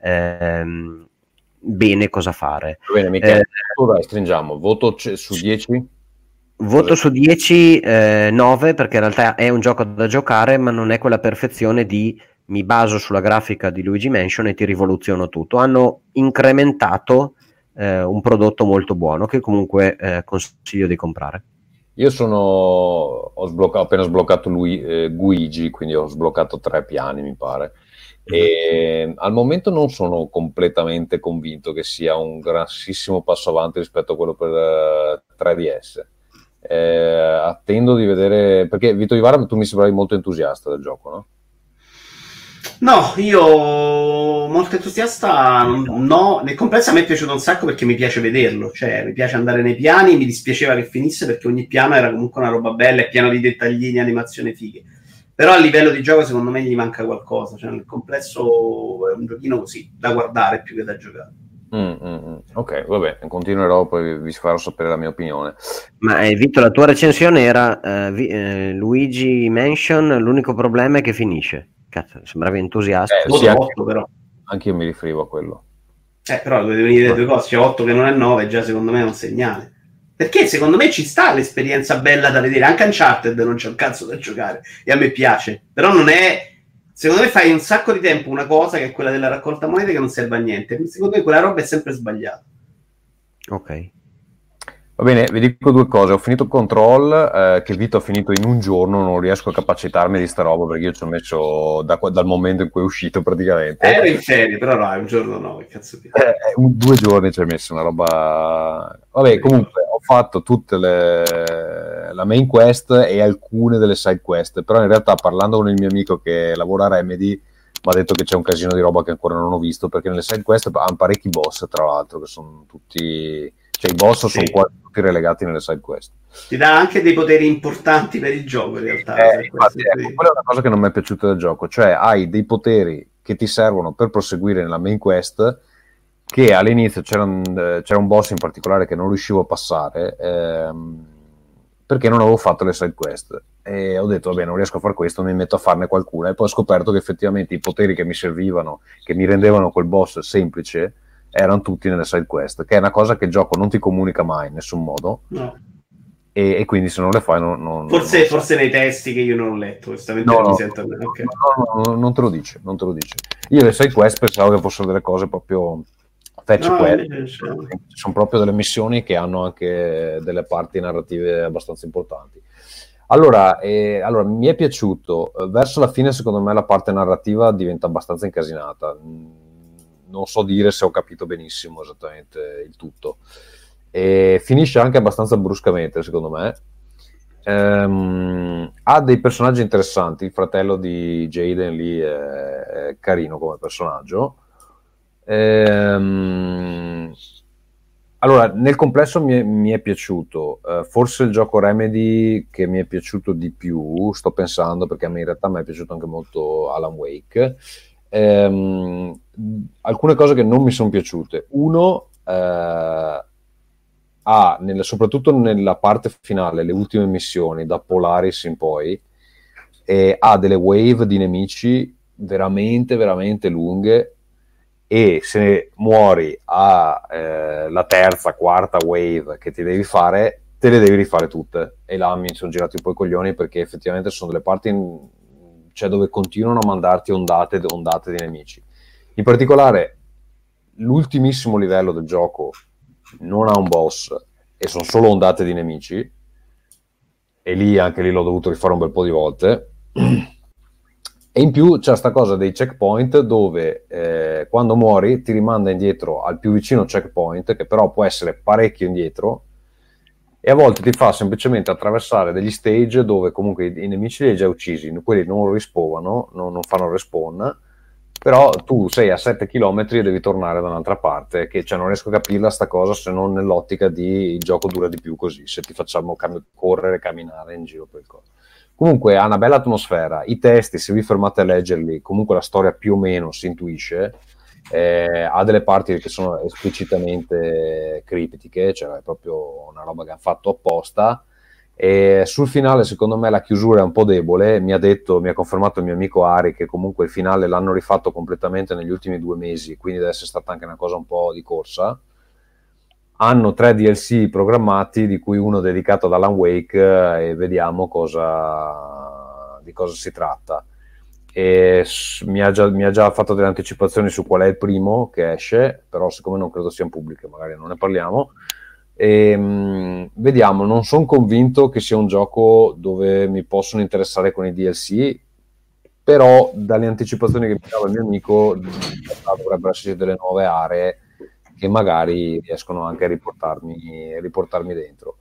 bene cosa fare. Bene, Michele, dai, stringiamo. Voto su 10? Voto su 10, 9, perché in realtà è un gioco da giocare, ma non è quella perfezione di mi baso sulla grafica di Luigi Mansion e ti rivoluziono tutto. Hanno incrementato un prodotto molto buono che comunque consiglio di comprare. Io ho appena sbloccato Luigi, quindi ho sbloccato 3 piani, mi pare. E al momento non sono completamente convinto che sia un grossissimo passo avanti rispetto a quello per 3DS. Attendo di vedere, perché Vito Ivara, tu mi sembravi molto entusiasta del gioco, no? No, io molto entusiasta no, nel complesso a me è piaciuto un sacco perché mi piace vederlo, cioè mi piace andare nei piani, mi dispiaceva che finisse perché ogni piano era comunque una roba bella, è pieno di dettaglini, animazione fighe, però a livello di gioco secondo me gli manca qualcosa, cioè nel complesso è un giochino così, da guardare più che da giocare. Ok, vabbè, continuerò, poi vi farò sapere la mia opinione. Ma Vito, la tua recensione era Luigi Mansion, l'unico problema è che finisce. Cazzo, sembravi entusiasta. Sì, 8 però. Anche io mi riferivo a quello. Però dovete venire le due cose, cioè 8 che non è 9, già secondo me è un segnale. Perché secondo me ci sta l'esperienza bella da vedere, anche Uncharted non c'è un cazzo da giocare, e a me piace. Però non è... Secondo me fai un sacco di tempo una cosa che è quella della raccolta monete che non serve a niente. Secondo me quella roba è sempre sbagliata. Ok. Va bene, vi dico 2 cose. Ho finito Control, che Vito ha finito in un giorno, non riesco a capacitarmi di sta roba perché io ci ho messo dal momento in cui è uscito praticamente. Ero in ferie, però no, è un giorno no, che cazzo di... 2 giorni ci hai messo una roba... Vabbè, comunque ho fatto tutte la main quest e alcune delle side quest, però in realtà parlando con il mio amico che lavora a Remedy mi ha detto che c'è un casino di roba che ancora non ho visto, perché nelle side quest hanno parecchi boss, tra l'altro, che sono tutti... Cioè i boss sono quasi tutti relegati nelle side quest. Ti dà anche dei poteri importanti per il gioco in realtà. Infatti, quella è una cosa che non mi è piaciuta del gioco, cioè hai dei poteri che ti servono per proseguire nella main quest, che all'inizio c'era un boss in particolare che non riuscivo a passare perché non avevo fatto le side quest e ho detto vabbè, non riesco a fare questo, mi metto a farne qualcuna, e poi ho scoperto che effettivamente i poteri che mi servivano, che mi rendevano quel boss semplice, erano tutti nelle side quest, che è una cosa che il gioco non ti comunica mai in nessun modo. No. E quindi se non le fai forse nei testi che io non ho letto, onestamente non mi sento bene. Okay. No, non te lo dice. Io le side quest pensavo che fossero delle cose proprio fetch quest, sono proprio delle missioni che hanno anche delle parti narrative abbastanza importanti. Allora mi è piaciuto, verso la fine secondo me la parte narrativa diventa abbastanza incasinata, non so dire se ho capito benissimo esattamente il tutto, e finisce anche abbastanza bruscamente secondo me. Ha dei personaggi interessanti, il fratello di Jaden lì è carino come personaggio. Allora, nel complesso mi è piaciuto, forse il gioco Remedy che mi è piaciuto di più, sto pensando, perché a me in realtà mi è piaciuto anche molto Alan Wake. Alcune cose che non mi sono piaciute. Uno, soprattutto nella parte finale, le ultime missioni da Polaris in poi, ha delle wave di nemici veramente veramente lunghe, e se muori la terza, quarta wave che ti devi fare, te le devi rifare tutte, e là mi sono girati un po' i coglioni, perché effettivamente sono delle parti dove continuano a mandarti ondate di nemici. In particolare l'ultimissimo livello del gioco non ha un boss e sono solo ondate di nemici, e anche lì l'ho dovuto rifare un bel po' di volte. E in più c'è sta cosa dei checkpoint dove quando muori ti rimanda indietro al più vicino checkpoint, che però può essere parecchio indietro, e a volte ti fa semplicemente attraversare degli stage dove comunque i nemici li hai già uccisi, quelli non rispawnano, non fanno respawn, però tu sei a 7 km e devi tornare da un'altra parte, che non riesco a capirla sta cosa, se non nell'ottica di il gioco dura di più così, se ti facciamo correre, camminare in giro per il coso. Comunque ha una bella atmosfera, i testi, se vi fermate a leggerli, comunque la storia più o meno si intuisce, ha delle parti che sono esplicitamente criptiche, cioè è proprio una roba che hanno fatto apposta, e sul finale secondo me la chiusura è un po' debole. Mi ha confermato il mio amico Ari che comunque il finale l'hanno rifatto completamente negli ultimi 2 mesi, quindi deve essere stata anche una cosa un po' di corsa. Hanno 3 DLC programmati, di cui uno dedicato ad Alan Wake, e vediamo di cosa si tratta. E mi ha già fatto delle anticipazioni su qual è il primo che esce, però siccome non credo siano pubbliche magari non ne parliamo. Vediamo, non sono convinto che sia un gioco dove mi possono interessare con i DLC, però dalle anticipazioni che mi dava il mio amico dovrebbero esserci delle nuove aree che magari riescono anche a riportarmi dentro.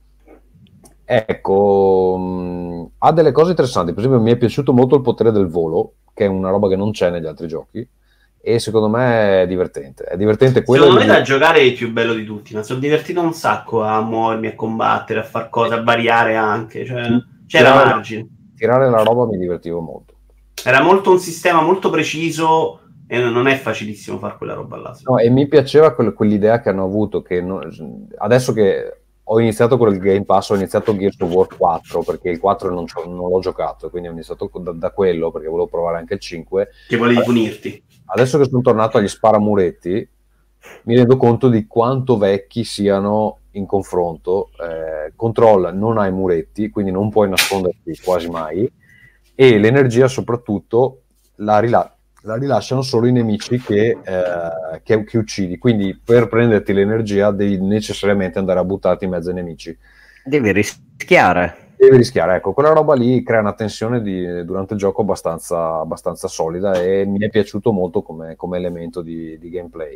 Ecco, ha delle cose interessanti. Per esempio mi è piaciuto molto il potere del volo, che è una roba che non c'è negli altri giochi, e secondo me è divertente. Quello secondo me da giocare è il più bello di tutti, ma sono divertito un sacco a muovermi, a combattere, a far cose, a variare anche, cioè, c'era margine. Tirare la roba mi divertivo molto. Era molto un sistema molto preciso e non è facilissimo fare quella roba là. No, e mi piaceva quell'idea che hanno avuto, che adesso che ho iniziato con il Game Pass, ho iniziato Gears of War 4, perché il 4 non l'ho giocato, quindi ho iniziato da quello, perché volevo provare anche il 5. Che volevi punirti. Adesso che sono tornato agli sparamuretti, mi rendo conto di quanto vecchi siano in confronto. Control non ha i muretti, quindi non puoi nasconderti quasi mai, e l'energia soprattutto la rilasciano solo i nemici che uccidi, quindi per prenderti l'energia devi necessariamente andare a buttarti in mezzo ai nemici. Devi rischiare, ecco, quella roba lì crea una tensione durante il gioco abbastanza solida, e mi è piaciuto molto come elemento di gameplay.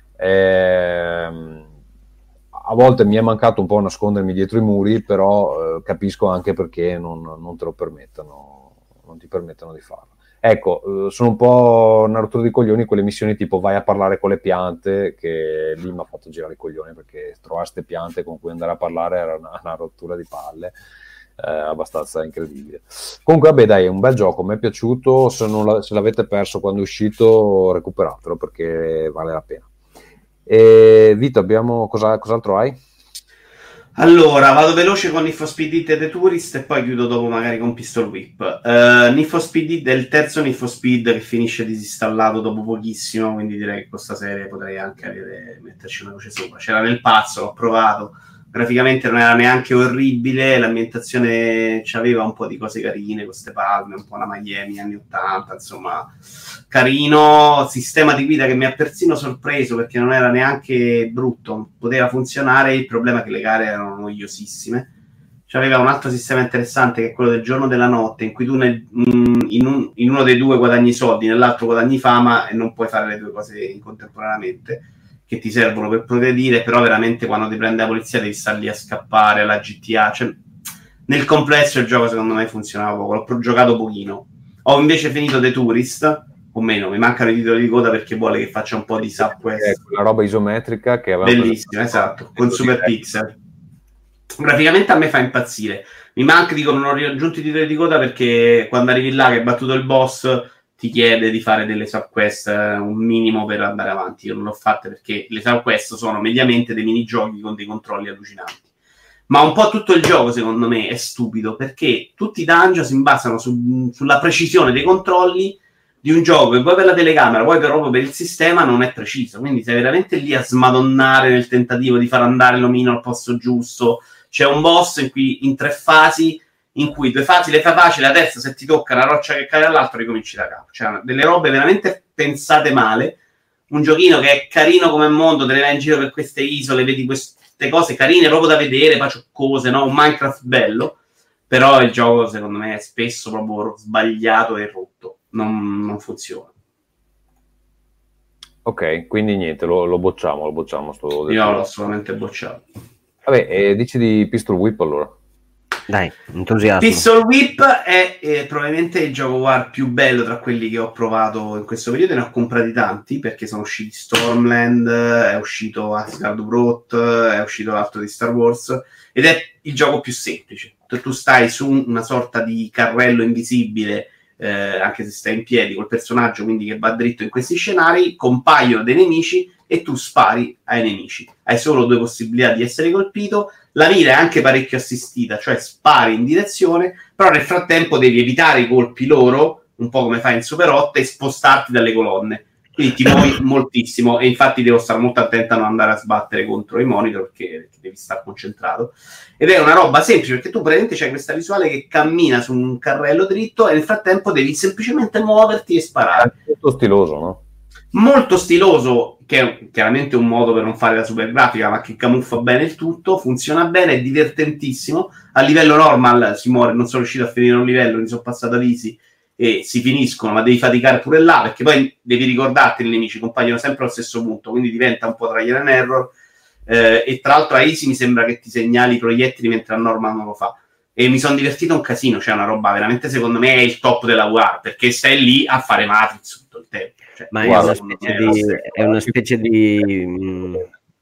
A volte mi è mancato un po' nascondermi dietro i muri, però capisco anche perché non te lo permettono, non ti permettono di farlo. Ecco, sono un po' una rottura di coglioni quelle missioni tipo vai a parlare con le piante, che lì mi ha fatto girare i coglioni, perché trovare queste piante con cui andare a parlare era una rottura di palle, abbastanza incredibile. Comunque vabbè dai, è un bel gioco, mi è piaciuto. Se l'avete perso quando è uscito, recuperatelo perché vale la pena. E Vito, cos'altro hai? Allora, vado veloce con Need for Speed Heat e The Tourist e poi chiudo dopo magari con Pistol Whip. Need for Speed Heat è il terzo Need for Speed che finisce disinstallato dopo pochissimo, quindi direi che questa serie potrei anche metterci una voce sopra. C'era nel pazzo, l'ho provato, graficamente non era neanche orribile, l'ambientazione c'aveva un po' di cose carine, queste palme, un po' la Miami anni 80, insomma, carino. Sistema di guida che mi ha persino sorpreso perché non era neanche brutto, poteva funzionare. Il problema è che le gare erano noiosissime. C'aveva un altro sistema interessante che è quello del giorno e della notte, in cui tu in uno dei due guadagni soldi, nell'altro guadagni fama, e non puoi fare le due cose contemporaneamente, che ti servono per progredire. Però veramente quando ti prende la polizia devi star lì a scappare alla GTA, cioè, nel complesso il gioco secondo me funzionava poco, l'ho giocato pochino. Ho invece finito The Tourist, o meno, mi mancano i titoli di coda perché vuole che faccia un po' di subquest. Una roba isometrica che bellissima, esatto, con super pixel. Graficamente a me fa impazzire. Mi manca, dico, non ho raggiunto i titoli di coda perché quando arrivi là che hai battuto il boss ti chiede di fare delle subquest, un minimo per andare avanti. Io non l'ho fatte perché le subquest sono mediamente dei minigiochi con dei controlli allucinanti. Ma un po' tutto il gioco, secondo me, è stupido, perché tutti i dungeon si basano sulla precisione dei controlli di un gioco che poi per la telecamera, poi proprio per il sistema non è preciso. Quindi sei veramente lì a smadonnare nel tentativo di far andare l'omino al posto giusto. C'è un boss in 3 fasi, in cui 2 fasi le fai facile, la terza se ti tocca una roccia che cade all'altro ricominci da capo. Cioè delle robe veramente pensate male. Un giochino che è carino come mondo, te ne vai in giro per queste isole, vedi queste cose carine proprio da vedere, cose, no? Un Minecraft bello, però il gioco secondo me è spesso proprio sbagliato e rotto, non funziona. Ok, quindi niente, lo bocciamo. Io l'ho assolutamente bocciato. Vabbè, dici di Pistol Whip allora. Dai, entusiasmo. Pistol Whip è probabilmente il gioco war più bello tra quelli che ho provato in questo periodo. Ne ho comprati tanti perché sono usciti Stormland, è uscito Asgard Wrath, è uscito l'altro di Star Wars, ed è il gioco più semplice. tu stai su una sorta di carrello invisibile, anche se stai in piedi col personaggio, quindi che va dritto in questi scenari, compaiono dei nemici e tu spari ai nemici. Hai solo 2 possibilità di essere colpito. La mira è anche parecchio assistita, cioè spari in direzione, però nel frattempo devi evitare i colpi loro, un po' come fai in Super 8, e spostarti dalle colonne. Quindi ti muovi moltissimo, e infatti devo stare molto attento a non andare a sbattere contro i monitor, perché devi stare concentrato. Ed è una roba semplice, perché tu praticamente c'hai questa visuale che cammina su un carrello dritto e nel frattempo devi semplicemente muoverti e sparare. È molto stiloso, no? Molto stiloso, che è chiaramente un modo per non fare la super grafica, ma che camuffa bene il tutto, funziona bene, è divertentissimo. A livello normal si muore, non sono riuscito a finire un livello, mi sono passato ad easy e si finiscono, ma devi faticare pure là, perché poi devi ricordarti, i nemici compaiono sempre allo stesso punto, quindi diventa un po' trial and error, e tra l'altro a easy mi sembra che ti segnali i proiettili mentre a normal non lo fa. E mi sono divertito un casino, cioè una roba veramente, secondo me, è il top della VR, perché stai lì a fare Matrix tutto il tempo. Cioè, ma è una specie di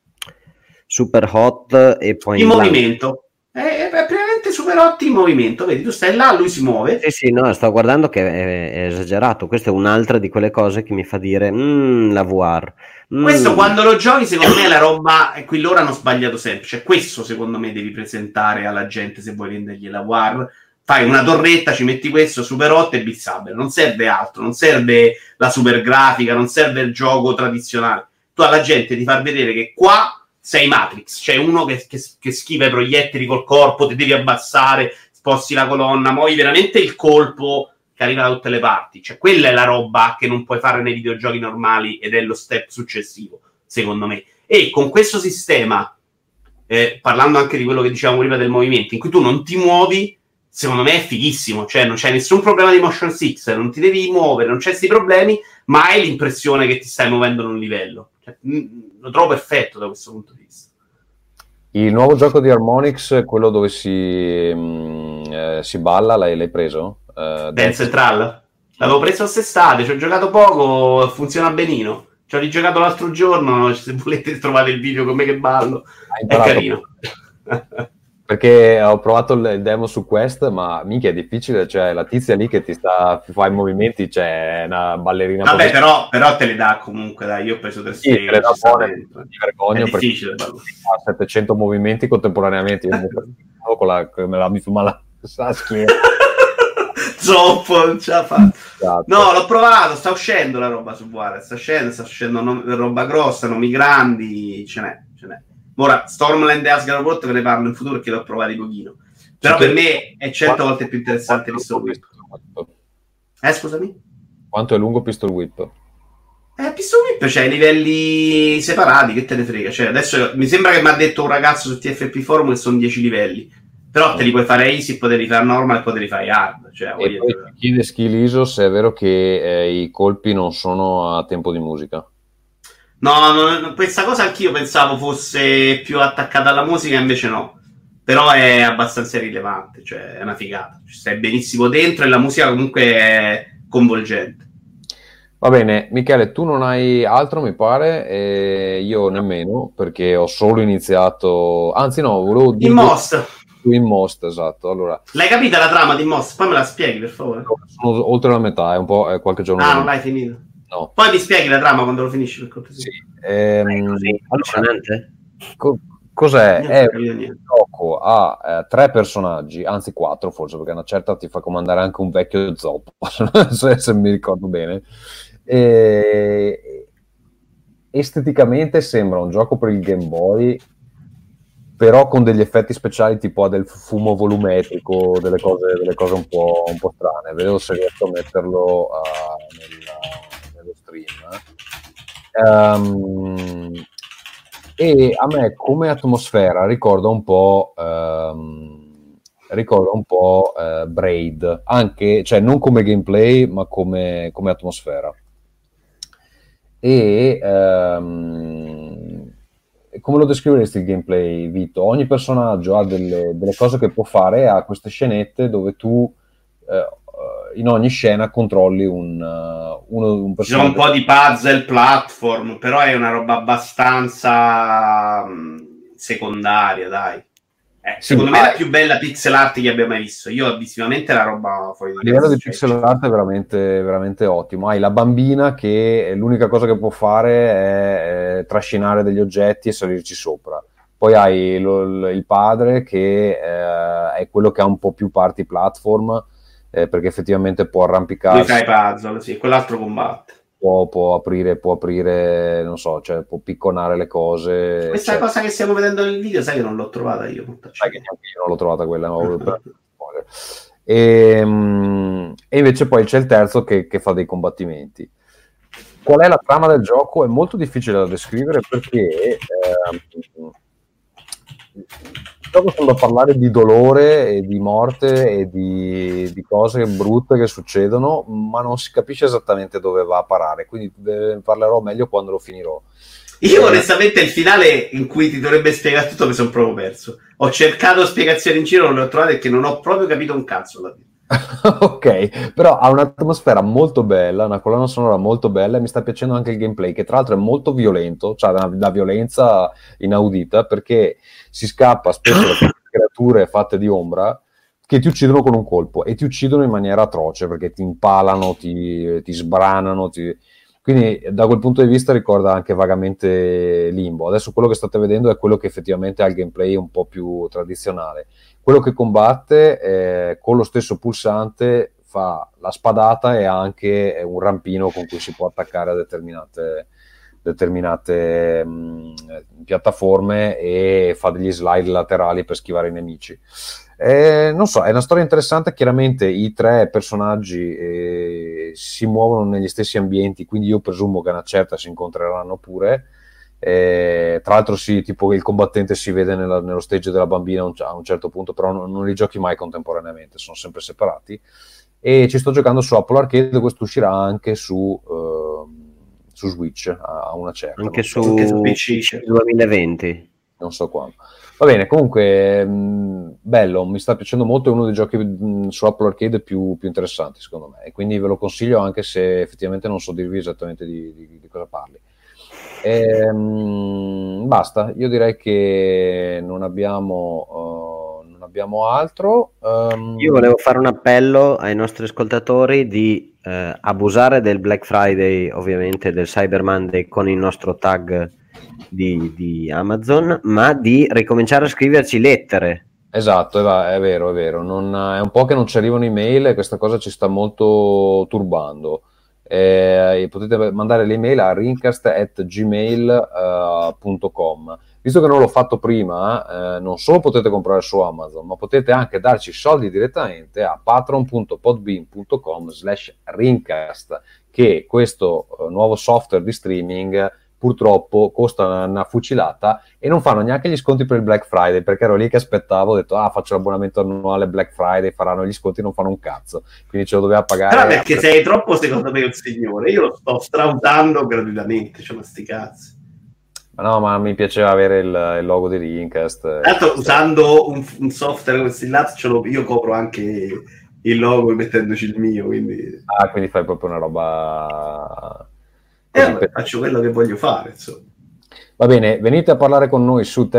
Super Hot e poi in movimento. È praticamente Super Hot in movimento, vedi, tu stai là, lui si muove. Sì, no, sto guardando che è esagerato. Questa è un'altra di quelle cose che mi fa dire la VR. Questo quando lo giochi, secondo me, è la roba, e qui loro hanno sbagliato sempre. Cioè, questo secondo me devi presentare alla gente se vuoi vendergli la VR. Fai una torretta, ci metti questo, Super 8 e Beat Saber. Non serve altro, non serve la super grafica, non serve il gioco tradizionale. Tu alla gente di far vedere che qua sei Matrix, c'è uno che schiva i proiettili col corpo, ti devi abbassare, sposti la colonna, muovi veramente il colpo che arriva da tutte le parti. Cioè, quella è la roba che non puoi fare nei videogiochi normali ed è lo step successivo, secondo me. E con questo sistema, parlando anche di quello che dicevamo prima del movimento, in cui tu non ti muovi, secondo me è fighissimo. Cioè, non c'è nessun problema di motion sickness, non ti devi muovere, non c'è questi problemi, ma hai l'impressione che ti stai muovendo in un livello. Cioè, lo trovo perfetto da questo punto di vista. Il nuovo gioco di Harmonix, quello dove si balla, l'hai preso? Dance Central? L'avevo preso quest'estate, ci ho giocato poco, funziona benino. Ci ho rigiocato l'altro giorno, se volete trovate il video con me che ballo. È carino. Perché ho provato il demo su Quest, ma minchia è difficile, cioè la tizia lì che ti fa i movimenti, c'è una ballerina. Vabbè, però te le dà comunque, dai, io ho preso 3 sì, te le dà buone, mi vergogno è difficile, perché ha 700 movimenti contemporaneamente, io me la mi fuma la schiena. Zoppo, non ce la fa. Esatto. No, l'ho provato, sta uscendo la roba su Guarda, sta uscendo roba grossa, nomi grandi, ce n'è. Ora, Stormland e Asgard World ve ne parlo in futuro perché l'ho provato un pochino. Però per me è 100 volte più interessante Pistol Whip. Scusami? Quanto è lungo Pistol Whip? Pistol Whip c'è i livelli separati, che te ne frega. Cioè, adesso mi sembra che mi ha detto un ragazzo su TFP Forum che sono 10 livelli. Però te li puoi fare easy, potevi fare normal e potevi fare hard. Cioè, e poi ti chiede skill ISO se è vero che i colpi non sono a tempo di musica. No, questa cosa anch'io pensavo fosse più attaccata alla musica, invece no. Però è abbastanza rilevante, cioè è una figata. Ci stai benissimo dentro e la musica comunque è coinvolgente. Va bene, Michele, tu non hai altro, mi pare, e io nemmeno, perché ho solo iniziato... Anzi no, volevo dire... In Most, esatto. Allora, l'hai capita la trama di Most? Poi me la spieghi, per favore. Sono oltre la metà, è un po' qualche giorno. Non l'hai finito? No. Poi mi spieghi la trama quando lo finisci, per cortesia. Sì. Cos'è? È un gioco a 3 personaggi, anzi 4 forse, perché una certa ti fa comandare anche un vecchio zoppo, se mi ricordo bene. Esteticamente sembra un gioco per il Game Boy, però con degli effetti speciali tipo ha del fumo volumetrico, delle cose un po' strane. Vedo se riesco a metterlo nello stream. E a me come atmosfera ricorda un po' Braid, anche, cioè non come gameplay ma come atmosfera. E come lo descriveresti il gameplay, Vito? Ogni personaggio ha delle cose che può fare, ha queste scenette dove tu in ogni scena controlli un personaggio. Ci sono un po' di puzzle, platform, però è una roba abbastanza secondaria, dai. Secondo me è la più bella pixel art che abbia mai visto. Io visivamente la roba fuori di a livello di pixel art è veramente, veramente ottimo. Hai la bambina che l'unica cosa che può fare è trascinare degli oggetti e salirci sopra. Poi hai il padre che è quello che ha un po' più party platform, perché effettivamente può arrampicarsi. Lui fa i puzzle, sì, quell'altro combatte. Può aprire, non so, cioè può picconare le cose. Questa cosa che stiamo vedendo nel video, sai che non l'ho trovata io. Sai che neanche io non l'ho trovata quella. E invece poi c'è il terzo che fa dei combattimenti. Qual è la trama del gioco? È molto difficile da descrivere perché il gioco sembra parlare di dolore e di morte e di cose brutte che succedono, ma non si capisce esattamente dove va a parare, quindi parlerò meglio quando lo finirò. Io onestamente il finale in cui ti dovrebbe spiegare tutto mi sono proprio perso. Ho cercato spiegazioni in giro, non le ho trovate perché non ho proprio capito un cazzo alla fine. Ok, però ha un'atmosfera molto bella, una colonna sonora molto bella e mi sta piacendo anche il gameplay, che tra l'altro è molto violento, cioè una violenza inaudita, perché si scappa spesso da creature fatte di ombra che ti uccidono con un colpo e ti uccidono in maniera atroce perché ti impalano, ti sbranano, quindi da quel punto di vista ricorda anche vagamente Limbo. Adesso quello che state vedendo è quello che effettivamente ha il gameplay un po' più tradizionale. Quello che combatte con lo stesso pulsante fa la spadata e ha anche un rampino con cui si può attaccare a determinate piattaforme e fa degli slide laterali per schivare i nemici. Non so, è una storia interessante. Chiaramente i tre personaggi si muovono negli stessi ambienti, quindi io presumo che a una certa si incontreranno pure. Tra l'altro sì, tipo il combattente si vede nello stage della bambina a un certo punto, però non li giochi mai contemporaneamente, sono sempre separati. E ci sto giocando su Apple Arcade, questo uscirà anche su Switch a una certa, anche su PC 2020, non so quando. Va bene, comunque bello, mi sta piacendo molto, è uno dei giochi su Apple Arcade più interessanti secondo me, e quindi ve lo consiglio anche se effettivamente non so dirvi esattamente di cosa parli. Basta, io direi che non abbiamo altro. Io volevo fare un appello ai nostri ascoltatori di abusare del Black Friday, ovviamente del Cyber Monday con il nostro tag di Amazon, ma di ricominciare a scriverci lettere. Esatto, è vero. È un po' che non ci arrivano email e questa cosa ci sta molto turbando. Potete mandare l'email a rincast@gmail.com. Visto che non l'ho fatto prima, non solo potete comprare su Amazon, ma potete anche darci soldi direttamente a patreon.podbean.com/rincast, che questo nuovo software di streaming purtroppo costa una fucilata e non fanno neanche gli sconti per il Black Friday, perché ero lì che aspettavo, ho detto faccio l'abbonamento annuale Black Friday, faranno gli sconti, non fanno un cazzo, quindi ce lo doveva pagare. Però perché sei troppo, secondo me, un signore, io lo sto straudando gratuitamente, cioè ma sti cazzi. Ma mi piaceva avere il logo di Rincast. Tra l'altro usando un software come Stillax io copro anche il logo mettendoci il mio, quindi quindi fai proprio una roba. Faccio quello che voglio fare, insomma. Va bene, venite a parlare con noi su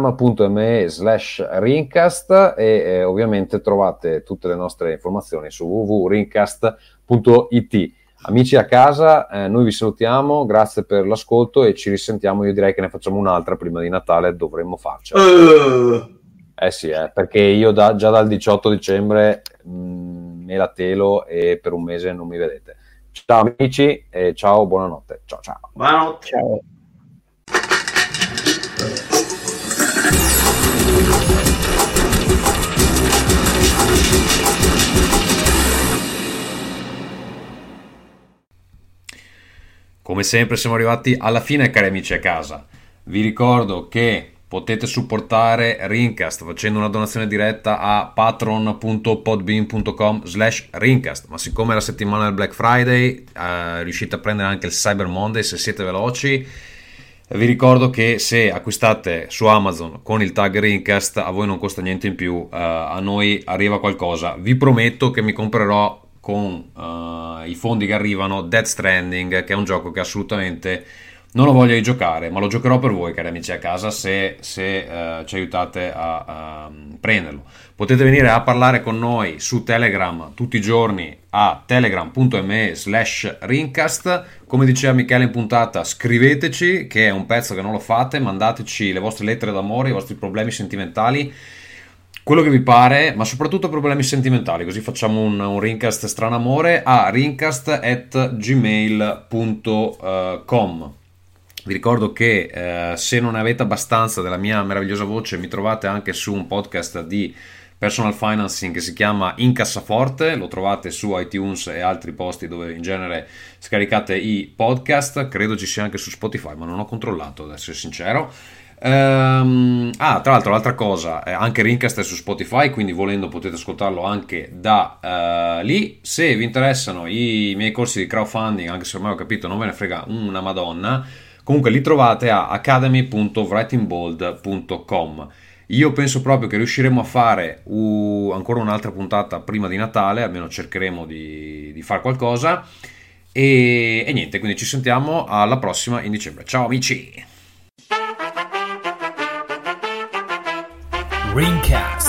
telegram.me/rincast e ovviamente trovate tutte le nostre informazioni su www.rincast.it. Amici a casa, noi vi salutiamo, grazie per l'ascolto e ci risentiamo. Io direi che ne facciamo un'altra prima di Natale, dovremmo farcela. Sì, perché io già dal 18 dicembre me la telo e per un mese non mi vedete. Ciao amici e ciao, buonanotte. Ciao. Buonanotte. Ciao. Come sempre siamo arrivati alla fine, cari amici a casa. Vi ricordo che potete supportare Rincast facendo una donazione diretta a patron.podbean.com/Rincast, ma siccome è la settimana del Black Friday riuscite a prendere anche il Cyber Monday se siete veloci. Vi ricordo che se acquistate su Amazon con il tag Rincast a voi non costa niente in più, a noi arriva qualcosa. Vi prometto che mi comprerò con i fondi che arrivano Death Stranding, che è un gioco che assolutamente non ho voglia di giocare, ma lo giocherò per voi, cari amici a casa, se ci aiutate a prenderlo. Potete venire a parlare con noi su Telegram tutti i giorni a telegram.me/rincast. Come diceva Michele in puntata, scriveteci, che è un pezzo che non lo fate, mandateci le vostre lettere d'amore, i vostri problemi sentimentali, quello che vi pare, ma soprattutto problemi sentimentali, così facciamo un Rincast stranamore a rincast@gmail.com. Vi ricordo che se non avete abbastanza della mia meravigliosa voce, mi trovate anche su un podcast di personal financing che si chiama In Cassaforte, lo trovate su iTunes e altri posti dove in genere scaricate i podcast, credo ci sia anche su Spotify, ma non ho controllato, ad essere sincero. Tra l'altro, l'altra cosa, anche Rincast è su Spotify, quindi volendo potete ascoltarlo anche da lì. Se vi interessano i miei corsi di crowdfunding, anche se ormai ho capito non ve ne frega una madonna, comunque li trovate a academy.writingbold.com. Io penso proprio che riusciremo a fare ancora un'altra puntata prima di Natale, almeno cercheremo di fare qualcosa, e niente, quindi ci sentiamo alla prossima in dicembre. Ciao amici! Rincast.